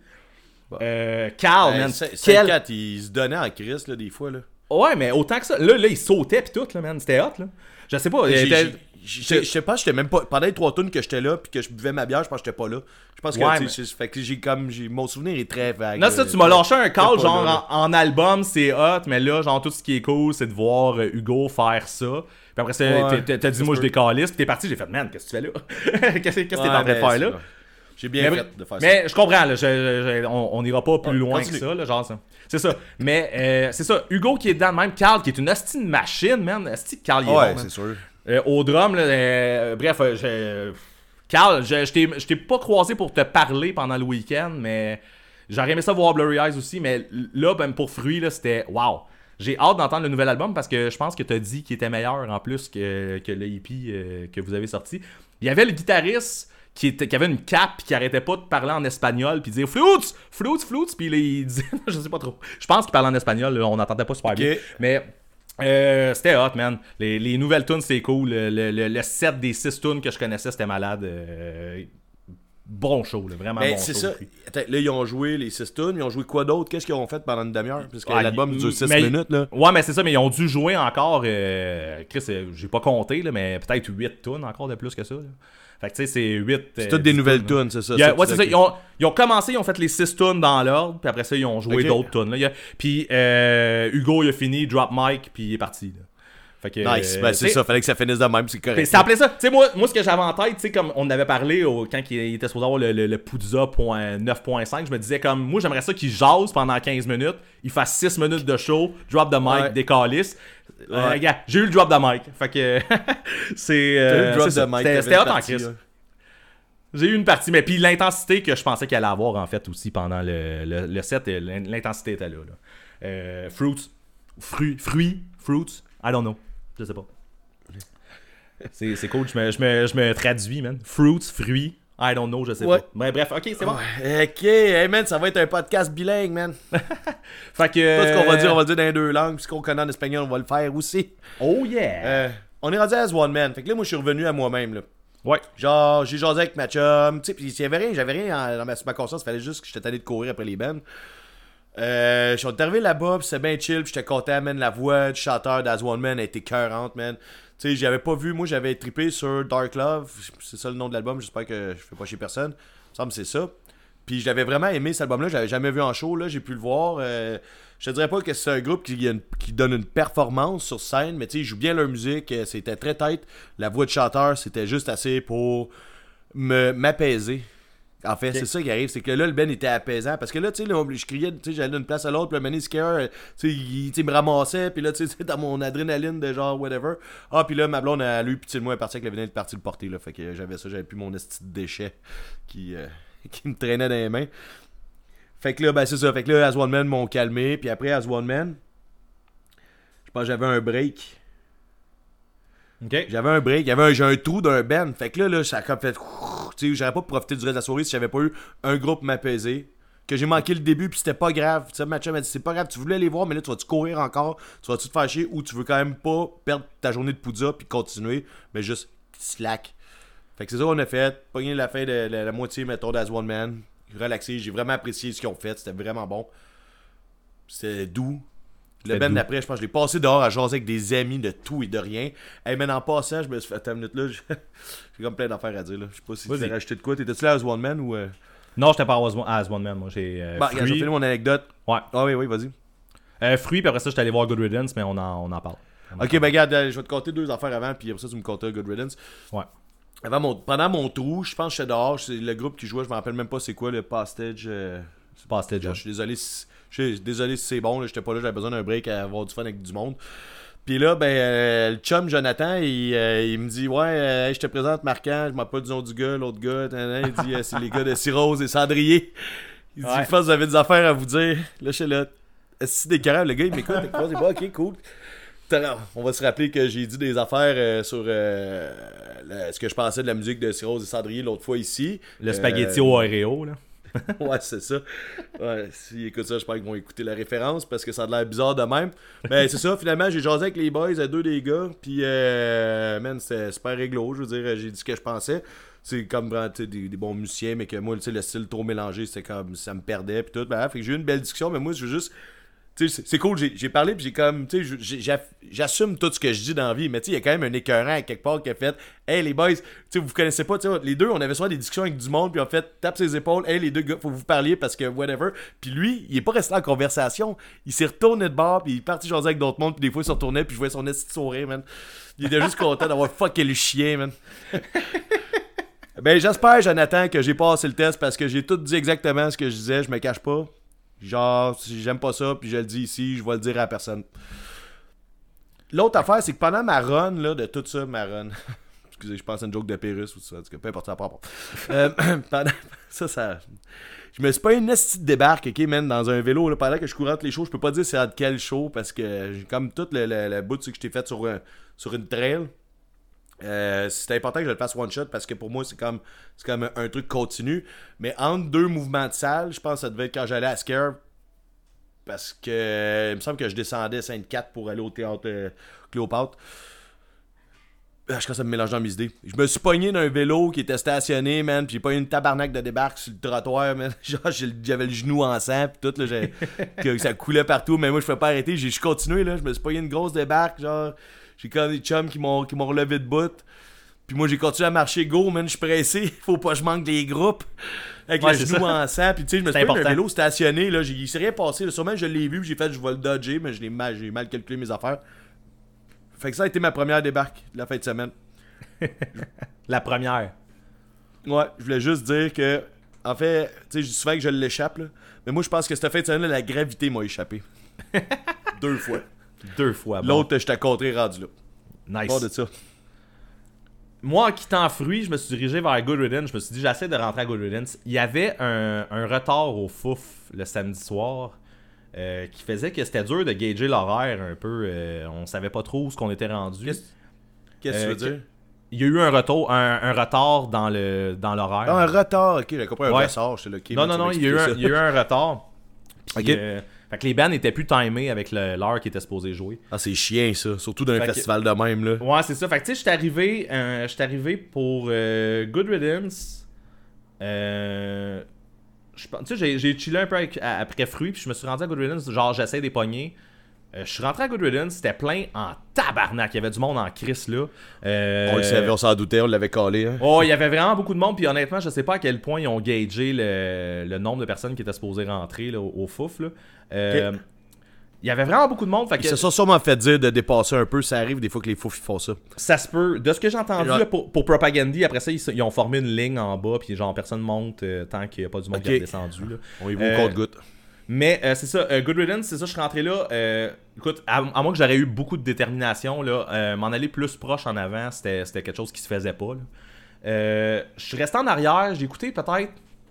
Euh, Carl, Ben, man. cinq- quel- cinq quatre, il se donnait en crise, là, des fois, là. Ouais, mais autant que ça. Là, là il sautait pis tout, là, man. C'était hot, là. Je sais pas. il J'ai- était- j'ai- j'ai- Je sais pas, j'étais même pas. Pendant les trois tunes que j'étais là, puis que je buvais ma bière, je pense que j'étais pas là. Je pense que, Ouais, tu sais, j'ai- fait que j'ai comme. j'ai- Mon souvenir est très vague. Non, ça, là. tu m'as lâché un call, pas genre là, là. en, en album, c'est hot, mais là, genre, tout ce qui est cool, c'est de voir euh, Hugo faire ça. Puis après ça, Ouais, t'as- t'as t'as dit, ça moi, se je peut. décalisse, puis t'es parti, j'ai fait, man, qu'est-ce que tu fais là? Qu'est-ce qu'est-ce que t'es Ouais, en train de mais faire c'est là? bon. J'ai bien Mais, fait de faire ça. mais je comprends, là, je- je- je- on, on ira pas plus Ouais, loin continue. que ça, là, genre ça. C'est ça. Mais euh, c'est ça, Hugo qui est dedans de même, Carl qui est une hostie de machine, man. Hostie que Carl, il est Ouais, bon, man. c'est sûr. Euh, au drum, là, euh, bref, euh, j'ai- Carl, je, je t'ai- je t'ai pas croisé pour te parler pendant le week-end, mais j'aurais aimé ça voir Blurry Eyes aussi, mais là, ben, pour Fruits, là, c'était wow. J'ai hâte d'entendre le nouvel album parce que je pense que t'as dit qu'il était meilleur en plus que, que le hippie euh, que vous avez sorti. Il y avait le guitariste qui, était, qui avait une cape qui arrêtait pas de parler en espagnol puis disait flutes, flutes, flutes, puis il disait, je sais pas trop. Je pense qu'il parlait en espagnol, là, on n'entendait pas super bien, Ok. mais euh, c'était hot, man. Les, les nouvelles tunes, c'est cool. Le, le, le- le set des six tunes que je connaissais, c'était malade. Euh, bon show, là, vraiment Mais bon c'est show. ça. Attends, là, ils ont joué les six tunes, ils ont joué quoi d'autre? Qu'est-ce qu'ils ont fait pendant une demi-heure? Parce que Ah, l'album il- dure six mais- minutes, là. Ouais, mais c'est ça, mais ils ont dû jouer encore. Euh, Chris, euh, j'ai pas compté, là, mais peut-être huit tunes encore de plus que ça. Là. Fait que tu sais, c'est huit. C'est toutes des nouvelles tunes, c'est ça. Il y a- ça, ouais, c'est ça. que- Ils ont, ils ont commencé, ils ont fait les six tunes dans l'ordre, puis après ça, ils ont joué Ok. d'autres tunes. Là. Il y a- Puis euh, Hugo, il a fini, drop mic, puis il est parti. Là. Fait que, Nice, euh, ben c'est tu sais, ça, fallait que ça finisse de même, c'est Puis correct. c'est appelé ça. Tu sais, moi, moi, ce que j'avais en tête, tu sais, comme on avait parlé au- quand il, il était supposé avoir le, le, le Poudza neuf point cinq, je me disais comme, moi, j'aimerais ça qu'il jase pendant quinze minutes, il fasse six minutes de show, drop the mic, Ouais. décalisse. Euh, Ouais. regarde, j'ai eu le drop the mic. Fait que, c'est. T'as eu euh, le drop c'est ça. de mic, C'était t'avais c'était une hot en partie, crise. là. J'ai eu une partie, mais puis l'intensité que je pensais qu'elle allait avoir, en fait, aussi pendant le, le, le set, euh, l'in- l'intensité était là. là. Euh, fruits. Fruits. Fruits. Fruits. I don't know. Je sais pas. C'est, c'est cool, je me, je, me, je me traduis, man. Fruits, fruits, I don't know, je sais Ouais. pas. Ben, bref, ok, c'est bon. Ouais, ok, hey man, ça va être un podcast bilingue, man. Fait que. Tout ce qu'on va dire, on va le dire dans les deux langues, puis ce qu'on connaît en espagnol, on va le faire aussi. Oh yeah! Euh, on est rendu à As One Man, fait que là, moi, je suis revenu à moi-même, là. Ouais. Genre, j'ai jasé avec ma chum, tu sais, pis il y avait rien, j'avais rien en- dans ma, sur ma conscience, il fallait juste que j'étais allé de courir après les bands. Euh, je suis arrivé là-bas, pis c'était bien chill, pis j'étais content, man, la voix du chanteur d'As One Man a été cœurante, man. Tu sais, j'avais pas vu, moi j'avais trippé sur Dark Love, c'est ça le nom de l'album, j'espère que je fais pas chez personne, il me semble que c'est ça. Puis j'avais vraiment aimé cet album-là, j'avais jamais vu en show, là, j'ai pu le voir. Euh, je te dirais pas que c'est un groupe qui, qui donne une performance sur scène, mais tu sais, ils jouent bien leur musique, c'était très tight. La voix de chanteur, c'était juste assez pour me m'apaiser. En fait, okay. C'est ça qui arrive, c'est que là, le Ben était apaisant. Parce que là, tu sais, je criais, tu sais, j'allais d'une place à l'autre, puis le Manny Scare, tu sais, il, il me ramassait, puis là, tu sais, dans mon adrénaline de genre, whatever. Ah, puis là, ma blonde, elle, lui, puis moi, elle est partie avec le vénin, de partie le porter, là. Fait que j'avais ça, j'avais plus mon esti de déchet qui, euh, qui me traînait dans les mains. Fait que là, ben, c'est ça. Fait que là, As One Man m'ont calmé, puis après, As One Man, je pense que j'avais un break. Okay. J'avais un break, j'avais un, j'ai un trou d'un band. Fait que là, là ça a comme fait. Tu sais, j'aurais pas profité du reste de la soirée si j'avais pas eu un groupe m'apaiser. Que j'ai manqué le début, puis c'était pas grave. Tu sais, ma chum m'a dit, c'est pas grave, tu voulais aller voir, mais là, tu vas-tu courir encore, tu vas-tu te faire chier, ou tu veux quand même pas perdre ta journée de poudza, puis continuer, mais juste slack. Fait que c'est ça qu'on a fait. Pogné la fin de la, la moitié, mettons, d'As One Man. Relaxé, j'ai vraiment apprécié ce qu'ils ont fait, c'était vraiment bon. C'était doux. Le Ben d'après, je pense que je l'ai passé dehors à jaser avec des amis de tout et de rien. Hey, mais en passant, je me suis fait ta minute là. J'ai comme plein d'affaires à dire. Là. Je sais pas si tu t'es rajouté de quoi. T'étais-tu là à As One Man ou. Euh... Non, j'étais pas à As One Man. Moi, j'ai. Euh, bah, regarde, j'ai fini mon anecdote. Ouais. Ah oui, oui, vas-y. Euh, fruits, puis après ça, j'étais allé voir Good Riddance, mais on en, on en parle. On en ok, parle. ben regarde, je vais te compter deux affaires avant, puis après ça, tu me comptes Good Riddance. Ouais. Avant mon... Pendant mon trou, je pense que j'étais dehors. C'est le groupe qui jouait, je me rappelle même pas c'est quoi, le Pastage. Euh... Pastage. Je suis désolé si. Je suis désolé si c'est bon, là, j'étais pas là, j'avais besoin d'un break à avoir du fun avec du monde. Puis là, ben, euh, le chum Jonathan, il, euh, il me dit, ouais, euh, je te présente Marquand, je m'appelle du nom du gars, l'autre gars, tana, il dit, euh, c'est les gars de Cirrose et Cendrier. Il dit, ouais. je pense que vous avez des affaires à vous dire. Là, je suis là, est-ce des carats, le gars, il m'écoute, il croise, il dit, ok, cool. On va se rappeler que j'ai dit des affaires euh, sur euh, le, ce que je pensais de la musique de Cirrose et Cendrier l'autre fois ici. Le spaghetti euh, au Oreo, là. Ouais, c'est ça. Ouais, s'ils écoutent ça, j'espère qu'ils vont écouter la référence parce que ça a l'air bizarre de même. Mais c'est ça, finalement, j'ai jasé avec les boys, deux des gars. Puis, euh, man, c'était super réglo. Je veux dire, j'ai dit ce que je pensais. C'est comme des, des bons musiciens, mais que moi, le style trop mélangé, c'était comme ça me perdait. Puis tout. Ben, fait que j'ai eu une belle discussion, mais moi, je veux juste. Tu sais, c'est cool, j'ai, j'ai parlé, puis j'ai comme, tu sais, j'assume tout ce que je dis dans la vie, mais tu sais, il y a quand même un écœurant à quelque part qui a fait, hey les boys, tu sais, vous vous connaissez pas, tu sais, les deux, on avait souvent des discussions avec du monde, puis en fait, tape ses épaules, hey les deux gars, faut que vous parliez parce que whatever, puis lui, il est pas resté en conversation, il s'est retourné de bord, puis il est parti jaser avec d'autres mondes, puis des fois, il se retournait, puis je voyais son esti de sourire, man. Il était juste content d'avoir fucké le chien, man. Ben, j'espère, Jonathan, que j'ai passé le test parce que j'ai tout dit exactement ce que je disais, je me cache pas. Genre, si j'aime pas ça, puis je le dis ici, je vais le dire à personne. L'autre affaire, c'est que pendant ma run, là, de tout ça, ma run... Excusez, je pense à une joke de Pérus ou ça, en tout cas, peu importe, ça part pas. Euh, pendant... Ça, ça... Je me suis pas une esti de débarque, ok, man, dans un vélo, là, pendant que je courais entre les shows, je peux pas dire c'est à quel show, parce que j'ai comme tout le, le, le bout que je t'ai fait sur, un, sur une trail. Euh, c'est important que je le fasse one shot parce que pour moi c'est comme c'est comme un, un truc continu, mais entre deux mouvements de salle, je pense que ça devait être quand j'allais à Scare parce que euh, il me semble que je descendais Sainte-Cat pour aller au théâtre euh, Cléopâtre. Ah, je commence à me mélanger dans mes idées. Je me suis pogné d'un vélo qui était stationné, man, puis j'ai pogné une tabarnak de débarque sur le trottoir, man. Genre j'avais le genou en sang puis tout là, j'ai, que ça coulait partout, mais moi je pouvais pas arrêter, j'ai continué là, je me suis pogné une grosse débarque, genre j'ai quand des chums qui m'ont, qui m'ont relevé de bout. Puis moi, j'ai continué à marcher. Go, man, je suis pressé. Faut pas que je manque les groupes. Avec ouais, le genou ça. En sang. Puis tu sais, je me suis pris un vélo stationné. Là. Il s'est rien passé. Là. Sûrement, je l'ai vu. J'ai fait, je vais le dodger. Mais je l'ai mal, j'ai mal calculé mes affaires. Fait que ça a été ma première débarque de la fin de semaine. La première. Ouais, je voulais juste dire que... En fait, tu sais, je dis souvent que je l'échappe. Là. Mais moi, je pense que cette fin de semaine, la gravité m'a échappé. Deux fois. Deux fois. Bon. L'autre, je t'ai contré rendu là. Nice. Bon de ça. Moi, en quittant Fruits, je me suis dirigé vers Good Riddance. Je me suis dit, j'essaie de rentrer à Good Riddance. Il y avait un, un retard au Fouf le samedi soir euh, qui faisait que c'était dur de gager l'horaire un peu. Euh, on savait pas trop où ce qu'on était rendu. Qu'est-ce, qu'est-ce que euh, tu veux dire? Il y a eu un, retour, un, un retard dans, le, dans l'horaire. Ah, un retard, ok, j'ai compris un ouais. ressort. J'étais là, okay, non, non, non, il y, a eu un, il y a eu un retard. Puis, ok. Euh, Fait que les bands étaient plus timés avec le- l'heure qui était supposé jouer. Ah, c'est chiant, ça. Surtout dans un Fait que- festival de même, là. Ouais, c'est ça. Fait que tu sais, j'étais arrivé, euh, j'étais arrivé pour euh, Good Riddance. Euh, je pense- tu sais, j'ai, j'ai chillé un peu avec- à- après Fruit, puis je me suis rendu à Good Riddance. Genre, j'essaie des poignées. Euh, je suis rentré à Good Riddance, c'était plein en tabarnak. Il y avait du monde en crise, là. Euh, On le savait, on s'en doutait, on l'avait collé. Hein. Oh, il y avait vraiment beaucoup de monde, puis honnêtement, je sais pas à quel point ils ont gagé le, le nombre de personnes qui étaient supposées rentrer là, au, au fouf. Là. Euh, Ok. Il y avait vraiment beaucoup de monde, fait Ils que se sont sûrement fait dire de dépasser un peu. Ça arrive des fois que les fous ils font ça. ça se peut. De ce que j'ai entendu Ouais. là, pour, pour Propagandy, après ça, ils, se- ils ont formé une ligne en bas, puis genre personne monte euh, tant qu'il n'y a pas du monde qui Ok. est descendu. Là. On y va Euh, au compte-goutte. Mais euh, c'est ça, euh, Good Riddance, c'est ça, je suis rentré là. Euh, écoute, à, à moins que j'aurais eu beaucoup de détermination, là, euh, m'en aller plus proche en avant, c'était, c'était quelque chose qui se faisait pas. Là. Euh, je suis resté en arrière, j'ai écouté peut-être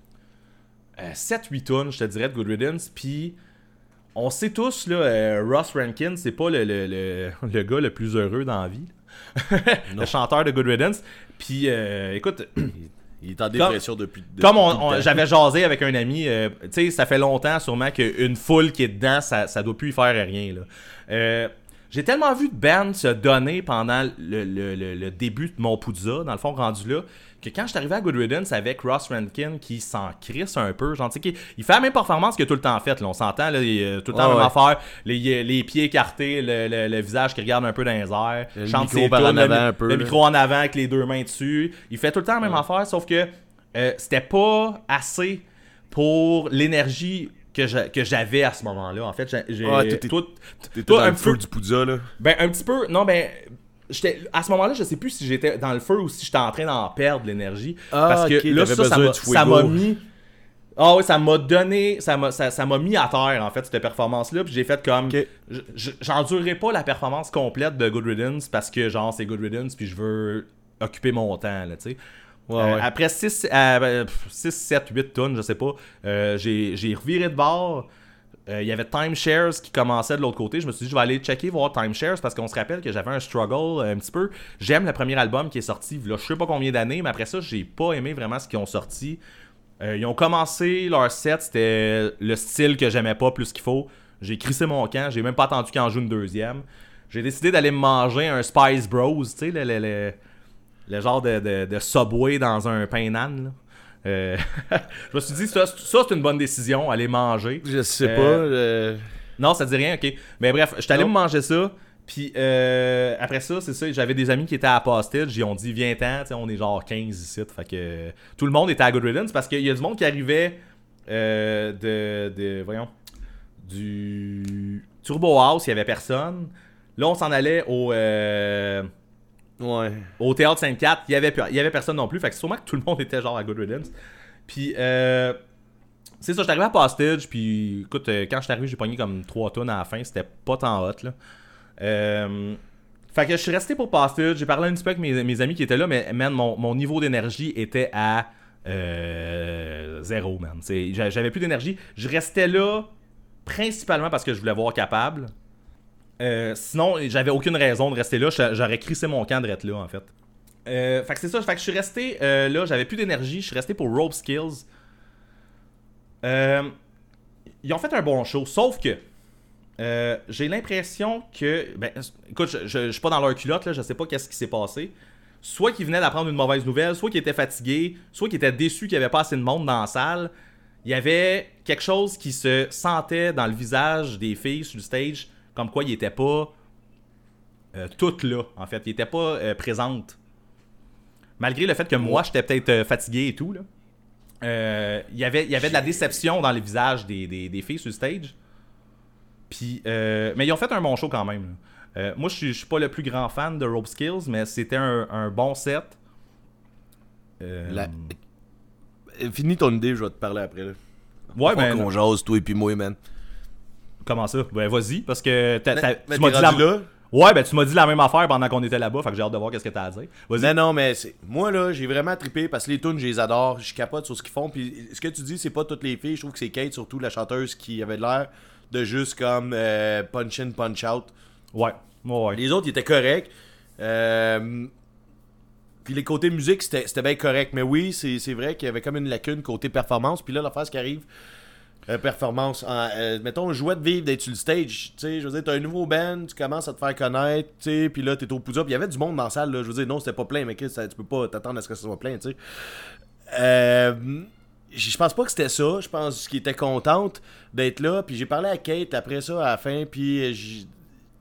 euh, sept huit tonnes, je te dirais, de Good Riddance. Puis on sait tous, là, euh, Ross Rankin, c'est pas le, le, le, le gars le plus heureux dans la vie. Le chanteur de Good Riddance. Puis euh, écoute. Il est en dépression depuis, depuis. Comme on, tout le on- temps. j'avais jasé avec un ami, euh, tu sais, ça fait longtemps sûrement qu'une foule qui est dedans, ça, ça doit plus y faire rien. Là. Euh, j'ai tellement vu de bands se donner pendant le, le, le, le début de mon Poudza, dans le fond rendu là, que quand je suis arrivé à Good Riddance avec Ross Rankin qui s'en crisse un peu, genre, tu sais, qu'il- il fait la même performance qu'il a tout le temps fait, là, on s'entend, là, il, euh, tout le temps Ah la même ouais. affaire, les, les pieds écartés, le, le, le visage qui regarde un peu dans les airs, Le chante micro ses par en tunes, le, avant mi- un peu, le là. micro en avant avec les deux mains dessus, il fait tout le temps la même affaire, sauf que euh, c'était pas assez pour l'énergie que, j'a- que j'avais à ce moment-là. En fait, j'ai, j'ai- Ouais, t'étais- toi- T'étais toi, dans un le feu peu- du Poudza, là. ben un petit peu, non ben j'étais à ce moment-là, je sais plus si j'étais dans le feu ou si j'étais en train d'en perdre l'énergie Ah, parce que ok, là t'avais ça, ça besoin m'a, de fuego. ça m'a mis ah oui, ça m'a donné, ça m'a, ça, ça m'a mis à terre en fait cette performance-là, puis j'ai fait comme, Ok. je- je- j'endurerai pas la performance complète de Good Riddance parce que genre c'est Good Riddance puis je veux occuper mon temps là, tu sais. Ouais, Euh, ouais. Après six, sept, huit tonnes, je sais pas, euh, j'ai, j'ai reviré de bord. Euh, Il y avait Timeshares qui commençait de l'autre côté. Je me suis dit, je vais aller checker, voir Timeshares parce qu'on se rappelle que j'avais un struggle euh, un petit peu. J'aime le premier album qui est sorti, là, je sais pas combien d'années, mais après ça, j'ai pas aimé vraiment ce qu'ils ont sorti. Euh, ils ont commencé leur set, c'était le style que j'aimais pas plus qu'il faut. J'ai crissé mon camp, j'ai même pas attendu qu'ils en jouent une deuxième. J'ai décidé d'aller me manger un Spice Bros, tu sais, le, le, le, le genre de, de, de Subway dans un pain nan, là. Euh, je me suis dit, ça, ça c'est une bonne décision, aller manger. Je sais Euh, pas. euh, Non, ça dit rien, ok. Mais bref, j'étais allé Non. me manger ça. Puis euh, après ça, c'est ça, j'avais des amis qui étaient à Postage, ils ont dit viens-t'en, tu sais, on est genre quinze ici, fait que euh, tout le monde était à Good Riddance parce qu'il y a du monde qui arrivait euh, de, de, voyons, du Turbo House, il y avait personne. Là, on s'en allait au, euh, Ouais. au Théâtre Sainte-Cat, il y avait, il y avait personne non plus, fait que sûrement que tout le monde était genre à Good Riddance. Puis euh, c'est ça, j'étais arrivé à Postage, puis écoute, euh, quand j'étais arrivé, j'ai pogné comme trois tonnes à la fin, c'était pas tant hot, là. Euh, fait que je suis resté pour Postage, j'ai parlé un petit peu avec mes, mes amis qui étaient là, mais man, mon, mon niveau d'énergie était à euh, zéro, man. C'est- j'a- J'avais plus d'énergie. Je restais là principalement parce que je voulais voir Capable. Euh, sinon, j'avais aucune raison de rester là. J'a- J'aurais crissé mon camp de rester là, en fait. Euh, fait que c'est ça. Fait que je suis resté euh, là. J'avais plus d'énergie. Je suis resté pour Rope Skills. Euh, ils ont fait un bon show. Sauf que euh, j'ai l'impression que... Ben, écoute, je, je, je suis pas dans leur culotte. Là, je sais pas qu'est-ce qui s'est passé. Soit qu'ils venaient d'apprendre une mauvaise nouvelle, soit qu'ils étaient fatigués, soit qu'ils étaient déçus qu'il n'y avait pas assez de monde dans la salle. Il y avait quelque chose qui se sentait dans le visage des filles sur le stage, comme quoi ils n'étaient pas euh, toutes là, en fait. Ils n'étaient pas euh, présentes. Malgré le fait que moi, j'étais peut-être euh, fatigué et tout, là. Euh, il y avait, il y avait de la déception dans les visages des, des, des filles sur le stage. Puis, euh, mais ils ont fait un bon show quand même, là. Euh, moi, je suis, je suis pas le plus grand fan de Rope Skills, mais c'était un, un bon set. Euh, La- Finis ton idée, je vais te parler après. Là. Ouais, Faut ben, qu'on jase, toi et puis moi, man. comment ça? Ben, vas-y, parce que t'as- t'as- Mais tu m'as t'es dit la... rendu là? Ouais, ben, tu m'as dit la même affaire pendant qu'on était là-bas, fait que j'ai hâte de voir qu'est-ce que t'as à dire. Vas-y. Non, non, mais c'est... moi, là, j'ai vraiment trippé parce que les tunes, je les adore. Je capote sur ce qu'ils font. Puis ce que tu dis, c'est pas toutes les filles. Je trouve que c'est Kate, surtout la chanteuse, qui avait l'air de juste comme euh, punch in, punch out. Ouais, ouais, ouais. Les autres, ils étaient corrects. Euh... Puis les côtés musique, c'était, c'était bien correct. Mais oui, c'est, c'est vrai qu'il y avait comme une lacune côté performance. Puis là, l'affaire, ce qui arrive, euh, performance. En, euh, mettons, jouet de vivre d'être sur le stage. Tu sais, je veux dire, t'as un nouveau band, tu commences à te faire connaître, tu sais, puis là, t'es au pouce-up. Il y avait du monde dans la salle, là. Je veux dire, non, c'était pas plein, mais Chris, ça, tu peux pas t'attendre à ce que ça soit plein, tu sais. Euh. Je pense pas que c'était ça. Je pense qu'elle était contente d'être là. Puis j'ai parlé à Kate après ça, à la fin, puis j'ai... Tu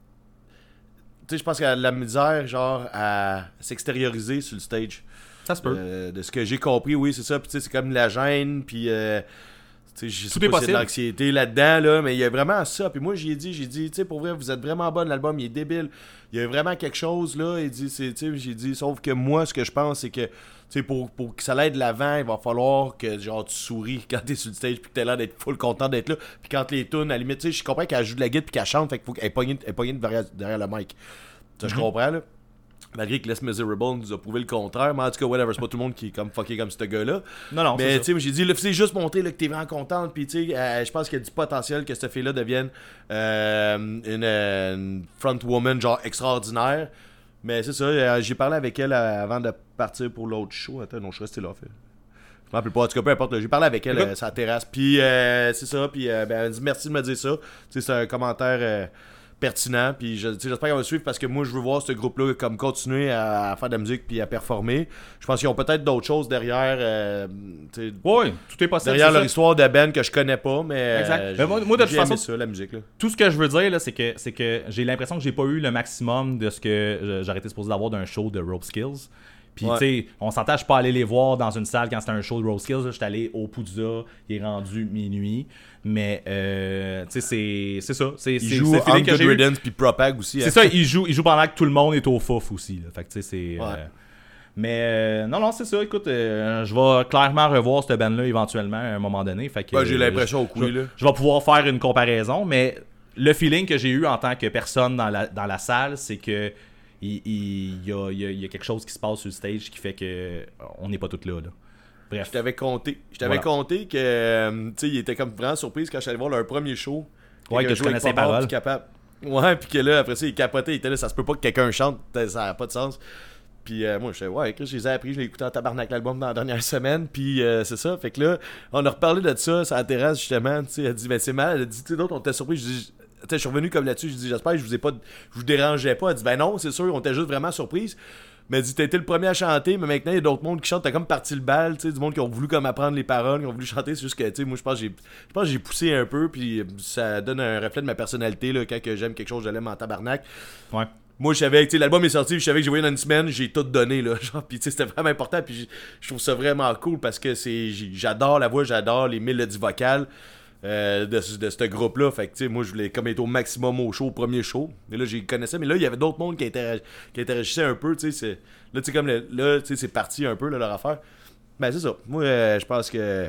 sais, je pense qu'elle a de la misère, genre, à s'extérioriser sur le stage. Ça se peut. Euh, de ce que j'ai compris, oui, c'est ça. Puis tu sais, c'est comme de la gêne, puis... Euh, tu sais, je sais Tout est pas s'il y a de possible. l'anxiété là-dedans, là, mais il y a vraiment ça. Puis moi, j'ai dit, j'ai dit, tu sais, pour vrai, vous êtes vraiment bonne, l'album, il est débile. Il y a vraiment quelque chose, là. Il dit, c'est, tu sais, j'ai dit, sauf que moi, ce que je pense, c'est que, tu sais, pour, pour que ça aille de l'avant, il va falloir que, genre, tu souris quand t'es sur le stage, puis que t'as l'air d'être full content d'être là. Puis quand les tunes, à la limite, tu sais, je comprends qu'elle joue de la guitare puis qu'elle chante, fait qu'il faut qu'elle pogne derrière, derrière le mic. Ça, je Mhm. comprends, là. Malgré que Les Miserable nous a prouvé le contraire, mais en tout cas, whatever, c'est pas tout le monde qui est comme fucké comme ce gars-là. Non, non, Mais c'est tu sais, j'ai dit, là, c'est juste montrer là, que t'es vraiment contente, puis tu sais, euh, je pense qu'il y a du potentiel que cette fille-là devienne euh, une, euh, une front woman, genre extraordinaire. Mais c'est ça, euh, j'ai parlé avec elle euh, avant de partir pour l'autre show. Attends, non, je suis resté là, en fait. Je m'en rappelle pas, en tout cas, peu importe, là, j'ai parlé avec elle euh, sur la terrasse, puis euh, c'est ça, puis euh, ben, elle me dit merci de me dire ça. Tu sais, c'est un commentaire. Euh, pertinent, puis je, j'espère qu'elle va suivre parce que moi je veux voir ce groupe-là comme continuer à, à faire de la musique puis à performer. Je pense qu'ils ont peut-être d'autres choses derrière euh, Oui, tout est possible. derrière c'est leur ça. histoire de band que je connais pas, mais Exact. euh, Mais moi- moi, de toute j'ai aimé façon, ça, la musique là. Tout ce que je veux dire, là, c'est que, c'est que j'ai l'impression que j'ai pas eu le maximum de ce que euh, j'aurais été supposé d'avoir d'un show de Rope Skills. Puis, Ouais. tu sais, on s'entend, je suis pas allé les voir dans une salle quand c'était un show de Rope Skills. Je suis allé au Poudza, il est rendu minuit. Mais, euh, tu sais, c'est, c'est ça. C'est, Ils c'est, jouent c'est le feeling On que Good j'ai eu. Riddance puis Propag aussi. C'est hein. ça, il joue, il joue pendant que tout le monde est au fouf aussi. Là. Fait que, tu sais, c'est. Ouais. euh, mais, euh, non, non, c'est ça. Écoute, euh, je vais clairement revoir cette band-là éventuellement à un moment donné. Fait que, Ouais, j'ai euh, l'impression je- au couille, je- là. Je vais pouvoir faire une comparaison, mais le feeling que j'ai eu en tant que personne dans la, dans la salle, c'est que il, il, il y, a, il y a- il y a quelque chose qui se passe sur le stage qui fait que euh, on n'est pas tous là. là. Bref. Je t'avais compté. Je t'avais Voilà. compté que, euh, tu sais, il était comme vraiment surprise quand je suis allé voir leur premier show. Ouais, Quelqu'un que je jouait avec connaissais les pas mort, paroles. puis capable. Ouais, puis que là, après ça, il capotait. Il était là, ça se peut pas que quelqu'un chante. Ça n'a pas de sens. Puis euh, moi, je disais, ouais, Chris, je les ai appris, je l'ai écouté en tabarnak l'album dans la dernière semaine. Puis euh, c'est ça. Fait que là, on a reparlé de ça, ça terrasse justement. Tu sais, elle dit, ben c'est mal. Elle a dit, tu sais, d'autres, on était surpris. Je dis, tu sais, je suis revenu comme là-dessus. Je dis, j'espère que je vous ai pas, je vous dérangeais pas. Elle dit, ben non, c'est sûr, on était juste vraiment surprise. Mais elle dit, t'as été le premier à chanter, mais maintenant, il y a d'autres mondes qui chantent. T'as comme parti le bal, tu sais, du monde qui ont voulu comme apprendre les paroles, qui ont voulu chanter. C'est juste que, tu sais, moi, je pense que j'ai, je pense que j'ai poussé un peu, puis ça donne un reflet de ma personnalité, là, quand que j'aime quelque chose, je l'aime en tabarnak. Ouais. Moi, je savais que, tu sais, l'album est sorti, je savais que j'ai voyé dans une semaine, j'ai tout donné, là, genre, puis tu sais, c'était vraiment important, puis j- je trouve ça vraiment cool parce que c'est, j- j'adore la voix, j'adore les mélodies vocales euh, de, ce- de ce groupe-là, fait que, tu sais, moi, je voulais comme être au maximum au show, au premier show, mais là, j'y connaissais, mais là, il y avait d'autres mondes qui, interag- qui interagissaient un peu, tu sais, c'est- là, tu sais, comme, le- là, tu sais, c'est parti un peu, là, leur affaire, ben, c'est ça, moi, euh, je pense que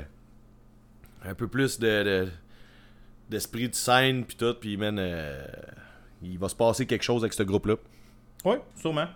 un peu plus de, de- d'esprit de scène, puis tout, puis, man, euh, il va se passer quelque chose avec ce groupe-là. Oui, sûrement.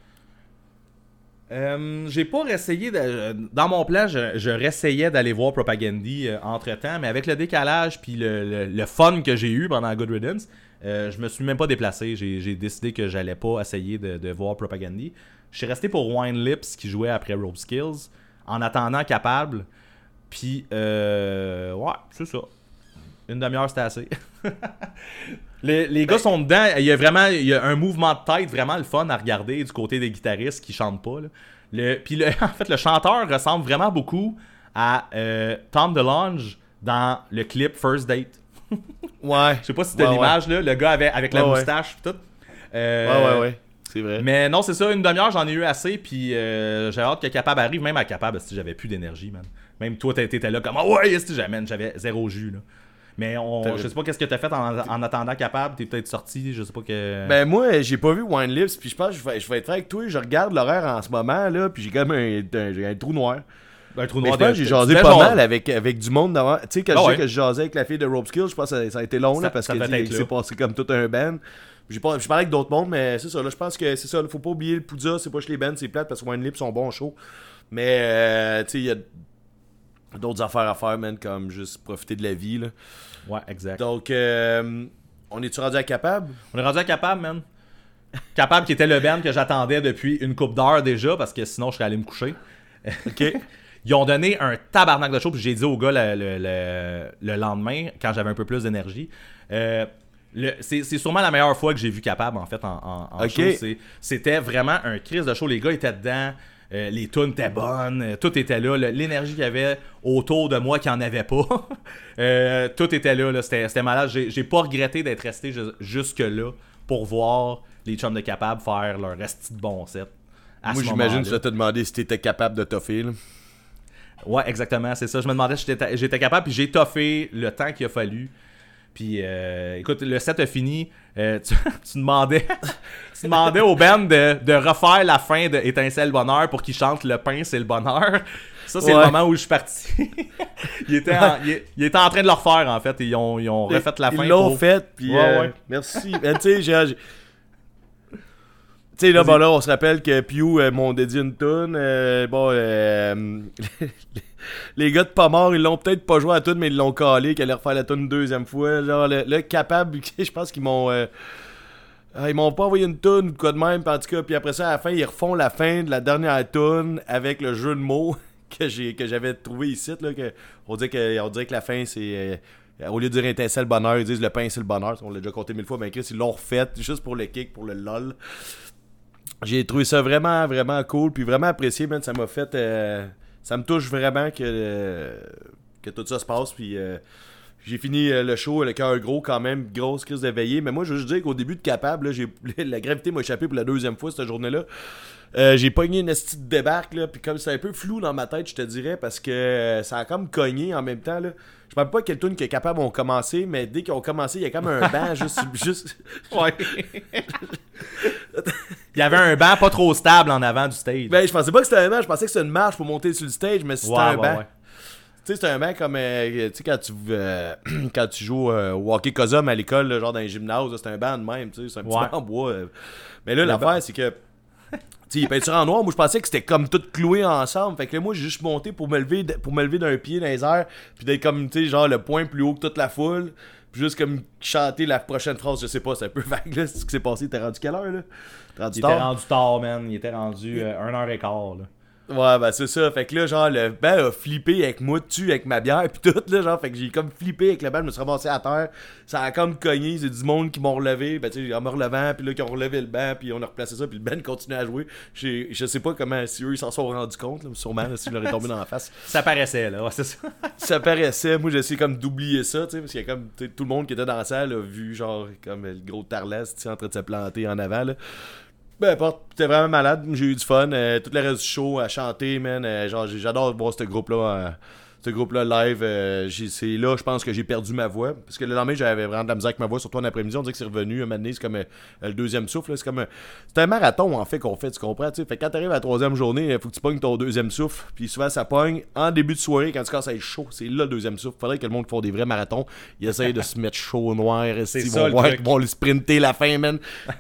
Euh, j'ai pas réessayé de... Dans mon plan, je, je réessayais d'aller voir Propagandhi euh, entre-temps, mais avec le décalage puis le, le, le fun que j'ai eu pendant Good Riddance, euh, je me suis même pas déplacé. J'ai, j'ai décidé que j'allais pas essayer de, de voir Propagandhi. Je suis resté pour Wine Lips qui jouait après Rope Skills, en attendant Capable. Puis, euh, ouais, c'est ça. Une demi-heure, c'était assez. les, les gars sont dedans. Il y a vraiment il y a un mouvement de tête vraiment le fun à regarder du côté des guitaristes qui chantent pas. Là. Le, puis le, en fait, le chanteur ressemble vraiment beaucoup à euh, Tom DeLonge dans le clip First Date. Ouais. Je sais pas si c'était Ouais, l'image, là, le gars avec, avec la Ouais, ouais. moustache et tout. Ouais, Euh, ouais, ouais. C'est vrai. Mais non, c'est ça, une demi-heure, j'en ai eu assez, puis euh, j'ai hâte que Capable arrive, même à Capable, si j'avais plus d'énergie, man. Même toi, t'étais là comme, ah ouais, si j'amène, j'avais zéro jus, là. Mais on, T'as- je sais pas qu'est-ce que t'as fait en, en attendant Capable, t'es peut-être sorti, je sais pas que... Ben moi, j'ai pas vu Wine Lips, puis je pense que je vais, je vais être franc avec toi, je regarde l'horaire en ce moment, là, puis j'ai comme un, un, j'ai un trou noir. un trou Mais noir je pense de- que j'ai tu jasé devais pas jaser. mal avec, avec du monde d'avant. Tu sais, quand Ah je ouais. sais que je jasais avec la fille de Rope Skills, je pense que ça, ça a été long, Ça- là, parce ça que devait il être là. s'est passé comme tout un band. J'ai pas, j'ai parlé avec d'autres mondes, mais c'est ça, là, je pense que c'est ça, là, faut pas oublier le Poudza, c'est pas chez les bands, c'est plate, parce que Wine Lips sont bons shows. Mais, euh, tu sais, il y a d'autres affaires à faire, man, comme juste profiter de la vie, là. Ouais, exact. Donc, euh, on est-tu rendu à Capable? On est rendu à Capable, man. Capable qui était le band que j'attendais depuis une couple d'heures déjà, parce que sinon je serais allé me coucher. Ok. Ils ont donné un tabarnak de show, puis j'ai dit au gars le, le, le, le lendemain, quand j'avais un peu plus d'énergie, euh, le, c'est, c'est sûrement la meilleure fois que j'ai vu Capable, en fait, en, en, en okay. show. C'est, c'était vraiment un crise de show. Les gars étaient dedans, euh, les tunes étaient bonnes, euh, tout était là. Le, l'énergie qu'il y avait autour de moi, qu'il n'y en avait pas, euh, tout était là. là c'était, c'était malade. J'ai, j'ai pas regretté d'être resté ju- jusque-là pour voir les chums de Capable faire leur resti de bon set. Moi, j'imagine que je vais te demander si t'étais capable de toffer, là. Ouais, exactement, c'est ça. Je me demandais si j'étais, j'étais capable, puis j'ai toffé le temps qu'il a fallu. Puis, euh, écoute, le set a fini. Euh, tu, tu demandais tu demandais au band de, de refaire la fin de Étincelle Bonheur pour qu'ils chantent Le pain, c'est le bonheur. Ça, c'est ouais. le moment où je suis parti. il, était en, il, il était en train de le refaire, en fait. Ils ont, ils ont refait la ils fin. Ils l'ont pour... fait, puis ouais, euh, ouais. merci. Ben, tu sais, j'ai... j'ai... Tu sais, là, bon, là, on se rappelle que Pew euh, m'ont dédié une toune. Euh, bon, euh, les gars de Pas Mort, ils l'ont peut-être pas joué à la toune, mais ils l'ont calé, qu'elle allait refaire la toune une deuxième fois. Genre, le, le Capable, je pense qu'ils m'ont... Euh, ils m'ont pas envoyé une toune ou quoi de même, en tout cas. Puis après ça, à la fin, ils refont la fin de la dernière toune avec le jeu de mots que, j'ai, que j'avais trouvé ici. Là, que, on, dirait que, on dirait que la fin, c'est... Euh, au lieu de dire Étincelle Bonheur, ils disent Le pain, c'est le bonheur. On l'a déjà compté mille fois, mais Chris, ils l'ont refait juste pour le kick, pour le lol. J'ai trouvé ça vraiment, vraiment cool, puis vraiment apprécié, man. Ça m'a fait... Euh, ça me touche vraiment que, euh, que tout ça se passe, puis euh, j'ai fini euh, le show, le cœur gros quand même, grosse crise de veillée. Mais moi, je veux juste dire qu'au début de Capable, là, j'ai, la gravité m'a échappé pour la deuxième fois cette journée-là. Euh, j'ai pogné une petite débarque, là, puis comme c'est un peu flou dans ma tête, je te dirais, parce que euh, ça a comme cogné en même temps, là. Je ne sais pas quelle tune que Capable ont commencé, mais dès qu'ils ont commencé, il y a comme un banc juste... juste... Ouais. Il y avait un banc pas trop stable en avant du stage. Ben, je pensais pas que c'était un banc, je pensais que c'était une marche pour monter sur le stage, mais c'était ouais, un ouais, banc. Ouais. Tu sais, c'est un banc comme euh, tu sais, quand tu euh, quand tu joues euh, au hockey Cosum à l'école, là, genre dans les gymnases, là, c'est un banc de même, tu sais, c'est un petit ouais. banc en bois. Euh. Mais là, le l'affaire, banc. c'est que tu sais, il est peinturé en noir. Moi, je pensais que c'était comme tout cloué ensemble. Fait que là, moi, j'ai juste monté pour me lever, pour me lever d'un pied dans les airs, puis d'être comme, tu sais, genre le point plus haut que toute la foule, puis juste comme chanter la prochaine phrase. Je sais pas, c'est un peu vague, là. C'est ce qui s'est passé. T'es rendu quelle heure, là? T'es rendu il tard? était rendu tard, man. Il était rendu euh, une heure et quart, là. Ouais, ben c'est ça. Fait que là, genre, le banc a flippé avec moi dessus, avec ma bière, pis tout, là, genre. Fait que j'ai comme flippé avec le banc, je me suis ramassé à terre. Ça a comme cogné, c'est du monde qui m'ont relevé. Ben, tu sais, en me relevant, pis là, qui ont relevé le banc, pis on a replacé ça, pis le band continue à jouer. J'ai, je sais pas comment, si eux, ils s'en sont rendus compte, là, sûrement, là, si je leur ai tombé dans la face. Ça paraissait, là, ouais, c'est ça. Ça paraissait. Moi, j'essayais comme d'oublier ça, tu sais, parce qu'il y a comme, tout le monde qui était dans la salle a vu, genre, comme le gros tarlas, tu sais, en train de se planter en avant, là. Ben, c'était vraiment malade. J'ai eu du fun. Euh, tout le reste du show à chanter, man. Euh, genre, j'adore voir ce groupe-là. Euh, ce groupe-là live. Euh, j'ai, c'est là, je pense que j'ai perdu ma voix. Parce que le lendemain, j'avais vraiment de la misère avec ma voix. Surtout en après-midi, on dirait que c'est revenu. Un moment donné, c'est comme euh, le deuxième souffle. Là, c'est comme. Euh, c'est un marathon, en fait, qu'on fait. Tu comprends? T'sais? Fait que quand t'arrives à la troisième journée, il faut que tu pognes ton deuxième souffle. Puis souvent, ça pogne en début de soirée, quand tu commences à être chaud. C'est là le deuxième souffle. Faudrait que le monde qui font des vrais marathons, ils essayent de se mettre chaud au noir. C'est ils ça, vont voir truc. qu'ils vont les sprinter la fin, man.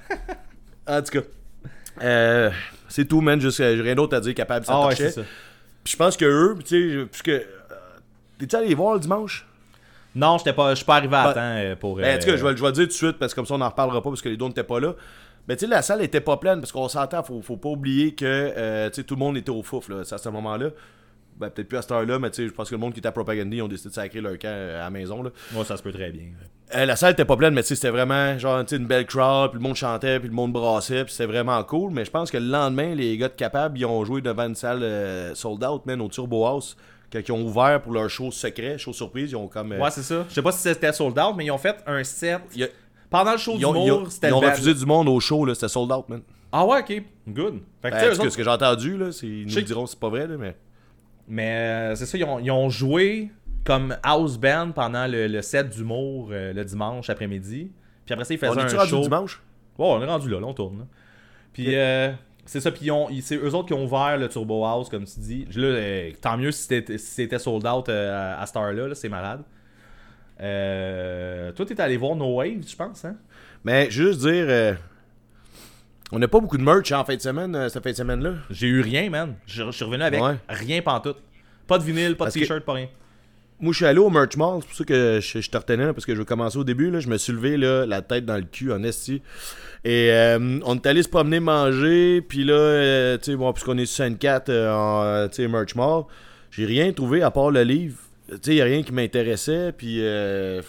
En tout cas. Euh, c'est tout, man. Juste, j'ai rien d'autre à dire capable de s'attacher. Ah ouais, Puis je pense que eux, tu sais, puisque. Euh, t'es-tu allé les voir le dimanche? Non, j'étais pas, je suis pas arrivé à ben, temps euh, pour. Ben, en tout cas, euh... je vais, je vais le dire tout de suite parce que comme ça, on n'en reparlera pas parce que les deux n'étaient pas là. Mais tu sais, la salle était pas pleine parce qu'on s'entend, faut, faut pas oublier que euh, tu sais, tout le monde était au fouf là, à ce moment-là. Ben, peut-être plus à cette heure-là, mais tu sais, je pense que le monde qui était à Propaganda, ils ont décidé de sacrer leur camp à la maison. Là. Moi, ça se peut très bien. Euh, la salle était pas pleine, mais tu sais, c'était vraiment genre, tu sais, une belle crowd, puis le monde chantait, puis le monde brassait, puis c'était vraiment cool. Mais je pense que le lendemain, les gars de Capable, ils ont joué devant une salle euh, sold out, man, au Turbo House, quand ils ont ouvert pour leur show secret, show surprise. Ils ont comme. Euh... Ouais, c'est ça. Je sais pas si c'était sold out, mais ils ont fait un set. A... Pendant le show ils ont, d'humour, ils ont, c'était Ils ont le refusé du monde au show, là, c'était sold out, man. Ah ouais, ok, good. Fait que, ben, autres... ce que j'ai entendu, là, c'est... ils nous diront que c'est pas vrai, là, mais. Mais euh, c'est ça, ils ont, ils ont joué comme house band pendant le, le set d'humour euh, le dimanche après-midi. Puis après ça, ils faisaient on un est-tu show. rendu dimanche? Ouais, on est rendu là, là on tourne. Là. Puis okay. euh, c'est ça, puis ils ont, ils, c'est eux autres qui ont ouvert le Turbo House, comme tu dis. Là, euh, tant mieux si c'était, si c'était sold out euh, à cette heure-là, là, c'est malade. Euh, toi, t'es allé voir No Wave, je pense, hein? Mais juste dire, euh, on n'a pas beaucoup de merch en fin de semaine, euh, cette fin de semaine-là. J'ai eu rien, man. Je, je suis revenu avec ouais. rien pantoute. Pas de vinyle, pas de parce t-shirt, que... pas rien. Moi, je suis allé au Merch Mall, c'est pour ça que je, je te retenais, là, parce que je vais commencer au début. Là, je me suis levé là, la tête dans le cul, en esti. Et euh, on est allé se promener manger, puis là, euh, tu sais, bon, puisqu'on est sur Sainte-Cat, euh, en, tu sais, Merch Mall, j'ai rien trouvé à part le livre. Tu sais, y a rien qui m'intéressait, puis... Euh,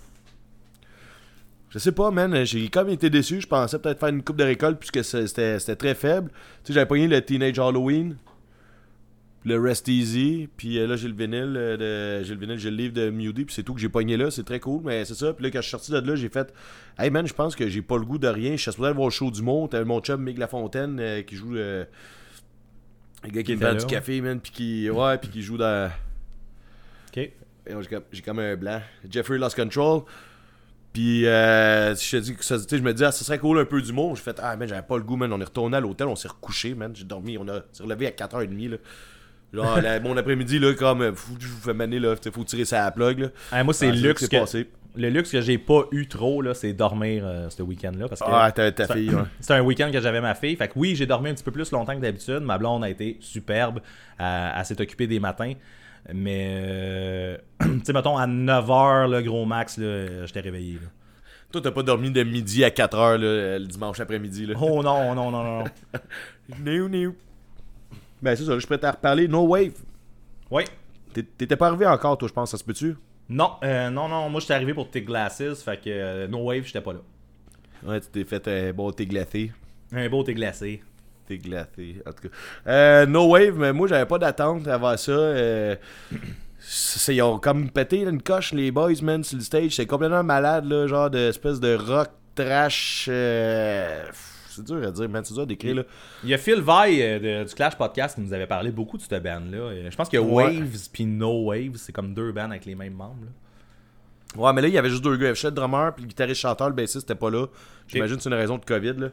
je sais pas, man, j'ai comme été déçu. Je pensais peut-être faire une coupe de récolte puisque c'était, c'était très faible. Tu sais, j'avais pogné le Teenage Halloween, le Rest Easy, puis euh, là, j'ai le vinyle, euh, de, j'ai le vinyle, j'ai le livre de Mewdy, puis c'est tout que j'ai pogné là. C'est très cool, mais c'est ça. Puis là, quand je suis sorti de là, j'ai fait « Hey, man, je pense que j'ai pas le goût de rien. Je suis supposé aller voir le show du monde. T'avais mon chum Mick Lafontaine euh, qui joue... Euh, le gars qui vend du café, man, puis qui... Ouais, puis qui joue dans... Ok. Et, oh, j'ai, j'ai comme un blanc. Jeffrey Lost Control. Puis, euh, je te dis que ça, tu sais, je me dis, ah, ça serait cool un peu d'humour. J'ai fait, ah, man, j'avais pas le goût, man. On est retourné à l'hôtel, on s'est recouché, man. J'ai dormi, on a, s'est relevé à quatre heures trente, là. Genre, la, mon après-midi, là, comme, je vous fais maner, là, faut tirer ça à la plug, là. Ah, moi, c'est ah, le luxe c'est que, passé. le luxe que j'ai pas eu trop, là, c'est dormir euh, ce week-end-là. Parce que ah, t'as ta fille, ouais. C'était un week-end que j'avais ma fille. Fait que oui, j'ai dormi un petit peu plus longtemps que d'habitude. Ma blonde a été superbe. Elle, elle s'est occupée des matins. Mais, euh, tu sais, mettons, à neuf heures, le gros max, là, j'étais réveillé, là. Toi, t'as pas dormi de midi à quatre heures là, le dimanche après-midi. Là. Oh non, non, non, non. New, new. Ben, c'est ça, je suis prêt à reparler. No Wave. Oui. T'étais pas arrivé encore, toi, je pense, ça se peut-tu? Non, euh, non, non. Moi, j'étais arrivé pour Tes Glasses. Fait que euh, No Wave, j'étais pas là. Ouais, tu t'es fait un bon thé glacé. Un beau Thé glacé. Thé glacé, en tout cas. Euh, no Wave, mais moi, j'avais pas d'attente avant ça. Euh... C'est, ils ont comme pété une coche, les boys, man, sur le stage. C'est complètement malade, là, genre d'espèce de rock trash. Euh... C'est dur à dire, man, c'est dur à décrire, là. Il y a Phil Vai euh, de, du Clash Podcast qui nous avait parlé beaucoup de cette band-là. Je pense qu'il y a ouais. Waves puis No Waves. C'est comme deux bands avec les mêmes membres, là. Ouais, mais là, il y avait juste deux gars. Le drummer, puis le guitariste-chanteur, le bassiste, c'était pas là. J'imagine que c'est une raison de COVID, là.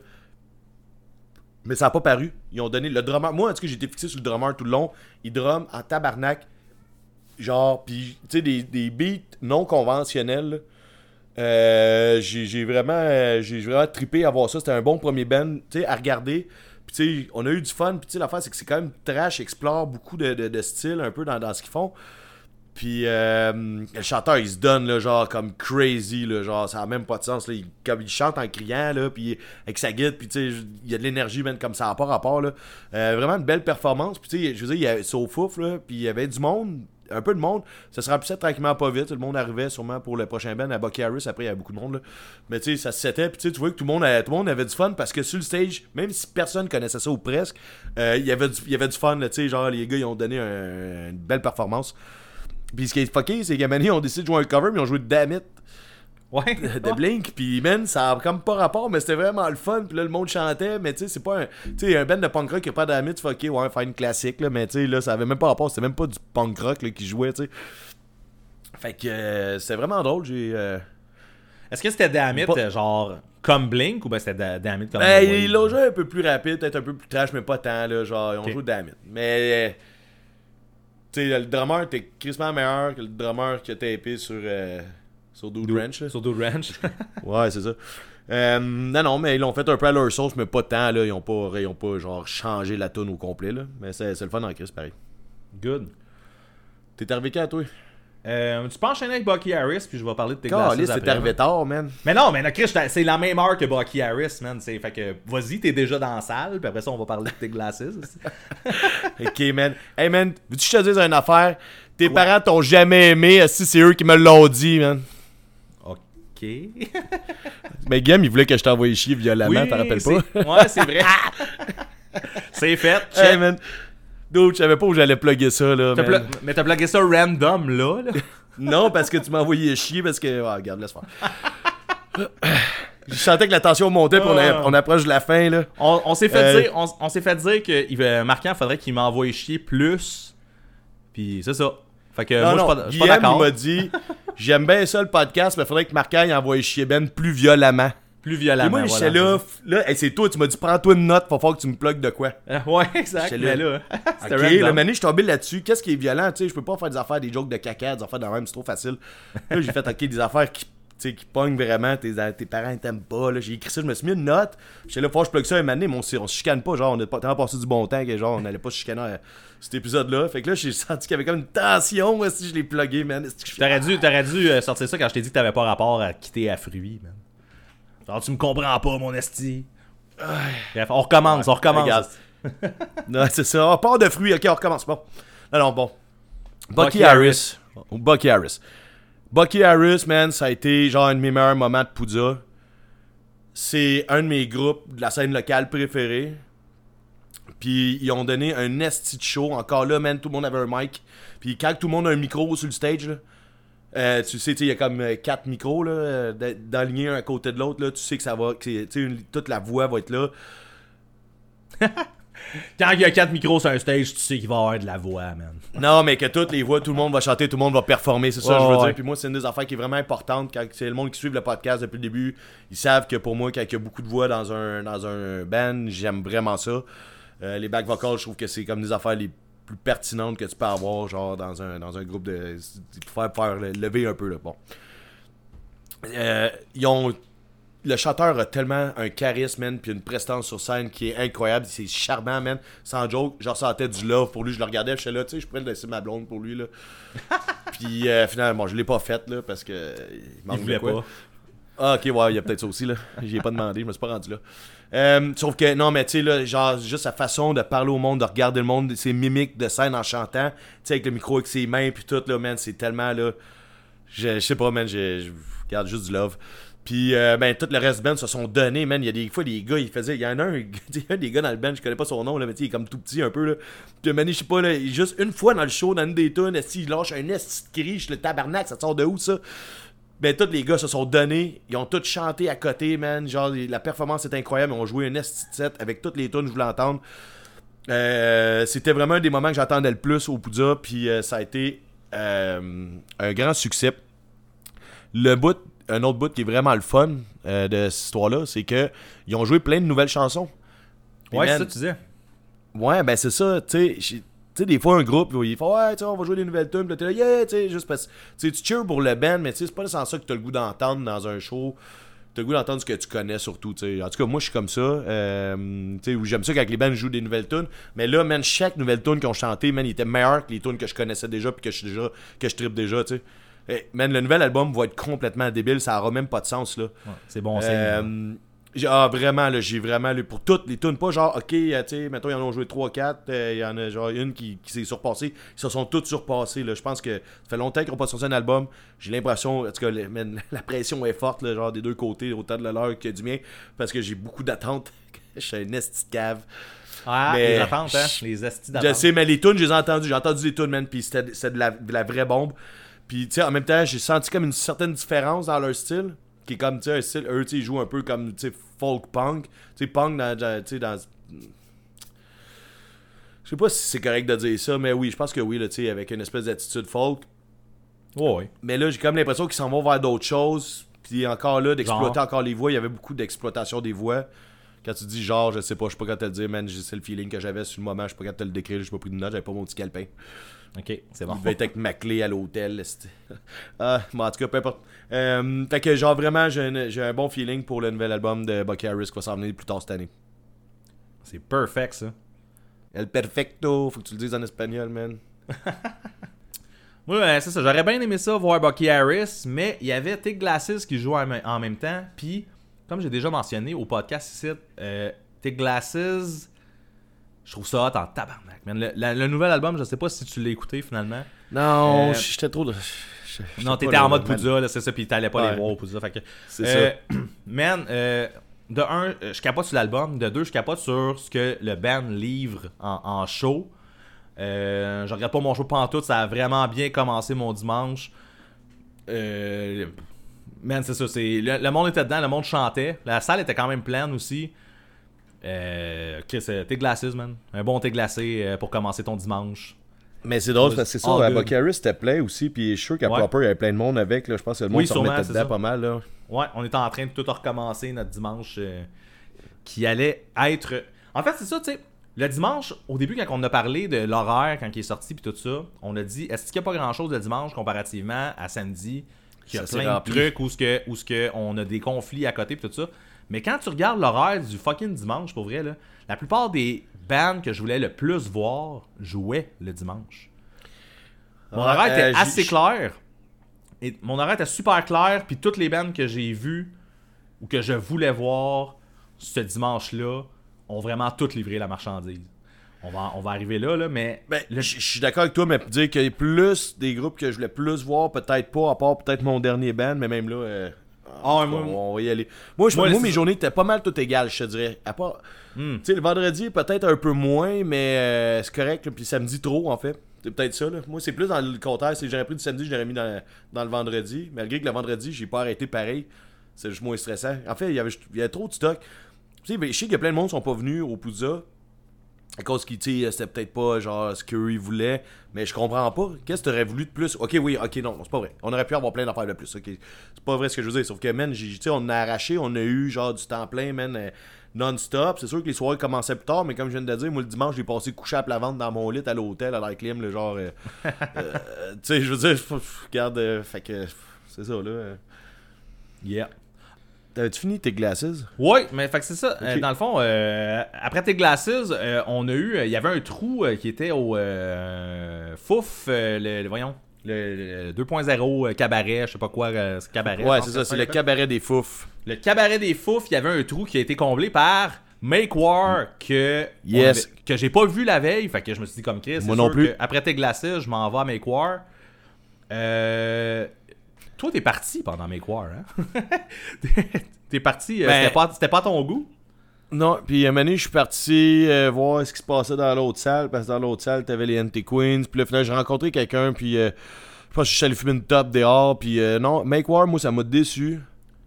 Mais ça a pas paru. Ils ont donné le drummer. Moi, en tout cas, j'ai été fixé sur le drummer tout le long. Il drum en tabarnak. Genre, pis, tu sais, des, des beats non conventionnels. Euh, j'ai, j'ai vraiment euh, j'ai vraiment trippé à voir ça. C'était un bon premier band, tu sais, à regarder. Puis, tu sais, on a eu du fun. Puis, tu sais, l'affaire, c'est que c'est quand même trash, explore beaucoup de, de, de styles un peu dans, dans ce qu'ils font. Puis, euh, le chanteur, il se donne, là, genre, comme crazy, là, genre, ça a même pas de sens, là. Il, comme il chante en criant, là, puis avec sa guitare, puis, tu sais, il y a de l'énergie, même, comme ça n'a pas rapport, là. Euh, vraiment une belle performance. Puis, tu sais, je veux dire, il y avait Sofouf, là, puis il y avait du monde. Un peu de monde, ça se remplissait tranquillement pas vite. Le monde arrivait sûrement pour le prochain band à Bucky Harris. Après, il y avait beaucoup de monde. Là. Mais tu sais, ça se settait. Puis tu vois que tout le, monde avait, tout le monde avait du fun parce que sur le stage, même si personne connaissait ça ou presque, euh, il y avait du, il y avait du fun. Là, genre, les gars, ils ont donné un, une belle performance. Puis ce qui est fucké, c'est qu'à Mani, ils ont décidé de jouer un cover, mais ils ont joué Damn It. Ouais. De Blink, puis man, ça a comme pas rapport, mais c'était vraiment le fun. Puis là, le monde chantait, mais tu sais, c'est pas un. Tu sais, un band de punk rock qui a pas d'amis, tu fais ok, ouais, faire une classique, là, mais tu sais, là, ça avait même pas rapport, c'était même pas du punk rock là, qui jouait, tu sais. Fait que euh, c'était vraiment drôle, j'ai. Euh... Est-ce que c'était Damn It, pas... genre comme Blink, ou ben c'était Damn It comme. Ben, ils l'ont joué un peu plus rapide, peut-être un peu plus trash, mais pas tant, là, genre, ils ont okay. joué Damn It. Mais. Euh... Tu sais, le drummer était crissement meilleur que le drummer qui a tapé sur. Euh... Sur Dude Ranch. Là. Sur Dude Ranch. Ouais, c'est ça. Euh, non, non, mais ils l'ont fait un peu à leur sauce, mais pas tant. Là. Ils ont pas, ils ont pas genre, changé la tune au complet. Là. Mais c'est, c'est le fun en Chris, pareil. Good. T'es arrivé quand, toi? Euh, tu peux enchaîner avec Bucky Harris, puis je vais parler de tes glasses après. C'est arrivé tard, man. Mais non, mais là, Chris, c'est la même heure que Bucky Harris, man. C'est, fait que, vas-y, t'es déjà dans la salle, puis après ça, on va parler de tes glasses. Ok, man. Hey, man, veux-tu que je te dise une affaire? Tes Quoi? Parents t'ont jamais aimé, si c'est eux qui me l'ont dit, man. Ok. Mais Guillaume, il voulait que je t'envoie chier violemment, oui, t'en rappelles pas? Ouais, c'est vrai. C'est fait. Check. Hey, man. Dude, je savais pas où j'allais plugger ça, là. T'as pl- mais t'as plugué ça random, là, là? Non, parce que tu m'as envoyé chier, parce que... Oh, regarde, laisse faire. Je sentais que la tension montait, puis on, a, on approche de la fin, là. On, on s'est fait euh... dire, on, on s'est fait dire que il, Marquand, faudrait qu'il m'envoie chier plus. Puis c'est ça. Fait que non, moi, non, je suis pas, pas d'accord. Il m'a dit, j'aime bien ça le podcast, mais il faudrait que Marquand envoie chier Ben plus violemment. Plus violemment. Et moi, voilà. j'étais là, là hey, c'est toi, tu m'as dit, prends-toi une note, faut falloir que tu me plugues de quoi. Euh, ouais, exact. J'étais là. là. C'était ok, random. le mané, je suis tombé là-dessus. Qu'est-ce qui est violent, tu sais, je peux pas faire des affaires, des jokes de caca, des affaires de même, c'est trop facile. Là, j'ai fait, ok, des affaires qui. Tu sais, qui pognent vraiment, tes, tes parents t'aiment pas, là. J'ai écrit ça, je me suis mis une note. J'étais là, faut que je plug ça un moment donné, mais on, on se chicane pas, genre, on a tellement passé du bon temps que genre, on allait pas se chicaner à cet épisode-là. Fait que là, j'ai senti qu'il y avait comme une tension, moi, si je l'ai plugué, man. Je... T'aurais dû, t'aurais dû euh, sortir ça quand je t'ai dit que t'avais pas rapport à quitter à Fruits, man. Genre, tu me comprends pas, mon esti. Bref, on recommence, ouais, on recommence. Non, c'est ça, on part de Fruits, ok, on recommence, bon. Non, non, bon. Bucky, Bucky Harris. Harris. Ou Bucky Harris. Bucky Harris, man, ça a été genre un de mes meilleurs moments de Poudja. C'est un de mes groupes de la scène locale préférés. Puis ils ont donné un esti de show. Encore là, man, tout le monde avait un mic. Puis quand tout le monde a un micro sur le stage, là, euh, tu sais, il y a comme quatre micros là, d'alignés un à côté de l'autre. Là, tu sais que ça va, que une, toute la voix va être là. Quand il y a quatre micros sur un stage, tu sais qu'il va y avoir de la voix, man. Non, mais que toutes les voix, tout le monde va chanter, tout le monde va performer, c'est ça que oh, je veux ouais. dire. Puis moi, c'est une des affaires qui est vraiment importante. Quand c'est le monde qui suit le podcast depuis le début, ils savent que pour moi, quand il y a beaucoup de voix dans un, dans un band, j'aime vraiment ça. Euh, les back vocals, je trouve que c'est comme des affaires les plus pertinentes que tu peux avoir, genre dans un, dans un groupe de. Pour faire, faire lever un peu, là. Bon. Euh, ils ont. Le chanteur a tellement un charisme, man, puis une prestance sur scène qui est incroyable. C'est charmant, man. Sans joke, je ressentais du love pour lui. Je le regardais, je suis là, tu sais, je pourrais le laisser ma blonde pour lui, là. Puis euh, finalement, bon, je l'ai pas faite, là, parce que. Il, il voulait quoi. pas. Ah, ok, ouais, il y a peut-être ça aussi, là. J'y ai pas demandé, je me suis pas rendu là. Euh, sauf que, non, mais tu sais, là, genre, juste sa façon de parler au monde, de regarder le monde, ses mimiques de scène en chantant, tu sais, avec le micro, avec ses mains, puis tout, là, man, c'est tellement, là. Je, je sais pas, man, je, je regarde juste du love. Puis, euh, ben, tout le reste du band se sont donnés, man. Il y a des fois, des gars, ils faisaient. Il y en a un, il y a un des gars dans le band, je connais pas son nom, là, mais tu sais, il est comme tout petit un peu, là. Puis, man, je sais pas, là, juste une fois dans le show, dans une des tunes, il lâche un esti de cri, je le tabarnak, ça te sort de où, ça? Ben, tous les gars se sont donnés, ils ont tous chanté à côté, man. Genre, la performance est incroyable, ils ont joué un esti de set avec toutes les tunes, je voulais entendre. Euh, c'était vraiment un des moments que j'attendais le plus au Poudja, puis euh, ça a été euh, un grand succès. Le bout. Un autre bout qui est vraiment le fun euh, de cette histoire-là, c'est que ils ont joué plein de nouvelles chansons. Puis ouais, man, c'est ça que tu disais. Ouais, ben c'est ça, tu sais. Tu sais, des fois, un groupe, il fait ouais, tu sais, on va jouer des nouvelles tunes, pis t'es là, yeah, tu sais, juste parce que tu cheers pour le band, mais tu sais, c'est pas nécessairement ça que t'as le goût d'entendre dans un show. T'as le goût d'entendre ce que tu connais surtout, tu sais. En tout cas, moi, je suis comme ça. Euh, tu sais, j'aime ça quand les bands jouent des nouvelles tunes. Mais là, man, chaque nouvelle tune qu'ils ont chanté, man, il était meilleur que les tunes que je connaissais déjà, puis que je déjà, que je trippe déjà, tu sais. Hey, man, le nouvel album va être complètement débile, ça aura même pas de sens, là. Ouais, c'est bon, c'est euh, Ah, vraiment, là, j'ai vraiment lu pour toutes les tunes, pas genre, ok, tu sais, mettons, ils en ont joué trois quatre, il euh, y en a genre une qui, qui s'est surpassée, ils se sont toutes surpassées, là. Je pense que ça fait longtemps qu'ils n'ont pas sorti un album, j'ai l'impression, en tout cas, le, man, la pression est forte, là, genre des deux côtés, autant de la leur que du mien, parce que j'ai beaucoup d'attentes, je suis un esti de cave. Ah, mais les attentes, hein, les estis d'attente. Je sais, mais les tunes, je les ai entendues, j'ai entendu des tunes, man, puis c'était, c'était de, la, de la vraie bombe. Puis, tu sais, en même temps, j'ai senti comme une certaine différence dans leur style, qui est comme, tu sais, un style, eux, tu sais, ils jouent un peu comme, tu sais, folk punk. Tu sais, punk dans, tu sais, dans... Je sais pas si c'est correct de dire ça, mais oui, je pense que oui, là, tu sais, avec une espèce d'attitude folk. Oh, oui. Mais là, j'ai comme l'impression qu'ils s'en vont vers d'autres choses, puis encore là, d'exploiter genre. Encore les voix, il y avait beaucoup d'exploitation des voix. Quand tu dis genre, je sais pas, je sais pas quand te le dire, man, c'est le feeling que j'avais sur le moment, je sais pas quand te le décrire, j'ai pas pris de notes, j'avais pas mon petit calepin. Ok, c'est bon. Il devait être avec ma clé à l'hôtel. Ah, mais en tout cas, peu importe. Euh, fait que genre vraiment, j'ai un, j'ai un bon feeling pour le nouvel album de Bucky Harris qui va s'en venir plus tard cette année. C'est perfect, ça. El perfecto, faut que tu le dises en espagnol, man. Oui, ben, c'est ça. J'aurais bien aimé ça, voir Bucky Harris, mais il y avait Tig Glasses qui jouait en même temps. Puis, comme j'ai déjà mentionné au podcast ici, euh, Tig Glasses... Je trouve ça hot en tabarnak, man. Le, la, le nouvel album, je sais pas si tu l'as écouté finalement. Non, euh, j'étais trop... De... Non, t'étais en mode Poudja, là, c'est ça, pis t'allais pas ouais. les voir au Poudja. Fait que, c'est euh, ça. Man, euh, de un, je capote sur l'album. De deux, je capote sur ce que le band livre en, en show. Euh, je regarde pas mon show pantoute, ça a vraiment bien commencé mon dimanche. Euh, man, c'est ça, c'est le, le monde était dedans, le monde chantait. La salle était quand même pleine aussi. Euh, Chris, thé glacé, man. Un bon thé glacé euh, pour commencer ton dimanche. Mais c'est drôle, parce que c'est ça, à Bucky Harris c'était plein aussi, puis je suis sûr qu'à ouais. Proper, il y avait plein de monde avec, là. Je pense que le monde oui, se remettait dedans ça. Pas mal, là. Ouais, on était en train de tout recommencer notre dimanche euh, qui allait être... En fait, c'est ça, tu sais, le dimanche, au début, quand on a parlé de l'horaire, quand il est sorti, puis tout ça, on a dit, est-ce qu'il n'y a pas grand-chose le dimanche comparativement à samedi, qu'il y a ça, plein de trucs où, ce que, où ce que on a des conflits à côté, puis tout ça. Mais quand tu regardes l'horaire du fucking dimanche, pour vrai, là, la plupart des bands que je voulais le plus voir jouaient le dimanche. Mon ah, horaire euh, était assez j... clair. Et mon horaire était super clair, puis toutes les bands que j'ai vues ou que je voulais voir ce dimanche-là ont vraiment toutes livré la marchandise. On va, on va arriver là, là, mais... Ben, le- je je suis d'accord avec toi, mais pour dire qu'il y a plus des groupes que je voulais plus voir, peut-être pas, à part peut-être mon dernier band, mais même là, euh, Ah, ouais, on, moi- on va y aller. Moi, je, Moi, moi, c'est mes ça. journées étaient pas mal toutes égales, je te dirais. À part, Hmm. tu sais, le vendredi, peut-être un peu moins, mais euh, c'est correct, là, puis samedi trop, en fait. C'est peut-être ça, là. Moi, c'est plus dans le contraire, c'est que j'aurais pris du samedi, je l'aurais mis dans, dans le vendredi, malgré que le vendredi, j'ai pas arrêté pareil. C'est juste moins stressant. En fait, il y avait, il y avait trop de stock. Tu sais, ben, je sais qu'il y a plein de monde qui sont pas venus au Poudza. À cause qu'il, tu sais, c'était peut-être pas genre ce qu'eux voulaient. Mais je comprends pas. Qu'est-ce que t'aurais voulu de plus? Ok, oui, ok, non, non, c'est pas vrai. On aurait pu avoir plein d'affaires de plus. Ok, c'est pas vrai ce que je veux dire. Sauf que, man, j'ai- tu sais, on a arraché, on a eu genre du temps plein, man, euh, non-stop. C'est sûr que les soirées commençaient plus tard, mais comme je viens de le dire, moi le dimanche, j'ai passé couché à plat ventre dans mon lit à l'hôtel, à l'air clim, le genre. euh, euh, tu sais, je veux dire, regarde, euh, fait que. C'est ça, là. euh. Yeah. T'avais-tu fini tes glasses? Ouais, mais fait que c'est ça. Euh, Ok. dans le fond, euh, après tes glasses, euh, on a eu... Il y avait un trou euh, qui était au euh, Fouf, euh, le, le- voyons, le, le deux point zéro euh, cabaret, je sais pas quoi, euh, ce cabaret. je Ouais, pense c'est que ça, c'est le s'appelle. cabaret des fouf. Le cabaret des Fouf, il y avait un trou qui a été comblé par Make War que, on Yes. avait- que j'ai pas vu la veille. Fait que je me suis dit comme Chris, c'est Moi non sûr plus. que après tes glasses, je m'en vais à Make War. Euh... Toi, t'es parti pendant Make War, hein? T'es parti, euh, Ben- c'était pas, c'était pas à ton goût? Non, puis à un moment donné, je suis parti euh, voir ce qui se passait dans l'autre salle, parce que dans l'autre salle, t'avais les Anti-Queens, puis là, finalement, j'ai rencontré quelqu'un, puis euh, je pense que je suis allé fumer une top dehors, puis euh, non, Make War, moi, ça m'a déçu.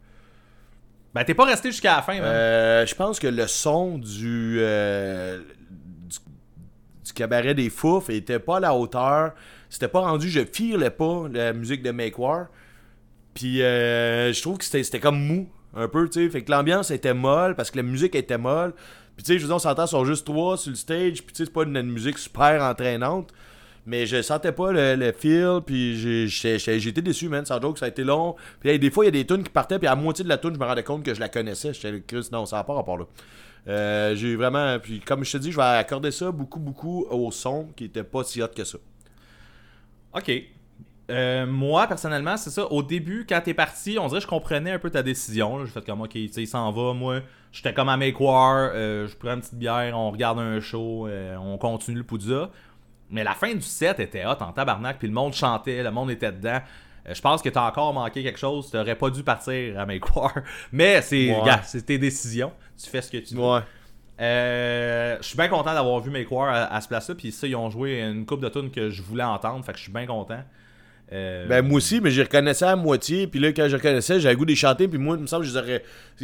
Ben, t'es pas resté jusqu'à la fin, man. Euh, je pense que le son du, euh, du, du cabaret des Fouf était pas à la hauteur, c'était pas rendu, je filais pas la musique de Make War, puis euh, je trouve que c'était c'était comme mou. Un peu, tu sais. Fait que l'ambiance était molle parce que la musique était molle. Puis, tu sais, je veux dire, on s'entend, ils sont juste trois sur le stage. Puis, tu sais, c'est pas une, une musique super entraînante. Mais je sentais pas le, le feel. Puis, j'ai- j'étais j'étais- j'ai été déçu, man. Sans joke, ça a été long. Puis, hey, des fois, il y a des tunes qui partaient. Puis, à la moitié de la tune, je me rendais compte que je la connaissais. J'étais Chris, non, ça n'a pas rapport là. Euh, j'ai vraiment. Puis, comme je te dis, je vais accorder ça beaucoup, beaucoup au son qui était pas si hot que ça. Ok. Euh, moi, personnellement, c'est ça. Au début, quand t'es parti, on dirait que je comprenais un peu ta décision. là. J'ai fait comme, ok, tu sais, il s'en va. Moi, j'étais comme à Make War. euh, je prends une petite bière, on regarde un show, euh, on continue le Poudza. Mais la fin du set était hot en tabarnak. Puis le monde chantait, le monde était dedans. Euh, je pense que t'as encore manqué quelque chose. T'aurais pas dû partir à Make War. Mais c'est, Ouais. gars, c'est tes décisions. Tu fais ce que tu veux. Ouais. Euh, je suis bien content d'avoir vu Make War à, à ce place-là. Puis ça, ils ont joué une coupe de tunes que je voulais entendre. Fait que je suis bien content. Euh, Ben moi aussi, mais je les reconnaissais à moitié. Puis là, quand je reconnaissais, j'avais le goût de les chanter. Puis moi, il me semble que je les aurais.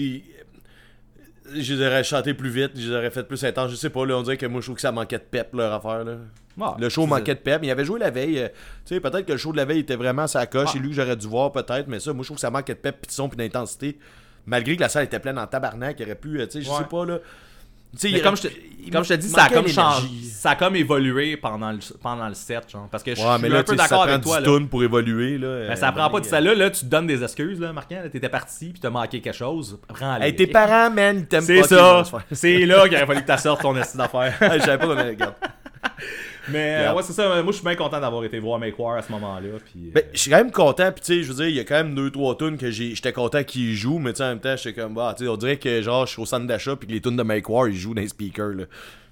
Je les aurais chanté plus vite, je les aurais fait plus intense. Je sais pas, là, on dirait que moi, je trouve que ça manquait de pep, leur affaire. Là. ah, Le show c'est- manquait de pep. Il avait joué la veille. euh, tu sais, peut-être que le show de la veille était vraiment à sa coche. Ah. C'est lui que j'aurais dû voir, peut-être. Mais ça, moi, je trouve que ça manquait de pep, pis de son, pis d'intensité. Malgré que la salle était pleine en tabarnak, il aurait pu. euh, Tu sais, je Ouais. sais pas, là. Tu sais, Mais il comme aurait- je te, il comme je te man- dis, ça a manquait comme changé, l'énergie. ça a comme évolué pendant le, pendant le set, genre. Parce que je, Ouais, je mais suis là, un tu peu sais, ça d'accord prend avec toi, dix là. tonnes pour évoluer, là. Mais ça prend pas de ça là, là, tu te donnes des excuses, là, Marquand. Là, t'étais parti, puis t'as manqué quelque chose. Prends-les. Hey, tes parents, man, ils t'aiment pas. C'est ok, ça. on va se faire. C'est là qu'il aurait fallu que tu sortes ton esti d'affaires. Hey, je savais pas comment. Regarde. Mais euh, Regarde. ouais, c'est ça. Moi, je suis bien content d'avoir été voir Make War à ce moment-là. Puis, euh, Ben, je suis quand même content, pis tu sais, je veux dire, il y a quand même deux trois tunes que j'ai- j'étais content qu'ils jouent, mais tu sais, en même temps, j'étais comme, bah, tu sais, on dirait que genre, je suis au centre d'achat, pis que les tunes de Make War, ils jouent dans les speakers, là.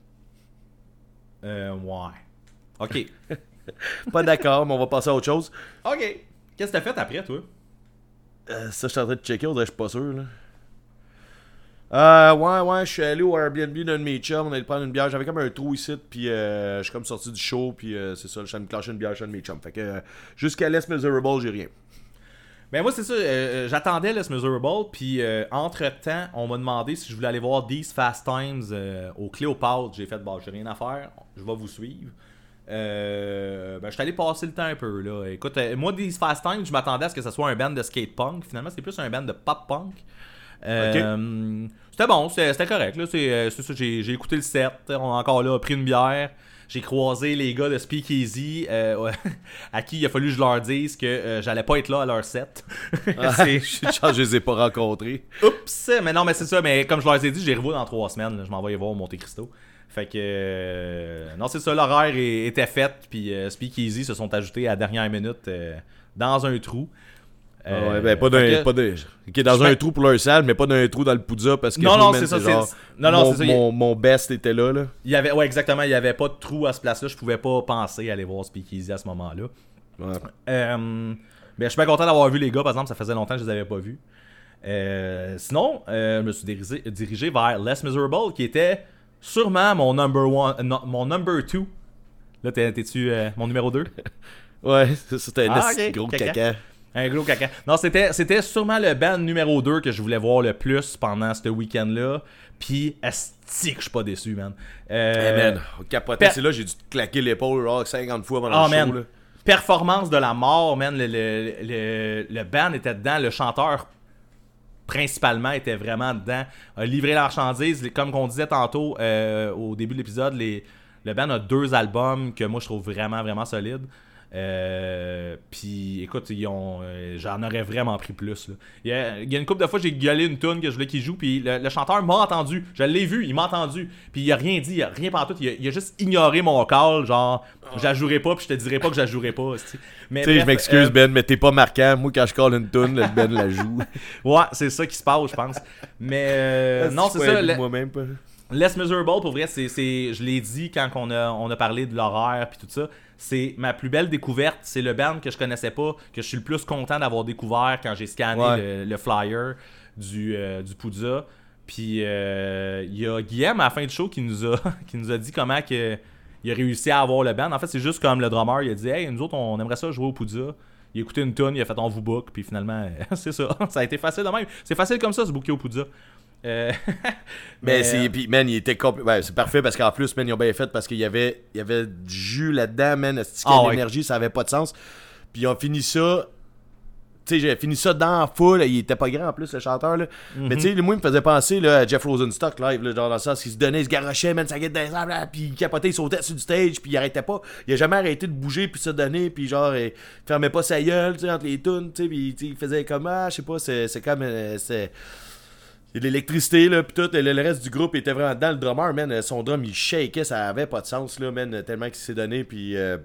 euh, ouais. Ok. Pas d'accord, mais on va passer à autre chose. Ok. Qu'est-ce que t'as fait après, toi? Euh, ça, je suis en train de checker, on dirait que je suis pas sûr, là. Euh, ouais, ouais, je suis allé au Airbnb d'un de mes chums, on allait prendre une bière, j'avais comme un trou ici, puis euh, je suis comme sorti du show, puis euh, c'est ça, je suis allé me clencher une bière chez un de mes chums. Fait que euh, jusqu'à Les Miserable, j'ai rien. Ben moi c'est ça, euh, j'attendais le Miserable, puis euh, entre-temps, on m'a demandé si je voulais aller voir These Fast Times euh, au Cléopâtre. J'ai fait, bah j'ai rien à faire, je vais vous suivre. Euh, ben je suis allé passer le temps un peu là. Écoute, euh, moi These Fast Times, je m'attendais à ce que ce soit un band de skate punk. Finalement, c'est plus un band de pop punk. Euh, C'était bon, c'était c'était correct là. C'est euh, c'est ça, j'ai j'ai écouté le set. On a encore là pris une bière. J'ai croisé les gars de Speakeasy euh, ouais, à qui il a fallu que je leur dise que euh, j'allais pas être là à leur set. C'est- Je les ai pas rencontrés. Oups! Mais non, mais c'est ça. Mais comme je leur ai dit, j'ai revu dans trois semaines. là. Je m'en vais y voir au Monte Cristo. Fait que... euh, non, c'est ça. L'horaire est- était fait. Puis euh, Speakeasy se sont ajoutés à la dernière minute euh, dans un trou. Euh, ah ouais, ben pas d'un. que... Pas d'un... Qui est dans un trou pour leur salle, mais pas d'un trou dans le Poudza parce que. Non, non, man, c'est ça. c'est genre, c'est... Non, non, mon, c'est ça. Mon, mon best était là, là. Il y avait, ouais, exactement. Il n'y avait pas de trou à ce place-là. Je pouvais pas penser à aller voir Speakeasy à ce moment-là. Ouais. Euh, ben, je suis bien content d'avoir vu les gars, par exemple. Ça faisait longtemps que je les avais pas vus. Euh, sinon, euh, je me suis dirigé, dirigé vers Less Miserable, qui était sûrement mon number one, no, mon number two. Là, t'es, t'es-tu euh, mon numéro deux? Ouais, c'était un Ah, okay. gros caca. caca. Un gros caca. Non, c'était, c'était sûrement le band numéro deux que je voulais voir le plus pendant ce week-end-là. Puis, asti que je suis pas déçu, man. Euh, Hey man, on capotait. Per... C'est là, j'ai dû te claquer l'épaule genre, cinquante fois pendant oh, le man. show. Là. Performance de la mort, man. Le, le, le, le band était dedans. Le chanteur, principalement, était vraiment dedans. A livré la marchandise. Comme on disait tantôt euh, au début de l'épisode, les, le band a deux albums que moi, je trouve vraiment, vraiment solides. Euh, puis écoute, ils ont, euh, j'en aurais vraiment pris plus. Là. Il, y a, il y a une couple de fois, j'ai gueulé une tune que je voulais qu'il joue, puis le, le chanteur m'a entendu. Je l'ai vu, il m'a entendu. Puis il a rien dit, il a rien partout. Il a, il a juste ignoré mon call, genre, oh. j'ajouerai pas, puis je te dirai pas que j'ajouerai pas. Tu sais, je m'excuse, euh, Ben, mais t'es pas marquant. Moi, quand je call une tune, le Ben la joue. Ouais, c'est ça qui se passe, je pense. Mais euh, non, c'est ça. Le... Moi-même pas. Less Miserable, pour vrai, c'est, c'est, je l'ai dit quand on a, on a parlé de l'horaire puis tout ça, c'est ma plus belle découverte. C'est le band que je connaissais pas, que je suis le plus content d'avoir découvert quand j'ai scanné ouais. le, le flyer du, euh, du Poudza. Puis il euh, y a Guillaume à la fin du show qui nous a, qui nous a dit comment que, il a réussi à avoir le band. En fait, c'est juste comme le drummer, il a dit « Hey, nous autres, on aimerait ça jouer au Poudza. » Il a écouté une tune, il a fait « On vous book. » Puis finalement, c'est ça. Ça a été facile de même. C'est facile comme ça, se booker au Poudza. Euh... mais, mais c'est puis man il était compl... ouais, c'est parfait parce qu'en plus man ils ont bien fait parce qu'il y avait il y avait du jus là-dedans man c'est oh, l'énergie ouais. Ça avait pas de sens puis ils ont fini ça tu sais j'ai fini ça dans la foule il était pas grand en plus le chanteur là mm-hmm. Mais tu sais moi il me faisait penser là à Jeff Rosenstock live là, genre dans le sens qu'il se donnait il se garochait man ça guette dans les arbres puis il capotait il sautait sur du stage puis il arrêtait pas il a jamais arrêté de bouger puis se donner puis genre il fermait pas sa gueule tu sais entre les tunes tu sais puis il faisait comme ah je sais pas c'est c'est comme euh, c'est l'électricité là pis tout, le, le reste du groupe était vraiment dedans. Le drummer, man, son drum il shakeait, ça avait pas de sens là, man, tellement qu'il s'est donné puis euh,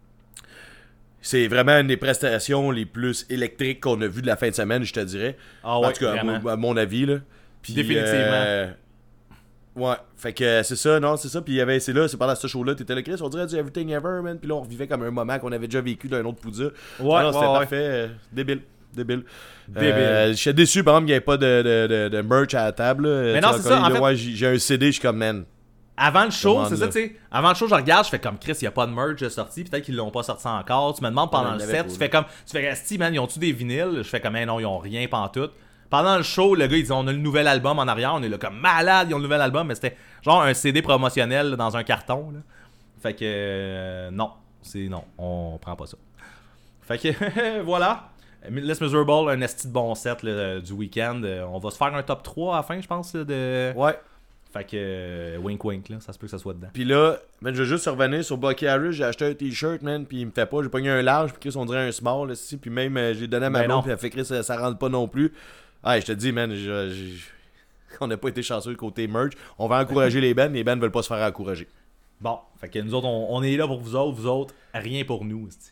c'est vraiment une des prestations les plus électriques qu'on a vu de la fin de semaine, je te dirais. Ah ouais, en tout cas, à mon, à mon avis là. Pis, définitivement. Euh, ouais, fait que c'est ça, non, c'est ça. Puis il y avait, c'est là, c'est pendant ce show-là, t'étais là, Chris, on dirait du Everything Ever, man. Puis là, on revivait comme un moment qu'on avait déjà vécu d'un autre Poudza. Ouais, alors, c'était ouais, parfait, ouais. euh, débile. Débile. Débile. Euh, J'étais déçu, par exemple, qu'il n'y avait pas de, de, de, de merch à la table. Là. Mais non, c'est ça. En fait, ouais, j'ai un C D, je suis comme, man. Avant le show, c'est ça, tu sais. Avant le show, je regarde, je fais comme Chris, il n'y a pas de merch de sortie. Peut-être qu'ils l'ont pas sorti encore. Tu me demandes pendant ouais, le set, tu fais comme. Tu fais, Asti, man, ils ont-tu des vinyles? Je fais comme, hey, non, ils ont rien pantoute. Pendant le show, le gars, il dit, on a le nouvel album en arrière. On est là comme malade, ils ont le nouvel album. Mais c'était genre un C D promotionnel là, dans un carton. Là. Fait que, euh, non. C'est non, on prend pas ça. Fait que, voilà. Less Miserable, un esti de bon set là, du week-end. Euh, on va se faire un top trois à la fin, je pense. Là, de... Ouais. Fait que, euh, wink wink, là, ça se peut que ça soit dedans. Puis là, man, je vais juste revenir sur Bucky Harris. J'ai acheté un t-shirt, man, puis il me fait pas. J'ai pogné un large, puis Chris, on dirait un small, là, si, puis même, euh, j'ai donné à ma blonde, puis elle fait Chris, ça, ça rentre pas non plus. Ah, je te dis, man, je, je... on n'a pas été chanceux côté merch. On va encourager les bands, les bands veulent pas se faire encourager. Bon, fait que nous autres, on, on est là pour vous autres, vous autres, rien pour nous, c'ti.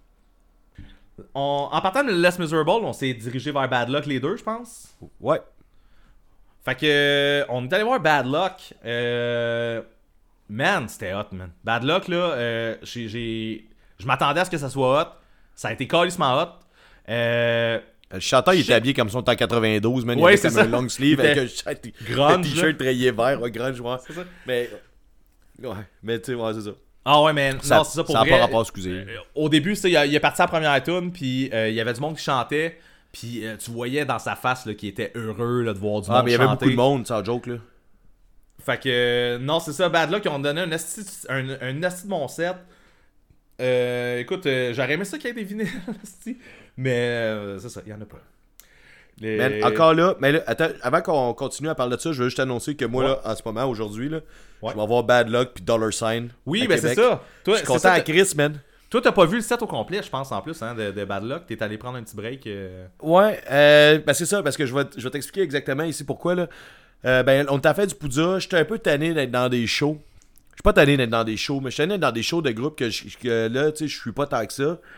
On, en partant de Less Miserable, on s'est dirigé vers Bad Luck les deux, je pense. Ouais. Fait que on est allé voir Bad Luck. Euh, man, c'était hot, man. Bad Luck, là, euh, j'ai, j'ai, je m'attendais à ce que ça soit hot. Ça a été calissement hot. Euh, le chanteur, il était habillé comme son en quatre-vingt-douze, man. Il ouais, avait comme ça. un long sleeve avec un, grunge, un t-shirt rayé vert, ouais, grunge, ouais. C'est ça. Mais, ouais, mais tu sais, ouais, c'est ça. Ah ouais, man. Ça, non, c'est ça pour ça vrai. Ça n'a pas rapport, excusez. Euh, au début, il a, il est parti à la première tune, puis euh, il y avait du monde qui chantait, puis euh, tu voyais dans sa face là, qu'il était heureux là, de voir du ah, monde chanter. Ah, mais il y avait chanter. Beaucoup de monde, c'est un joke, là. Fait que, euh, non, c'est ça, Bad Luck, ils ont donné un asti, un, un asti de mon set. Euh, écoute, euh, j'aurais aimé ça qu'il y ait des vinyles, mais euh, c'est ça, il y en a pas. Les... Man, encore là, mais là, attends, avant qu'on continue à parler de ça, je veux juste annoncer que moi, ouais. là, en ce moment, aujourd'hui, là, ouais. je vais avoir Bad Luck puis Dollar Sign. Oui, ben c'est ça. Toi, je suis content ça, à Chris, man. Toi, t'as pas vu le set au complet, je pense, en plus, hein, de, de Bad Luck. T'es allé prendre un petit break. Euh... Ouais, euh, ben c'est ça, parce que je vais, je vais t'expliquer exactement ici pourquoi, là. Euh, ben, on t'a fait du Poudza, j'étais un peu tanné d'être dans des shows. Je suis pas tanné d'être dans des shows, mais je suis tanné d'être dans des shows de groupe que, je, que là, tu sais, je suis pas tant que ça.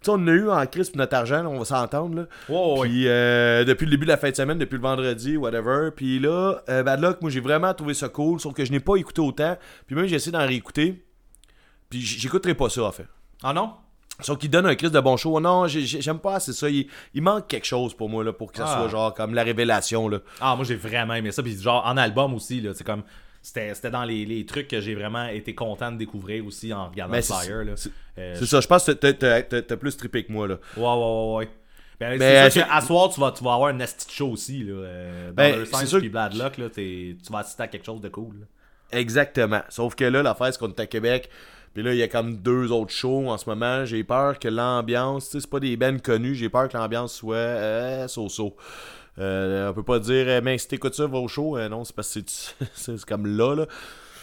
sais, on en a eu en crise pour notre argent, là, on va s'entendre. Là. Oh, oui. Puis euh, depuis le début de la fin de semaine, depuis le vendredi, whatever. Puis là, euh, Bad Luck, moi j'ai vraiment trouvé ça cool, sauf que je n'ai pas écouté autant. Puis même j'ai essayé d'en réécouter. Puis j'écouterai pas ça en fait. Ah non? Sauf qu'il donne un crise de bon show. Non, j'ai- j'ai- j'aime pas assez ça. Il, il manque quelque chose pour moi là, pour que ça Ah. soit genre comme la révélation. Là. Ah, moi j'ai vraiment aimé ça. Puis genre en album aussi, là, c'est comme. C'était, c'était dans les, les trucs que j'ai vraiment été content de découvrir aussi en regardant Mais le c'est- flyer. Là. c'est- Euh, C'est ça, je pense que t'as- t'as t'as- t'as plus trippé que moi. Là. Ouais, ouais, ouais, ouais. Ben, Mais, c'est sûr euh, qu'à soir, tu vas, tu vas avoir un nasty show aussi. Là. Euh, Ben, Dollar c'est Signs sûr puis que- Bad Luck, là, t'es- tu vas assister à quelque chose de cool. Là. Exactement. Sauf que là, l'affaire, c'est qu'on est à Québec. Puis là, il y a comme deux autres shows en ce moment. J'ai peur que l'ambiance, tu sais, c'est pas des bands connus. J'ai peur que l'ambiance soit euh, so-so. Euh, on peut pas dire, euh, mais si t'écoutes ça, va au show. Euh, non, c'est parce que c'est, c'est, c'est comme là, là.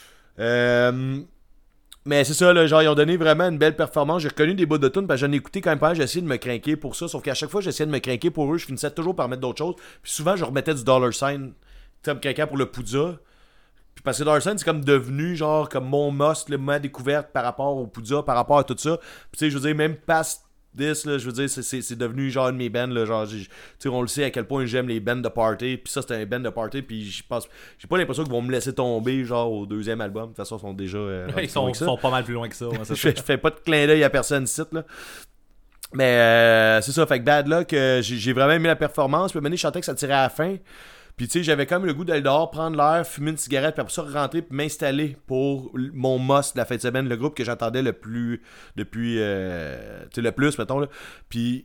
Euh, mais c'est ça, là, genre, ils ont donné vraiment une belle performance. J'ai reconnu des bouts de tunes parce que j'en ai écouté quand même pas. J'ai essayé de me craquer pour ça. Sauf qu'à chaque fois que j'essayais de me craquer pour eux, je finissais toujours par mettre d'autres choses. Puis souvent, je remettais du dollar sign. Tu sais, me craquant pour le Poudja. Puis parce que Dollar Sign, c'est comme devenu, genre, comme mon must, le moment découverte par rapport au Poudja, par rapport à tout ça. Puis tu sais, je veux dire, même past this, là, je veux dire, c'est, c'est, c'est devenu genre une de mes bands, là, genre, tu sais, on le sait à quel point j'aime les bands de party. Puis ça, c'était un band de party. Puis je pense, j'ai pas l'impression qu'ils vont me laisser tomber, genre, au deuxième album. De toute façon, ils sont déjà. Euh, Ils sont, sont pas mal plus loin que ça. Ouais, c'est je, ça. fais, je fais pas de clin d'œil à personne ici, là. Mais euh, c'est ça, fait que Bad Luck, euh, j'ai, j'ai vraiment aimé la performance. Puis à un moment donné, je sentais que ça tirait à la fin. Puis tu sais, j'avais quand même le goût d'aller dehors, prendre l'air, fumer une cigarette, puis après ça rentrer, puis m'installer pour mon must de la fin de semaine, le groupe que j'entendais le plus, depuis, euh, tu sais, le plus, mettons, là. Puis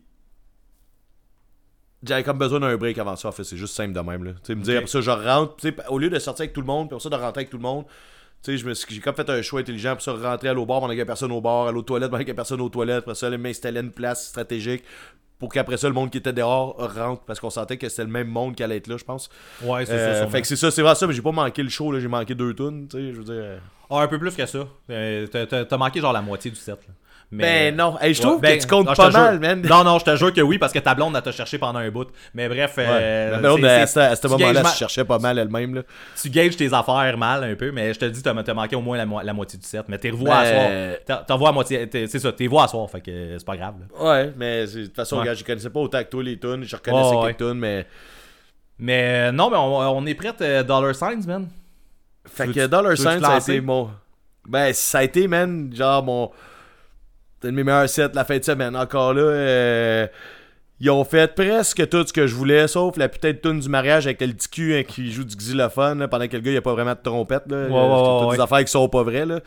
j'avais comme besoin d'un break avant ça, en fait, c'est juste simple de même, là. Tu sais, me dire, Ok. après ça, je rentre, tu sais, au lieu de sortir avec tout le monde, puis après ça, de rentrer avec tout le monde, tu sais, je me suis- j'ai comme fait un choix intelligent pour ça, rentrer à l'eau bar pendant qu'il y a personne au bar, à l'eau toilette pendant qu'il y a personne aux toilettes, après ça, aller m'installer une place stratégique pour qu'après ça, le monde qui était dehors rentre, parce qu'on sentait que c'était le même monde qui allait être là, je pense. Ouais, c'est Euh, ça. sûrement. fait que c'est ça, c'est vrai ça, mais j'ai pas manqué le show, là, j'ai manqué deux tunes, tu sais, je veux dire. euh. Ah, un peu plus que ça. Euh, t'as, t'as- t'as manqué genre la moitié du set. Là. Mais, Ben non, hey, je Ouais, trouve ben, que tu comptes non, je pas te jure- mal, man. Non, non, je te jure que oui, parce que ta blonde, elle t'a cherché pendant un bout. Mais bref, Ouais. euh, La blonde, c'est- à, c'est- ce- à ce tu moment-là, gages elle ma- se cherchait pas mal elle-même, là. Tu gages tes affaires mal un peu, mais je te le dis, t'as, t'as manqué au moins la, mo- la moitié du set. Mais t'es revois à soir. Ben- T'as, t'as revois à moitié. t'es- c'est ça, t'es revois à soir, fait que c'est pas grave. Là. Ouais, mais c'est- de toute façon, Ouais. regarde, je connaissais pas autant que toi les tunes, je reconnaissais Ouais, quelques tunes, mais. Mais euh, non, mais on, on est prêt, euh, Dollar Signs, man. Fait veux- que Dollar tu veux-tu Sign, te ça a lancer? été mon. Ben, ça a été, man, genre mon. C'était un de mes meilleurs sets la fin de semaine. Encore là, euh, ils ont fait presque tout ce que je voulais, sauf la putain de tune du mariage avec le petit cul hein, qui joue du xylophone, là, pendant que le gars, il a pas vraiment de trompette. Là. Ouais, C'est ouais, toutes ouais, des affaires qui sont pas vraies, là.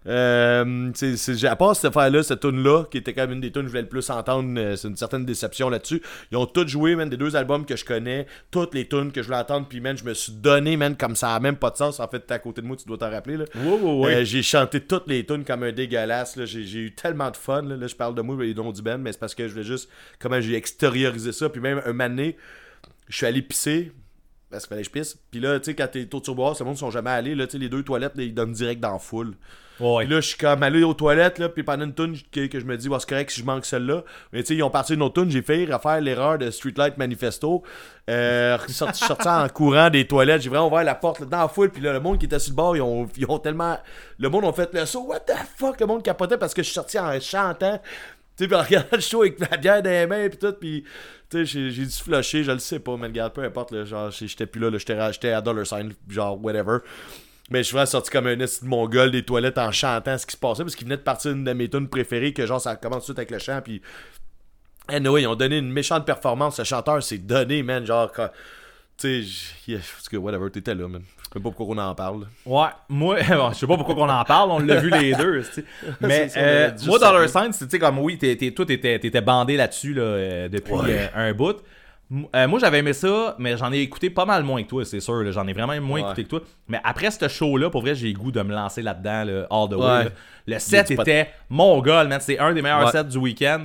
Euh, c'est, c'est, à part cette affaire-là, cette tune-là, qui était quand même une des tunes que je voulais le plus entendre, euh, c'est une certaine déception là-dessus. Ils ont tous joué, man, des deux albums que je connais, toutes les tunes que je voulais entendre, puis man, je me suis donné, man, comme ça a même pas de sens. En fait, t'es à côté de moi, tu dois t'en rappeler, là. Ouais, ouais, ouais. Euh, j'ai chanté toutes les tunes comme un dégueulasse, là. J'ai, j'ai eu tellement de fun, là. Là, je parle de moi, les noms du band, mais c'est parce que je voulais juste, comment j'ai extériorisé ça, puis même un moment donné, je suis allé pisser. Parce qu'il fallait que je pisse. Puis là, tu sais, quand t'es au turboir, ce monde ne sont jamais allés. Là, tu sais, les deux toilettes, là, ils donnent direct dans la foule. Ouais. Puis là, je suis comme allé aux toilettes, là, puis pendant une tune que, que je me dis, ouais, c'est correct si je manque celle-là. Mais tu sais, ils ont parti une autre tune, j'ai failli refaire l'erreur de Streetlight Manifesto. Euh, sorti, sorti en courant des toilettes, j'ai vraiment ouvert la porte là, dans la foule, puis là, le monde qui était sur le bord, ils ont, ils ont tellement. Le monde ont fait le saut, what the fuck, le monde capotait parce que je suis sorti en chantant. Tu sais, puis en regardant le show avec ma bière dans les mains, puis tout, puis tu sais, j'ai, j'ai dû flusher, je le sais pas, mais regarde, peu importe, là, genre, j'étais plus là, là j'étais, j'étais à Dollar Sign, genre, whatever. Mais je suis vraiment sorti comme un esti de mongol des toilettes en chantant ce qui se passait, parce qu'il venait de partir une de mes tunes préférées, que genre, ça commence tout de suite avec le chant, puis. Anyway, ils ont donné une méchante performance, le chanteur s'est donné, man, genre, quand. Tu sais, yeah, parce que whatever, t'étais là, man. Je sais pas pourquoi on en parle. Ouais, moi, bon, je sais pas pourquoi on en parle, on l'a vu les deux, tu sais. Mais C'est ça, on euh, aurait dû moi, juste Dollar s'appeler. Sign, tu sais, comme oui, t'es, t'es, toi, t'étais, t'étais bandé là-dessus là, euh, depuis Ouais. euh, un bout. M- euh, moi, j'avais aimé ça, mais j'en ai écouté pas mal moins que toi, c'est sûr. là. J'en ai vraiment moins Ouais. écouté que toi. Mais après ce show-là, pour vrai, j'ai le goût de me lancer là-dedans, là, all the way. Ouais. là. Le set du pot- était mon goal, man. C'est un des meilleurs Ouais. sets du week-end.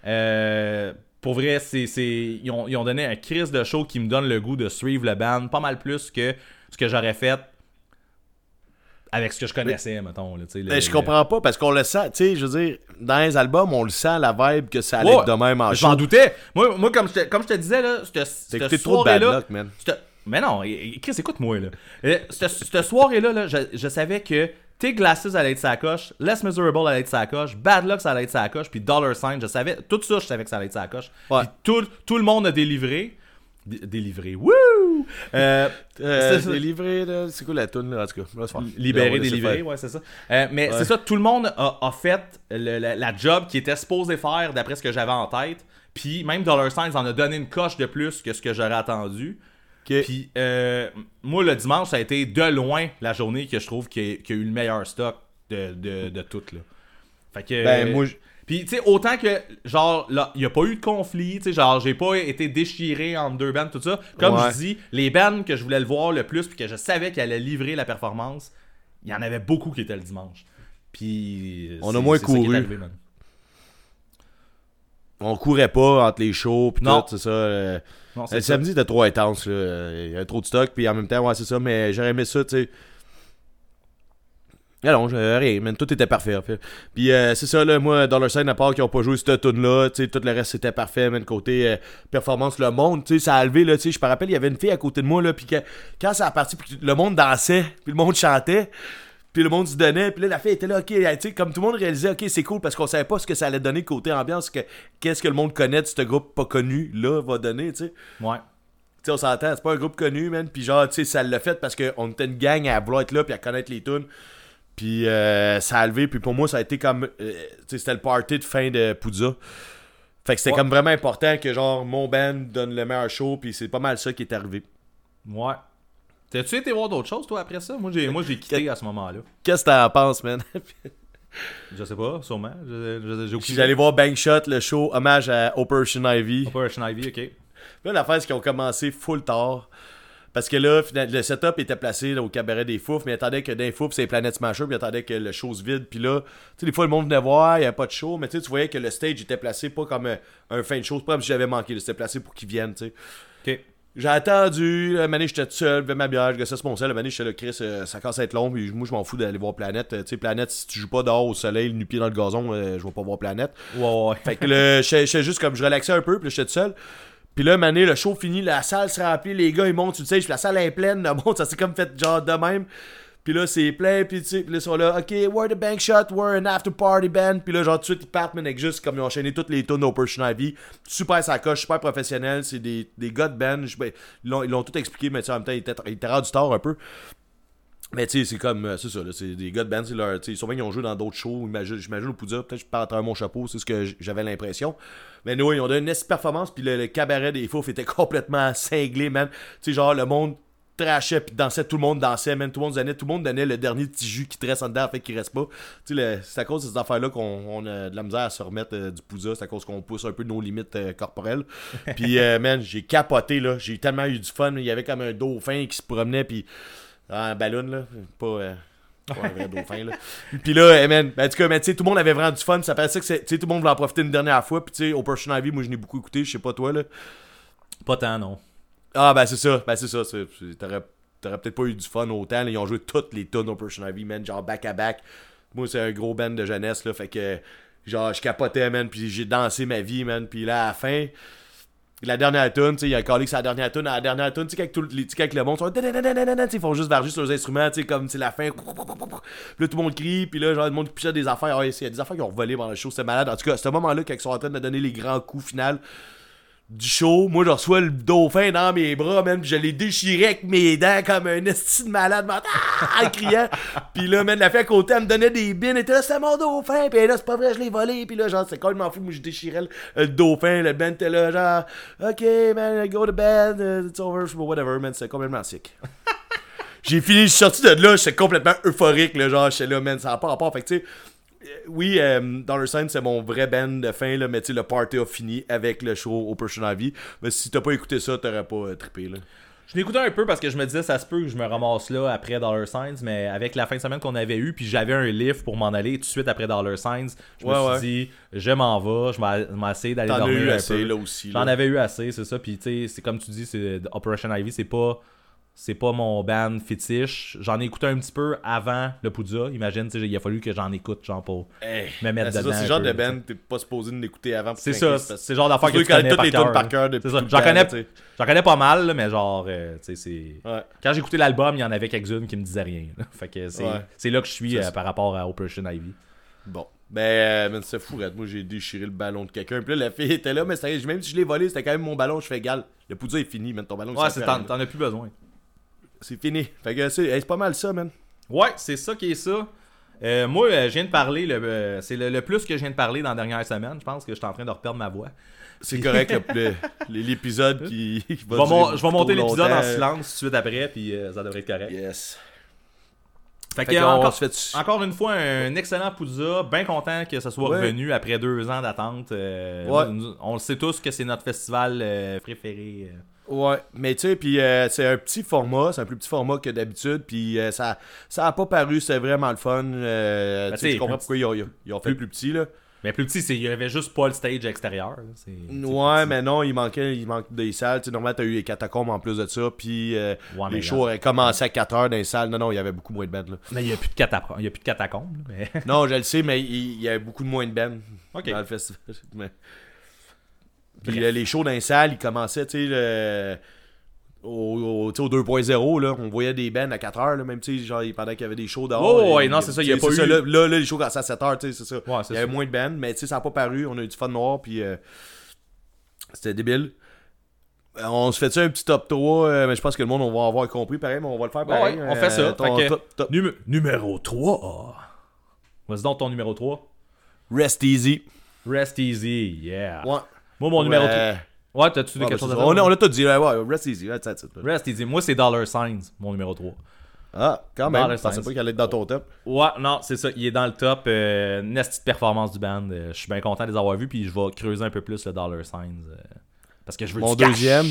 Euh, pour vrai, c'est, c'est... Ils, ont, ils ont donné un crise de show qui me donne le goût de suivre le band pas mal plus que ce que j'aurais fait avec ce que je connaissais, mettons. Là, tu sais, le- Mais je le- comprends pas, parce qu'on le sent, tu sais, je veux dire, dans les albums, on le sent, la vibe que ça allait Ouais, être de même en je m'en show. doutais. Moi, moi comme, je te, comme je te disais, là, cette, T'as cette écouté trop de Bad soirée-là... Luck, man. cette- Mais non, et- et- Chris, écoute-moi, là. Euh, Cette, cette soirée-là, là, je, je savais que T Glasses allait être sa coche, Less Miserable allait être sa coche, Bad Luck ça allait être sa coche, puis Dollar Sign, je savais, tout ça je savais que ça allait être sa coche. Ouais. Puis tout, tout le monde a délivré. D- délivré, wouh! Euh, Euh, c'est- délivré, là, c'est quoi la toune, là, en tout cas? Là, c'est fort. Libéré, Là, on va laisser délivré, faire. ouais, c'est ça. Euh, mais Ouais. c'est ça, tout le monde a, a fait le- la, la job qu'il était supposé faire d'après ce que j'avais en tête. Puis même Dollar Signs en a donné une coche de plus que ce que j'aurais attendu. Ok. Puis euh, moi, le dimanche, ça a été de loin la journée que je trouve qu'il y a, qu'il y a eu le meilleur stock de, de, de toutes, là. Fait que... Ben, euh, moi, je- Puis, tu sais, autant que, genre, là, il n'y a pas eu de conflit, tu sais, genre, j'ai pas été déchiré entre deux bands, tout ça. Comme Ouais. je dis, les bands que je voulais le voir le plus, puis que je savais qu'elle allait livrer la performance, il y en avait beaucoup qui étaient le dimanche. Puis, On a c'est- moins c'est ça qui est couru. arrivé, man. on courait pas entre les shows, pis Non. tout, c'est ça. euh, Non, c'est Le ça. samedi, c'était trop intense, là. euh, Il y avait trop de stock, puis en même temps, ouais, c'est ça, mais j'aurais aimé ça, tu sais. Ah non, j'ai rien, man, tout était parfait, en fait. Puis euh, c'est ça, là, moi, Dollar Sign, à part qu'ils ont pas joué cette tune-là, tu sais, tout le reste, c'était parfait, man, côté euh, performance, le monde, tu sais, ça a levé, là, tu sais, je me rappelle, il y avait une fille à côté de moi, là, puis que, quand ça a parti, puis que le monde dansait, puis le monde chantait, puis le monde se donnait, puis là, la fille était là, ok, tu sais, comme tout le monde réalisait, ok, c'est cool, parce qu'on savait pas ce que ça allait donner côté ambiance, que, qu'est-ce que le monde connaît de ce groupe pas connu, là, va donner, tu sais. Ouais. Tu sais, on s'entend, c'est pas un groupe connu, man. Puis genre, tu sais, ça l'a fait parce qu'on était une gang à vouloir être là puis à connaître les tunes. Puis euh, ça a levé. Puis pour moi, ça a été comme... euh, tu sais, c'était le party de fin de Poudza. Fait que c'était Ouais. comme vraiment important que genre, mon band donne le meilleur show. Puis c'est pas mal ça qui est arrivé. Ouais. T'as-tu été voir d'autres choses, toi, après ça? Moi, j'ai, moi, j'ai quitté à ce moment-là. Qu'est-ce que t'en penses, man? Je sais pas, sûrement. Je- je- J'ai aucune J'allais voir Bang Shot, le show hommage à Operation Ivy. Operation Ivy, ok. Là, l'affaire, c'est qu'ils ont commencé full tard. Parce que là, fina- le setup était placé là, au cabaret des Fouf, mais ils attendaient que dans les Fouf, c'est Planet Smasher, puis ils attendaient que le show se vide. Puis là, tu sais, des fois, le monde venait voir, il n'y avait pas de show, mais tu sais, tu voyais que le stage était placé pas comme un, un fin de show. C'est pas comme si j'avais manqué, là, c'était placé pour qu'ils viennent, tu sais. Ok. J'ai attendu, la manée, j'étais tout seul, buvais ma bière, je gossais sur mon sel, la manée, j'étais là, Chris, euh, ça commence à être long, puis moi, je m'en fous d'aller voir Planète. Euh, Tu sais, Planète, si tu joues pas dehors au soleil, le nu-pied dans le gazon, euh, je vais pas voir Planète. Ouais, ouais. Fait que là, j'étais j'étais juste comme, je relaxais un peu, puis là, j'étais tout seul. Puis là, mané, le show fini, la salle se remplit, les gars, ils montent, tu sais, la salle est pleine, le monde, ça s'est comme fait genre de même. Puis là, c'est plein, puis tu sais, puis là, ils sont là, ok, we're the bank shot, we're an after party band. Puis là, genre, tout de suite, ils partent, man, avec juste comme ils ont enchaîné toutes les tunes d'Operation Ivy. Super sacoche, super professionnel, c'est des, des gars de band. Je- ben, ils l'ont ils l'ont tout expliqué, mais tu sais, en même temps, ils étaient, ils étaient rendus tard un peu. Mais tu sais, c'est comme, euh, c'est ça, là, c'est des gars de band, c'est leur, tu sais, sûrement ils ont joué dans d'autres shows, imagine, j'imagine au Poudza, peut-être que je parle à travers mon chapeau, c'est ce que j- j'avais l'impression. Mais nous, ils ont donné une petite performance, puis le, le cabaret des Fouf était complètement cinglé, man. Tu sais, genre, le monde trashait, puis dansait, tout le monde dansait, man, tout le monde donnait, tout le monde donnait le dernier petit jus qui te reste en dedans, fait qu'il reste pas. Tu sais, le- c'est à cause de ces affaires-là qu'on on a de la misère à se remettre euh, du Poudza, c'est à cause qu'on pousse un peu nos limites euh, corporelles. Puis, euh, man, j'ai capoté, là, j'ai tellement eu du fun, il y avait comme un dauphin qui se promenait, puis... En ballon, là. Pas, euh, pas un vrai dauphin, là. Puis là, eh, man, ben, en tout cas, mais, tu sais, tout le monde avait vraiment du fun. Ça paraissait que c'est- tu sais, tout le monde voulait en profiter une dernière fois. Puis, tu sais, Operation Ivy, moi, je n'ai beaucoup écouté. Je sais pas toi, là. Pas tant, non. Ah, ben, c'est ça. Ben, c'est ça. c'est- c'est- T'aurais t'aurais peut-être pas eu du fun autant. Là. Ils ont joué toutes les tunes Operation Ivy, man. Genre back-à-back. Moi, c'est un gros band de jeunesse, là. Fait que, genre, je capotais, man. Puis j'ai dansé ma vie, man. Puis là, à la fin. La dernière tune, tu sais, il y a un collègue sur la dernière tune, à la dernière tune, tu sais, quand, tout le- tu sais, quand le monde sont, ils font juste varger sur leurs instruments, tu sais, comme, c'est la fin, puis là, tout le monde crie, puis là, genre, le monde pichait des affaires, il y a des affaires qui ont volé pendant le show, c'était malade. En tout cas, à ce moment-là, quand ils sont en train de donner les grands coups finaux du show, moi, je reçois le dauphin dans mes bras, man, pis je l'ai déchiré avec mes dents comme un esti de malade, man, ah, en criant. Puis là, man, la fille à côté, elle me donnait des bines, elle était là, c'est mon dauphin, pis là, c'est pas vrai, je l'ai volé, pis là, genre, c'est complètement fou, moi, je déchirais le, le dauphin, le band était là, genre, ok, man, go to bed, uh, it's over, whatever, man, c'est complètement sick. J'ai fini, je suis sorti de là, j'étais complètement euphorique, là, genre, j'étais là, man, ça n'a pas rapport, fait que, tu sais, oui, euh, Dollar Sign, c'est mon vrai band de fin, là, mais tu sais, le party a fini avec le show Operation Ivy. Mais si t'as pas écouté ça, t'aurais pas euh, trippé, là. Je l'ai écouté un peu parce que je me disais, ça se peut que je me ramasse là après Dollar Signs, mais avec la fin de semaine qu'on avait eu, puis j'avais un lift pour m'en aller tout de suite après Dollar Signs, je Ouais, me suis ouais. dit, je m'en vais, je vais je vais essayer d'aller T'en as dormir eu un assez, peu. là, aussi. J'en là. avais eu assez, c'est ça, puis tu sais, c'est comme tu dis, c'est Operation Ivy, c'est pas C'est pas mon band fétiche. J'en ai écouté un petit peu avant le Poudja. Imagine, il a fallu que j'en écoute genre pour hey, me mettre c'est dedans. Ça, c'est le genre de band t'es pas supposé de l'écouter avant. C'est ça, c'est le genre d'affaire que tu connais connais toutes les par tunes par cœur. cœur. C'est ça. J'en connais, j'en connais pas mal, là, mais genre, euh, tu sais, c'est... Ouais. Quand j'ai écouté l'album, il y en avait quelques-unes qui me disaient rien. Là. Fait que c'est, ouais. c'est là que je suis euh, par rapport à Operation Ivy. Bon. Ben, euh, c'est fou, moi j'ai déchiré le ballon de quelqu'un. Puis là, la fille était là, mais c'était, même si je l'ai volé, c'était quand même mon ballon. Je fais égal. Le Poudja est fini, man. Ton ballon, ouais, c'est, t'en, t'en as plus besoin. C'est fini. Fait que c'est, hey, c'est pas mal ça, man. Ouais, c'est ça qui est ça. Euh, moi, euh, je viens de parler, le, euh, c'est le, le plus que je viens de parler dans la dernière semaine. Je pense que je suis en train de reperdre ma voix. C'est correct, le, le, l'épisode qui, qui va Je vais, mon, je vais monter trop l'épisode longtemps. en silence tout de suite après, puis euh, ça devrait être correct. Yes. Fait, Fait que, qu'on encore, se fait... encore une fois, un excellent Poudja. Bien content que ça soit ouais. revenu après deux ans d'attente. Euh, ouais. nous, on le sait tous que c'est notre festival euh, préféré. Euh. Ouais, mais tu sais, puis euh, c'est un petit format, c'est un plus petit format que d'habitude, puis euh, ça, ça a pas paru, c'est vraiment le fun. Euh, Ben, tu comprends pourquoi ils ont, ils ont fait plus, plus petit, là. Mais plus petit, c'est, il y avait juste pas le stage extérieur. Là. C'est, ouais, c'est mais non, il manquait, il manque des salles. Tu sais, normalement, t'as eu les catacombes en plus de ça, puis euh, ouais, les shows auraient commencé à quatre heures dans les salles. Non, non, il y avait beaucoup moins de bands, là. Mais il n'y a plus de catacombes. Il y a plus de catacombes. Mais... non, je le sais, mais il, il y avait beaucoup de moins de bands okay. dans le festival. Mais... Puis euh, les shows dans les salles, ils commençaient, tu sais, le... Au, au, au deux point zéro, là, on voyait des bands à quatre heures, là, même genre, pendant qu'il y avait des shows dehors. Oh, ouais, et, non, c'est ça, il y a pas eu. Ça, là, là, là, les shows commençaient à sept heures, tu sais, c'est ça. Ouais, c'est il y avait ça. moins de bands, mais tu sais, ça n'a pas paru. On a eu du fun noir, puis euh, c'était débile. Euh, on se fait un petit top trois, euh, mais je pense que le monde on va avoir compris pareil, mais on va le faire pareil. Ouais, on fait ça. Euh, ton, fait que, top, top. Numé- numéro trois. Vas-y donc ton numéro trois. Rest Easy. Rest Easy, yeah. Ouais. Moi, mon ouais. numéro trois. Ouais, t'as-tu ouais, quelque bah, chose à dire? On, on a tout dit, ouais, ouais, Rest Easy. Ouais, that's it. Rest Easy. Moi, c'est Dollar Signs, mon numéro trois. Ah, quand même. Dollar Je pensais Signs. pas qu'il allait être dans ton top. Ouais, non, c'est ça. Il est dans le top. Euh, une petite performance du band. Euh, je suis bien content de les avoir vus. Puis je vais creuser un peu plus le Dollar Signs. Euh, parce que je veux Mon du cash. deuxième.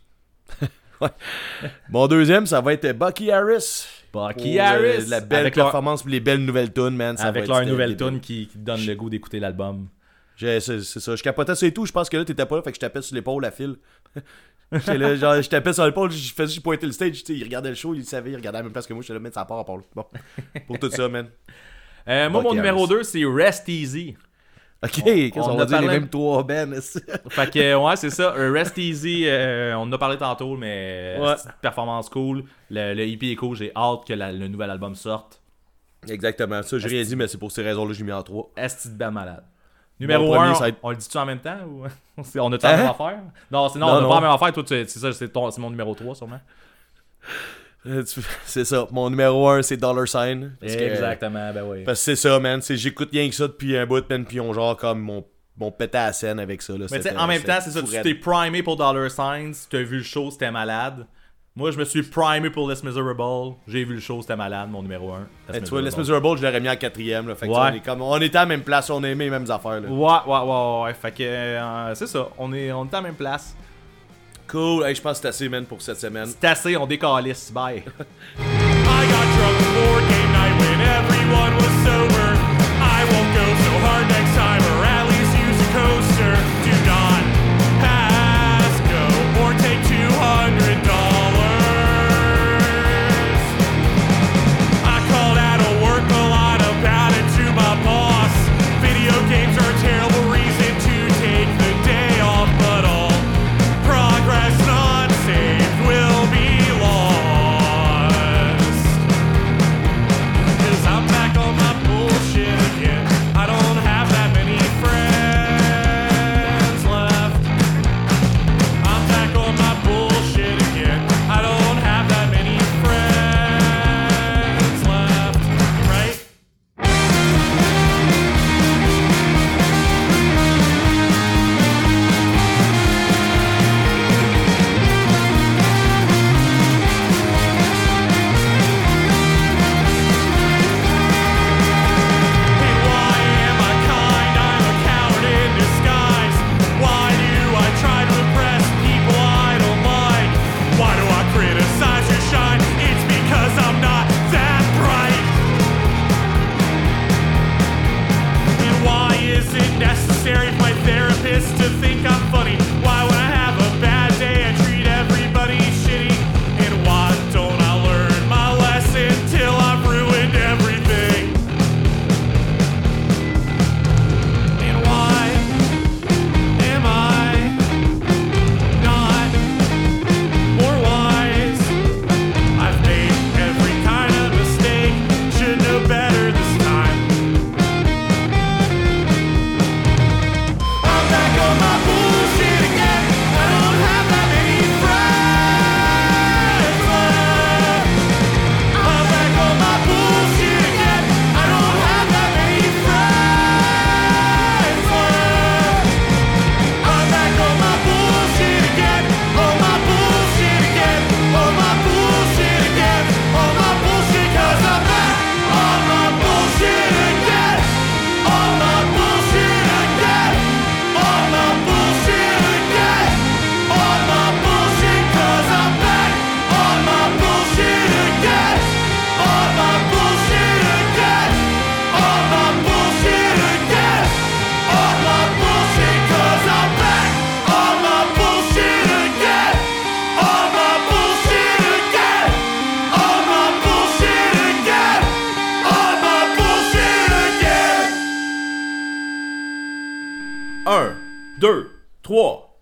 ouais. Mon deuxième, ça va être Bucky Harris. Bucky pour, Harris. Euh, la belle avec performance, pour les belles nouvelles tunes, man. Ça avec va être leur nouvelle débile. tune qui, qui te donne le goût d'écouter l'album. J'ai, c'est, c'est ça. Je capotais sur les tout. Je pense que là, t'étais pas là. Fait que je tapais sur l'épaule à fil. J'étais là, genre, je tapais sur l'épaule. Je faisais juste pointer le stage. Tu sais, il regardait le show. Il savait. Il regardait à la même place que moi. J'étais là, mais ça part à part là. Bon. Pour tout ça, man. Euh, moi, Bucky mon numéro Harris. deux, c'est Rest Easy. Ok, On- qu'est-ce on qu'on a va dire les parlé- mêmes trois bands. Fait que, ouais, c'est ça. Euh, Rest Easy, euh, on en a parlé tantôt, mais Ouais. c'est une performance cool. Le, le E P est cool. J'ai hâte que la- le nouvel album sorte. Exactement. Ça, j'ai rien dit, mais c'est pour ces raisons-là que j'ai mis en trois. Est-ce que belle malade? Numéro Mon premier, un, ça va on, être- on le dit-tu en même temps ou c'est- on a-tu la Hein? même affaire? Non, c'est, non, Non, on n'a non. pas la même affaire. Toi, tu- c'est ça, c'est, ton, c'est mon numéro trois, sûrement. Euh, tu- C'est ça. Mon numéro un, c'est Dollar Sign. Parce que- Exactement, ben oui. Parce que c'est ça, man. C'est, j'écoute rien que ça depuis un bout, man. Puis on genre comme mon, mon pété à la scène avec ça. Là. Mais tu sais, C'était- en même c'était temps, c'est ça, tu fourette. t'es primé pour Dollar Signs, tu as vu le show, c'était malade. Moi, je me suis primé pour Les Miserables, j'ai vu le show, c'était malade, mon numéro un. Eh, tu vois, Les Miserables, je l'aurais mis en quatrième. Là. Fait que, Ouais. tu sais, on, est comme, on était à la même place, on aimait les mêmes affaires. Là. Ouais, ouais, ouais, ouais, fait que euh, c'est ça, on est, on est à la même place. Cool. Hey, je pense que c'est assez, man, pour cette semaine. C'est assez, on décalisse, bye. I got drunk before game night when everyone was sober. I won't go so hard next time, or at least use a coaster. Do not pass go or take two hundred dollars. I called out of work a lot about it to my boss. Video games are a terrible reason to take the day off, but all progress not saved will be lost. Cause I'm back on my bullshit. trois.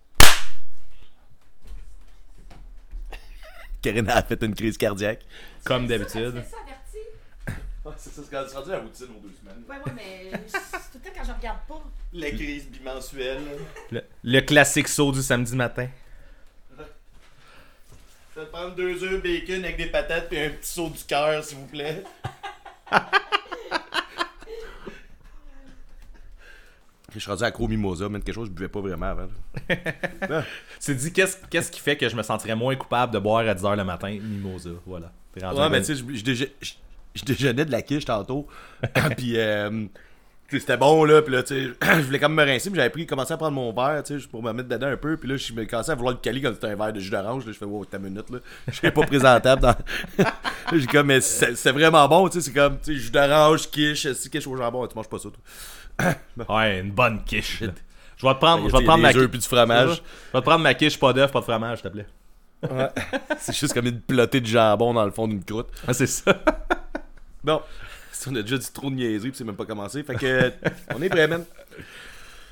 Karine a fait une crise cardiaque. Comme d'habitude. C'est ça, averti. Ouais, c'est ça, c'est rendu la routine aux deux semaines. Ouais, ouais, mais c'est tout le temps quand je regarde pas. La crise bimensuelle. Le, le classique saut du samedi matin. Je vais te prendre deux œufs, bacon avec des patates et un petit saut du cœur, s'il vous plaît. Je suis rendu accro au mimosa, mais quelque chose que je buvais pas vraiment avant. Tu te dis, qu'est-ce, qu'est-ce qui fait que je me sentirais moins coupable de boire à dix heures le matin? Mimosa, voilà. T'es rendu Ouais, un mais bon- tu sais, je, je, déje- je- je déjeunais de la quiche tantôt. Puis, euh, tu sais, c'était bon, là. Puis là, tu sais, je voulais quand même me rincer. Puis j'avais pris, commencé à prendre mon verre, tu sais, pour me mettre dedans un peu. Puis là, je me commençais à vouloir le caler comme c'était un verre de jus d'orange. Là, je fais, wow, t'as une minute, là. Je suis pas présentable. Dans... J'ai comme, mais c'est, c'est vraiment bon, tu sais. C'est comme, tu sais, jus d'orange, quiche, si quiche au jambon. Tu manges pas ça, toi. Ouais, une bonne quiche. là. Je vais te prendre, je vais Il y te a prendre ma des œufs quiche. puis du fromage. Je vais te prendre ma quiche, pas d'œuf, pas de fromage, s'il te plaît. Ouais. C'est juste comme une pelotée de jambon dans le fond d'une croûte. Ah, c'est ça. Bon, si on a déjà dit trop de niaiseries puis c'est même pas commencé. Fait que, on est prêt, man.